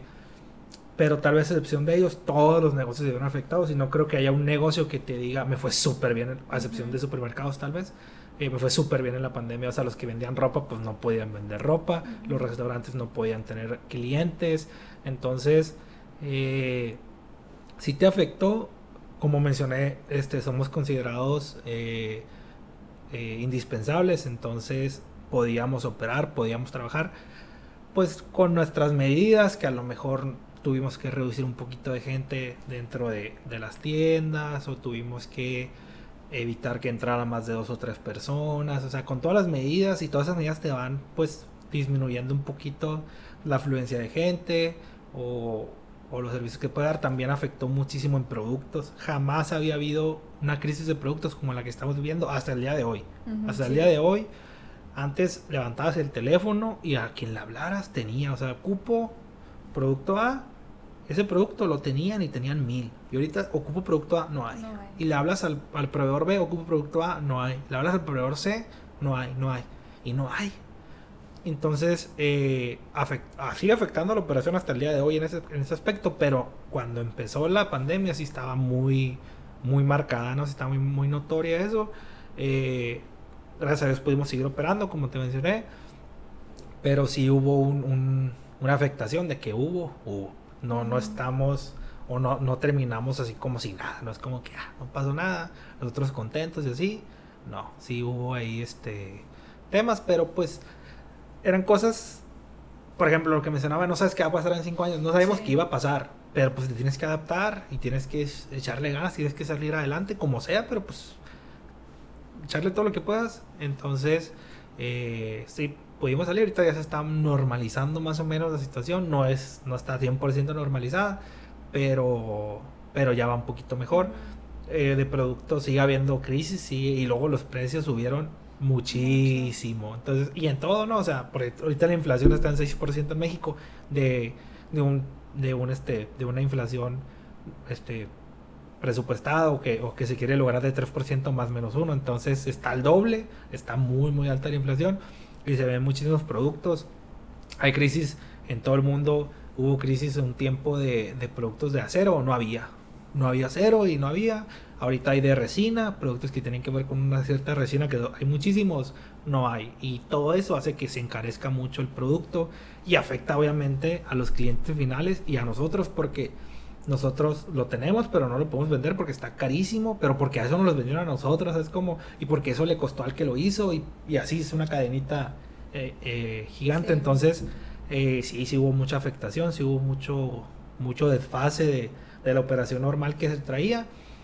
pero tal vez a excepción de ellos, todos los negocios se vieron afectados, y no creo que haya un negocio que te diga, me fue súper bien, a excepción uh-huh. de supermercados tal vez, eh, me fue súper bien en la pandemia. O sea, los que vendían ropa, pues no podían vender ropa, uh-huh. los restaurantes no podían tener clientes, entonces, eh, sí te afectó, como mencioné, este, somos considerados eh, eh, indispensables, entonces podíamos operar, podíamos trabajar, pues con nuestras medidas, que a lo mejor tuvimos que reducir un poquito de gente dentro de, de las tiendas, o tuvimos que evitar que entrara más de dos o tres personas, o sea, con todas las medidas, y todas esas medidas te van, pues, disminuyendo un poquito la afluencia de gente, o, o los servicios que puede dar. También afectó muchísimo en productos. Jamás había habido una crisis de productos como la que estamos viviendo hasta el día de hoy. Uh-huh, hasta sí. el día de hoy, antes levantabas el teléfono y a quien le hablaras tenía, o sea, cupo producto A, ese producto lo tenían y tenían mil, y ahorita ocupo producto A, no hay, no hay. Y le hablas al, al proveedor B, ocupo producto A, no hay, le hablas al proveedor C, no hay, no hay, y no hay. Entonces eh, afect, sigue afectando la operación hasta el día de hoy en ese, en ese aspecto, pero cuando empezó la pandemia sí estaba muy, muy marcada, ¿no? Sí estaba muy, muy notoria eso. eh, gracias a Dios pudimos seguir operando, como te mencioné, pero sí hubo un, un una afectación de que hubo, hubo. No, no estamos, o no, no terminamos así como si nada, no es como que ah, no pasó nada, nosotros contentos y así. No, sí hubo ahí este temas, pero pues eran cosas, por ejemplo, lo que mencionaba, no sabes qué va a pasar en cinco años, no sabemos sí. qué iba a pasar, pero pues te tienes que adaptar y tienes que echarle ganas, tienes que salir adelante como sea, pero pues echarle todo lo que puedas. Entonces, eh, sí, pudimos salir. Ahorita ya se está normalizando más o menos la situación, no es no está cien por ciento normalizada, pero pero ya va un poquito mejor. Eh, de productos sigue habiendo crisis, sí, y luego los precios subieron muchísimo. Entonces, y en todo, ¿no? O sea, por ahorita la inflación está en seis por ciento en México de, de un de un este de una inflación este presupuestada o que o que se quiere lograr de tres por ciento más menos uno. Entonces, está al doble, está muy muy alta la inflación y se ven muchísimos productos. Hay crisis en todo el mundo. Hubo crisis en un tiempo de, de productos de acero, no había. No había acero y no había. Ahorita hay de resina, productos que tienen que ver con una cierta resina, que hay muchísimos, no hay. Y todo eso hace que se encarezca mucho el producto y afecta obviamente a los clientes finales y a nosotros, porque nosotros lo tenemos pero no lo podemos vender porque está carísimo, pero porque a eso nos los vendieron a nosotros, es como, y porque eso le costó al que lo hizo, y, y así es una cadenita eh, eh, gigante. Sí. Entonces eh, sí, sí hubo mucha afectación, sí hubo mucho, mucho desfase de, de la operación normal que se traía.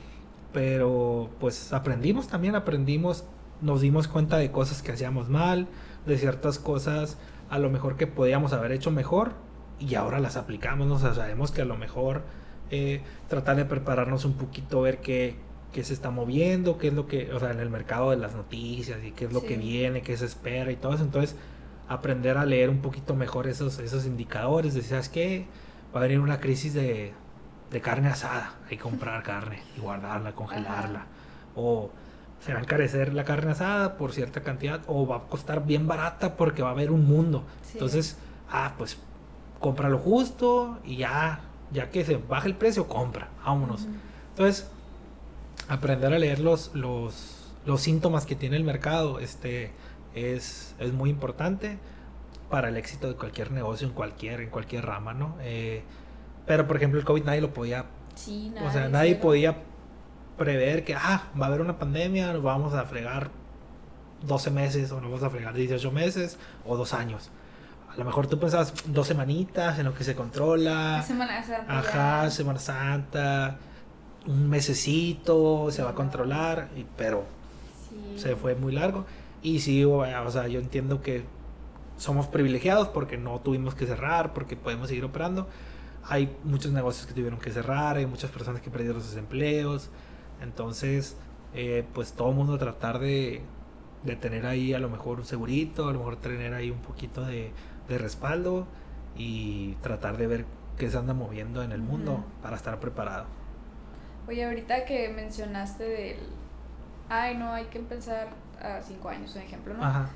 Pero pues aprendimos también, aprendimos, nos dimos cuenta de cosas que hacíamos mal, de ciertas cosas a lo mejor que podíamos haber hecho mejor y ahora las aplicamos, ¿no? O sea, sabemos que a lo mejor eh, tratar de prepararnos un poquito, ver qué, qué se está moviendo, qué es lo que, o sea, en el mercado de las noticias y qué es lo sí. que viene, qué se espera y todo eso. Entonces, aprender a leer un poquito mejor esos, esos indicadores, de ¿sabes qué? Va a venir una crisis de... de carne asada, hay que comprar carne y guardarla, congelarla. Ajá. O se va a encarecer la carne asada por cierta cantidad, o va a costar bien barata porque va a haber un mundo. Sí. Entonces, ah, pues compra lo justo y ya, ya que se baja el precio, compra, vámonos. Uh-huh. Entonces, aprender a leer los, los, los síntomas que tiene el mercado este, es, es muy importante para el éxito de cualquier negocio en cualquier, en cualquier rama, ¿no? Eh, Pero, por ejemplo, el COVID nadie lo podía... Sí, nadie, o sea, nadie cero. podía prever que, ah, va a haber una pandemia, nos vamos a fregar doce meses, o nos vamos a fregar dieciocho meses, o dos años. A lo mejor tú pensabas dos semanitas en lo que se controla. Semana Santa. Ajá, ya. Semana Santa, un mesecito, se va a controlar, y, pero sí. se fue muy largo. Y sí, o sea, yo entiendo que somos privilegiados porque no tuvimos que cerrar, porque podemos seguir operando. Hay muchos negocios que tuvieron que cerrar, hay muchas personas que perdieron sus empleos. Entonces, eh, pues todo el mundo tratar de, de tener ahí a lo mejor un segurito, a lo mejor tener ahí un poquito de, de respaldo y tratar de ver qué se anda moviendo en el mundo uh-huh. para estar preparado. Oye, ahorita que mencionaste del... Ay, no, hay que empezar a cinco años, un ejemplo, ¿no? Ajá.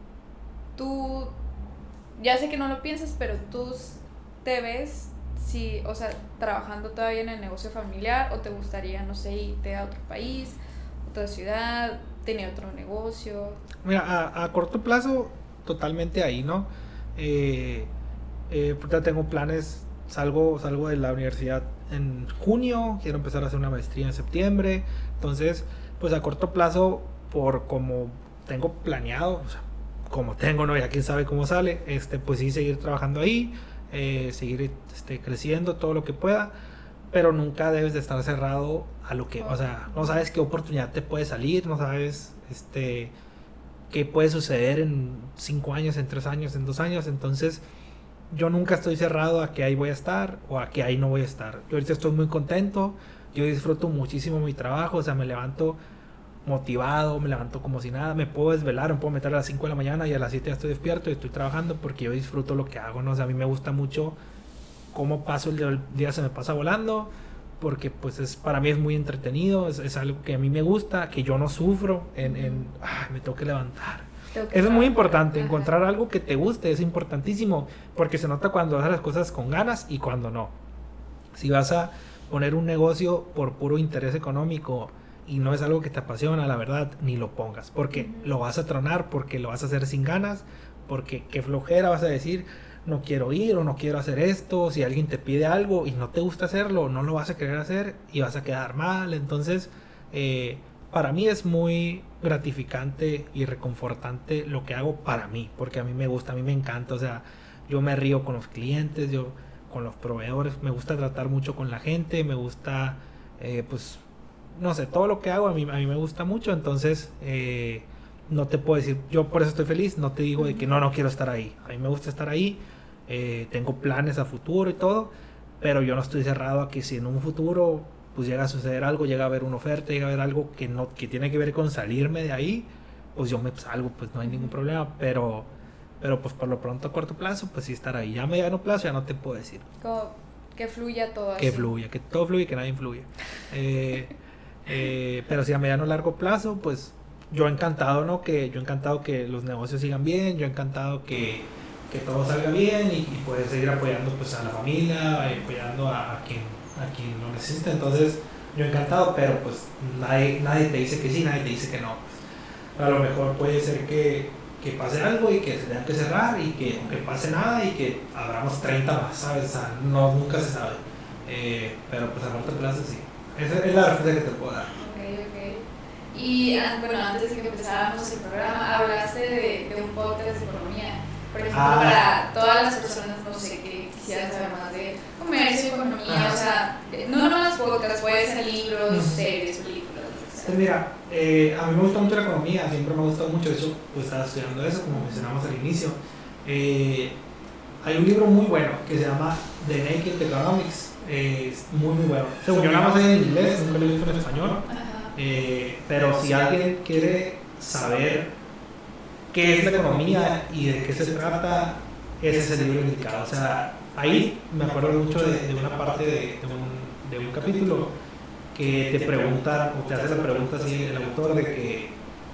Tú, ya sé que no lo piensas, pero tú te ves... Sí, o sea, trabajando todavía en el negocio familiar, o te gustaría, no sé, irte a otro país, otra ciudad, tener otro negocio. Mira, a, a corto plazo, totalmente ahí, ¿no? Eh, eh, ya tengo planes, salgo, salgo de la universidad en junio, quiero empezar a hacer una maestría en septiembre, entonces, pues a corto plazo, por como tengo planeado, o sea, como tengo, ¿no? Ya quién sabe cómo sale, este, pues sí, seguir trabajando ahí. Eh, seguir este, creciendo todo lo que pueda, pero nunca debes de estar cerrado a lo que, o sea, no sabes qué oportunidad te puede salir, no sabes este, qué puede suceder en cinco años, en tres años, en dos años. Entonces yo nunca estoy cerrado a que ahí voy a estar o a que ahí no voy a estar. Yo ahorita estoy muy contento, yo disfruto muchísimo mi trabajo, o sea, me levanto motivado, me levanto como si nada, me puedo desvelar, me puedo meter a las cinco de la mañana y a las siete ya estoy despierto y estoy trabajando porque yo disfruto lo que hago, ¿no? O sea, a mí me gusta mucho cómo paso el día, el día se me pasa volando, porque pues es, para mí es muy entretenido, es, es algo que a mí me gusta, que yo no sufro en, en ah, me tengo que levantar. Tengo que Eso es muy importante, ajá. encontrar algo que te guste, es importantísimo, porque se nota cuando haces las cosas con ganas y cuando no. Si vas a poner un negocio por puro interés económico y no es algo que te apasiona, la verdad, ni lo pongas, porque uh-huh. lo vas a tronar, porque lo vas a hacer sin ganas, porque qué flojera vas a decir, no quiero ir o no quiero hacer esto. Si alguien te pide algo y no te gusta hacerlo, no lo vas a querer hacer y vas a quedar mal. Entonces, eh, para mí es muy gratificante y reconfortante lo que hago para mí, porque a mí me gusta, a mí me encanta. O sea, yo me río con los clientes, yo con los proveedores, me gusta tratar mucho con la gente, me gusta, eh, pues, no sé, todo lo que hago a mí, a mí me gusta mucho. Entonces, eh, no te puedo decir, yo por eso estoy feliz, no te digo de que no, no quiero estar ahí. A mí me gusta estar ahí, eh, tengo planes a futuro y todo, pero yo no estoy cerrado a que si en un futuro pues llega a suceder algo, llega a haber una oferta, llega a haber algo que, no, que tiene que ver con salirme de ahí, pues yo me salgo, pues no hay ningún problema, pero, pero pues por lo pronto a corto plazo, pues sí estar ahí. Ya a mediano plazo ya no te puedo decir. Como que fluya todo. Que así. fluya, que todo fluya y que nadie influya. Eh, eh, pero si a mediano largo plazo, pues yo encantado, ¿no? Que yo encantado que los negocios sigan bien, yo encantado que, que todo salga bien y, y poder seguir apoyando pues a la familia, apoyando a, a quien a quien lo necesita. Entonces yo encantado, pero pues nadie, nadie te dice que sí, nadie te dice que no. A lo mejor puede ser que, que pase algo y que se tenga que cerrar y que aunque pase nada y que abramos treinta más, ¿sabes? O sea, no, nunca se sabe. Eh, pero pues a corto plazo sí. Esa es la respuesta que te puedo dar. Ok, ok. Y bueno, antes de que empezáramos el programa, hablaste de, de un podcast de economía. Por ejemplo, ah. para todas las personas, no sé, que quisieran saber más de comercio, economía, ah. o sea, no nomás podcasts, puede ser libros, mm. series, películas. Pues mira, eh, a mí me gusta mucho la economía, siempre me ha gustado mucho, de hecho, pues estaba estudiando eso, como mencionamos al inicio. Eh, hay un libro muy bueno que se llama The Naked Economics, eh, es muy muy bueno. Según yo nada más hay en inglés, nunca lo he visto en español, eh, pero si alguien quiere saber qué es la economía y de qué se trata, ese es el libro indicado. O sea, ahí me acuerdo mucho de, de una parte de, de, un, de un capítulo que te pregunta, o te hace la pregunta así el autor de que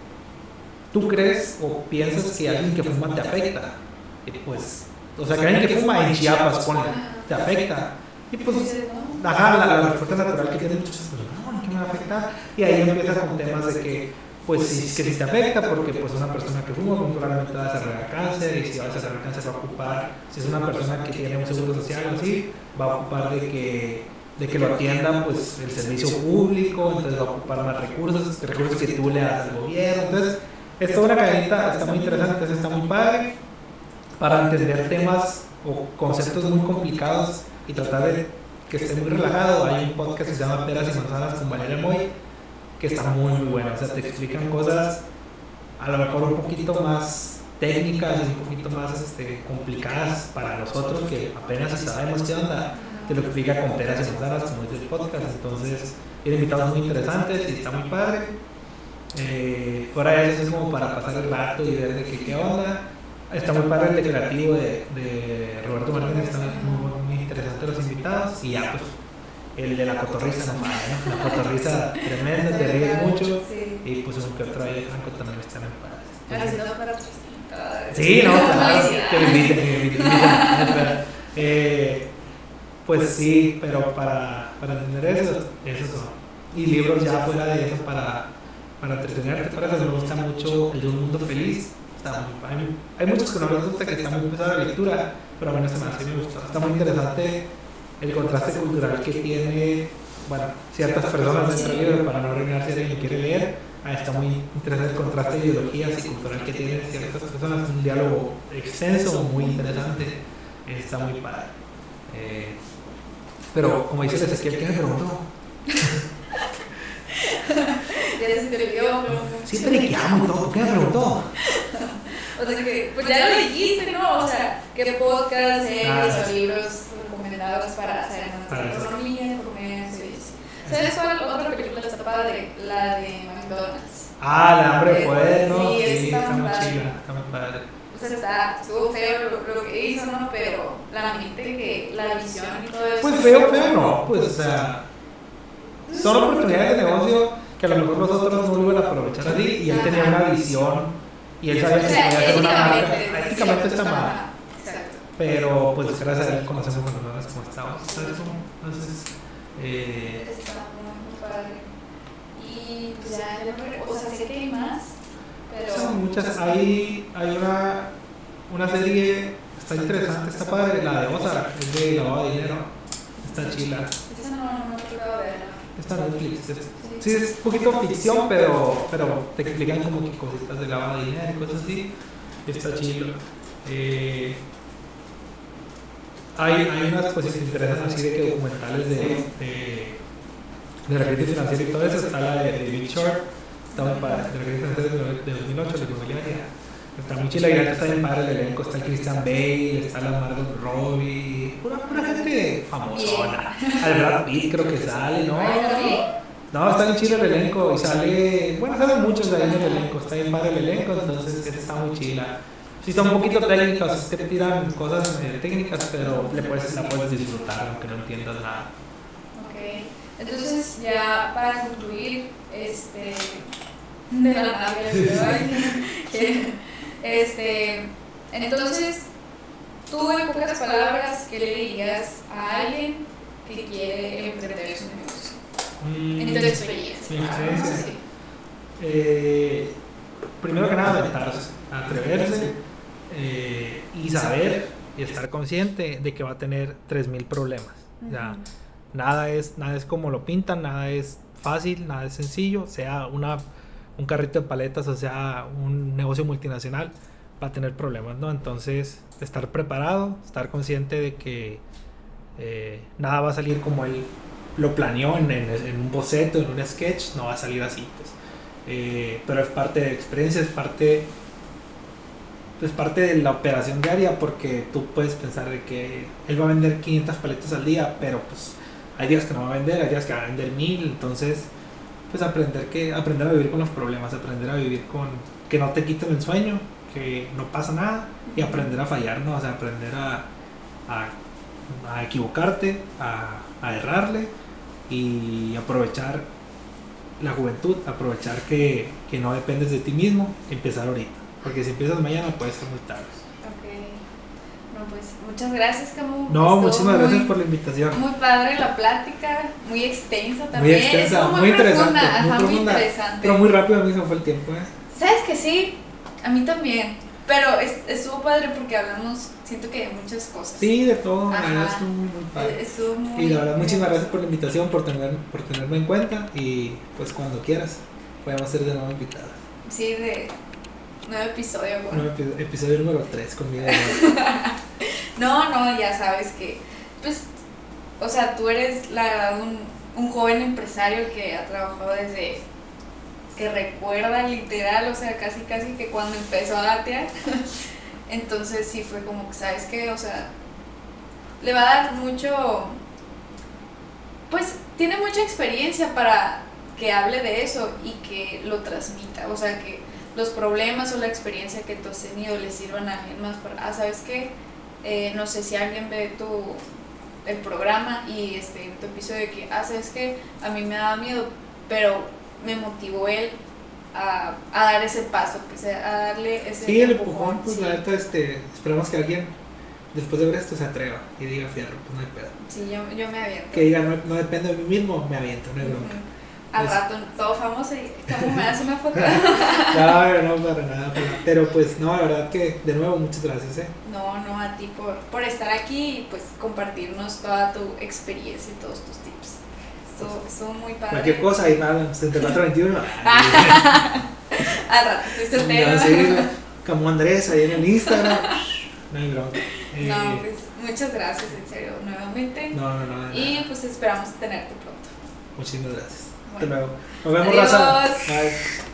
¿tú crees o piensas que alguien que fuma te afecta? Y pues, o sea, que alguien que fuma en Chiapas, ponle, te afecta. Y pues, ajá, la, la respuesta natural que tiene muchos es, no, ¿qué me va a afectar? Y ahí empiezas con temas de que pues sí, que si te afecta, porque pues una persona que fuma probablemente va a desarrollar cáncer, y si va a desarrollar cáncer va a ocupar, si es una persona que tiene un seguro social o así, va a ocupar de que, de que lo atiendan pues el servicio público, entonces va a ocupar más recursos, recursos que tú le das al gobierno. Entonces es toda una cadenita, está muy interesante, entonces está muy padre para entender temas o conceptos muy complicados y tratar de que esté muy relajado. Hay un podcast que se llama Peras y Manzanas con Valeria Moy, que está muy muy bueno, o sea, te explican cosas a lo mejor un poquito más técnicas y un poquito más este, complicadas para nosotros que apenas si sabemos qué onda, te lo explica con peras y manzanas como dice el podcast. Entonces tiene invitados muy interesantes y está muy padre. Eh, fuera de eso es como para pasar el rato y ver de que, qué onda. Está muy padre el declarativo de, de Roberto Martínez, está muy, muy interesante los invitados y ya pues el de la cotorriza no falla, ¿no? La cotorriza tremenda, te ríes mucho, sí. Y pues un que otro ahí de Franco también está muy padre. Entonces, no para sí, no, claro, que me inviten, que me inviten. eh, pues sí, pero para, para entender eso, eso son. Y libros ya fuera de eso para, para entretenerte, para eso me gusta mucho el de Un Mundo Feliz. Está muy, hay, hay muchos que no les gusta, que está muy pesada la lectura, pero bueno, este me hace, me gusta. Está muy interesante el contraste cultural que tiene, bueno, ciertas personas dentro del libro, para no arruinar si alguien lo quiere leer. Ah, está muy interesante el contraste de ideologías y cultural que tienen ciertas personas, un diálogo extenso, muy interesante, está muy padre. Eh, pero como dice el Ezequiel, ¿qué me preguntó? Sí, periqueamos y todo, ¿qué me preguntó? O sea que, pues ya lo dijiste, ¿no? O sea, ¿qué podcast, series ah, o libros recomendados para hacer más economía, comercio y eso? ¿Sabes cuál otra película está padre? La de McDonald's. Ah, La Hambre de Poder, ¿no? Sí, sí está, está muy muy padre. chila, está muy padre. O sea, está, estuvo feo lo, lo que hizo, ¿no? Pero la mente que, la visión y todo eso. Pues feo, feo no, pues o sea, son oportunidades de negocio que a lo mejor nosotros no lo iban a aprovechar así, y él tenía una visión y él sabía que se podía hacer una marca. Éticamente está mal, pero pues gracias a él conocemos a nosotros como estamos, ¿sabes cómo? Entonces, eh, está muy padre. Y pues ya, o sea, sé que hay más, pero son muchas. Hay, hay una, una serie, está interesante, está padre, la de Ozark, es de lavado de dinero, está chila. Esa no, no me ha tocado verla. Está en Netflix. Es, sí, es un poquito ficción, pero, pero te explican como que cositas de lavado de dinero y cosas así. Está chido. Eh, hay, hay unas cosas que te interesan así de que documentales de, de, de la crisis financiera y todo eso. Está la de, de Big Short, está muy padre, de la crisis financiera de dos mil ocho, le Está muy chila y la neta está bien padre el elenco. Está el Christian Bale, está la Margot Robbie, pura, pura gente famosona. Al Brad Pitt creo que sale, ¿no? No, está bien chido el elenco y sale, bueno, salen muchos de ahí en el elenco, está bien padre el elenco, entonces está muy chila. Sí está un poquito técnica, o sea, te tiran cosas eh, técnicas, pero le puedes, la puedes disfrutar aunque no entiendas nada. Ok, entonces ya para concluir, este, de la nave de hoy, este, entonces, tú en pocas palabras, ¿qué le dirías a alguien que quiere emprender su negocio? Mm, en tu experiencia. Mi experiencia. Sí. Eh, primero que nada, aventarse, atreverse eh, y saber y estar consciente de que va a tener tres mil problemas. Uh-huh. O sea, nada es, nada es como lo pintan, nada es fácil, nada es sencillo, sea una, un carrito de paletas o sea un negocio multinacional, va a tener problemas, ¿no? Entonces, estar preparado, estar consciente de que eh, nada va a salir como él lo planeó en, en, en un boceto, en un sketch, no va a salir así, pues. Eh, pero es parte de experiencia, es parte, es parte de la operación diaria, porque tú puedes pensar de que él va a vender quinientas paletas al día, pero pues hay días que no va a vender, hay días que va a vender mil, entonces pues aprender, que, aprender a vivir con los problemas, aprender a vivir con que no te quiten el sueño, que no pasa nada, y aprender a fallar, ¿no? O sea, aprender a, a, a equivocarte, a, a errarle y aprovechar la juventud, aprovechar que, que no dependes de ti mismo, empezar ahorita, porque si empiezas mañana puede ser muy tarde. Ok, no pues muchas gracias, Camu. No, Estuvo muchísimas muy, gracias por la invitación. Muy padre la plática, muy extensa también. Muy extensa, muy, muy interesante, profunda, muy, ajá, profunda, muy interesante. Pero muy rápido a mí se me fue el tiempo, ¿eh? ¿Sabes que sí? A mí también. Pero es, estuvo padre porque hablamos, siento que de muchas cosas. Sí, de todo, la verdad estuvo muy, muy padre. Estuvo muy, y la verdad, muchísimas gracias por la invitación, por, tener, por tenerme en cuenta. Y pues cuando quieras, podemos ser de nuevo invitadas. Sí, de nuevo episodio. Bueno. Nuevo epi- episodio número tres conmigo. No, no, ya sabes que, pues, o sea, tú eres la verdad un, un joven empresario que ha trabajado desde que recuerda literal, o sea, casi casi que cuando empezó a gatear. Entonces sí fue como que, ¿sabes qué? O sea, le va a dar mucho, pues tiene mucha experiencia para que hable de eso y que lo transmita, o sea, que los problemas o la experiencia que tú has tenido le sirvan a alguien más para, ah, ¿sabes qué? Eh, no sé si alguien ve tu el programa y este tu episodio de que, ah, ¿sabes qué? A mí me daba miedo, pero me motivó él a, a dar ese paso, pues, a darle ese sí, el empujón, pues sí. La neta, este, esperamos que alguien después de ver esto se atreva y diga, fierro, pues no hay pedo. Sí, yo, yo me aviento. Que diga, no, no depende de mí mismo, me aviento, no hay bronca. Uh-huh. Al pues, rato, todo famoso y ¿cómo me das una foto? No, no, para nada, pero pues no, la verdad que de nuevo muchas gracias, ¿eh? No, no, a ti por, por estar aquí y pues compartirnos toda tu experiencia y todos tus tips. Estuvo, estuvo muy padre. Cualquier cosa, ahí me hablan, setenta y cuatro veintiuno. Al rato, estoy soltero. No, sí, como Andrés, ahí en el Instagram. No hay bronca. Eh, no, pues muchas gracias, en serio, nuevamente. No, no, no. no y nada. pues esperamos tenerte pronto. Muchísimas gracias. Bueno. Hasta luego. Nos vemos, Adiós. raza. Bye.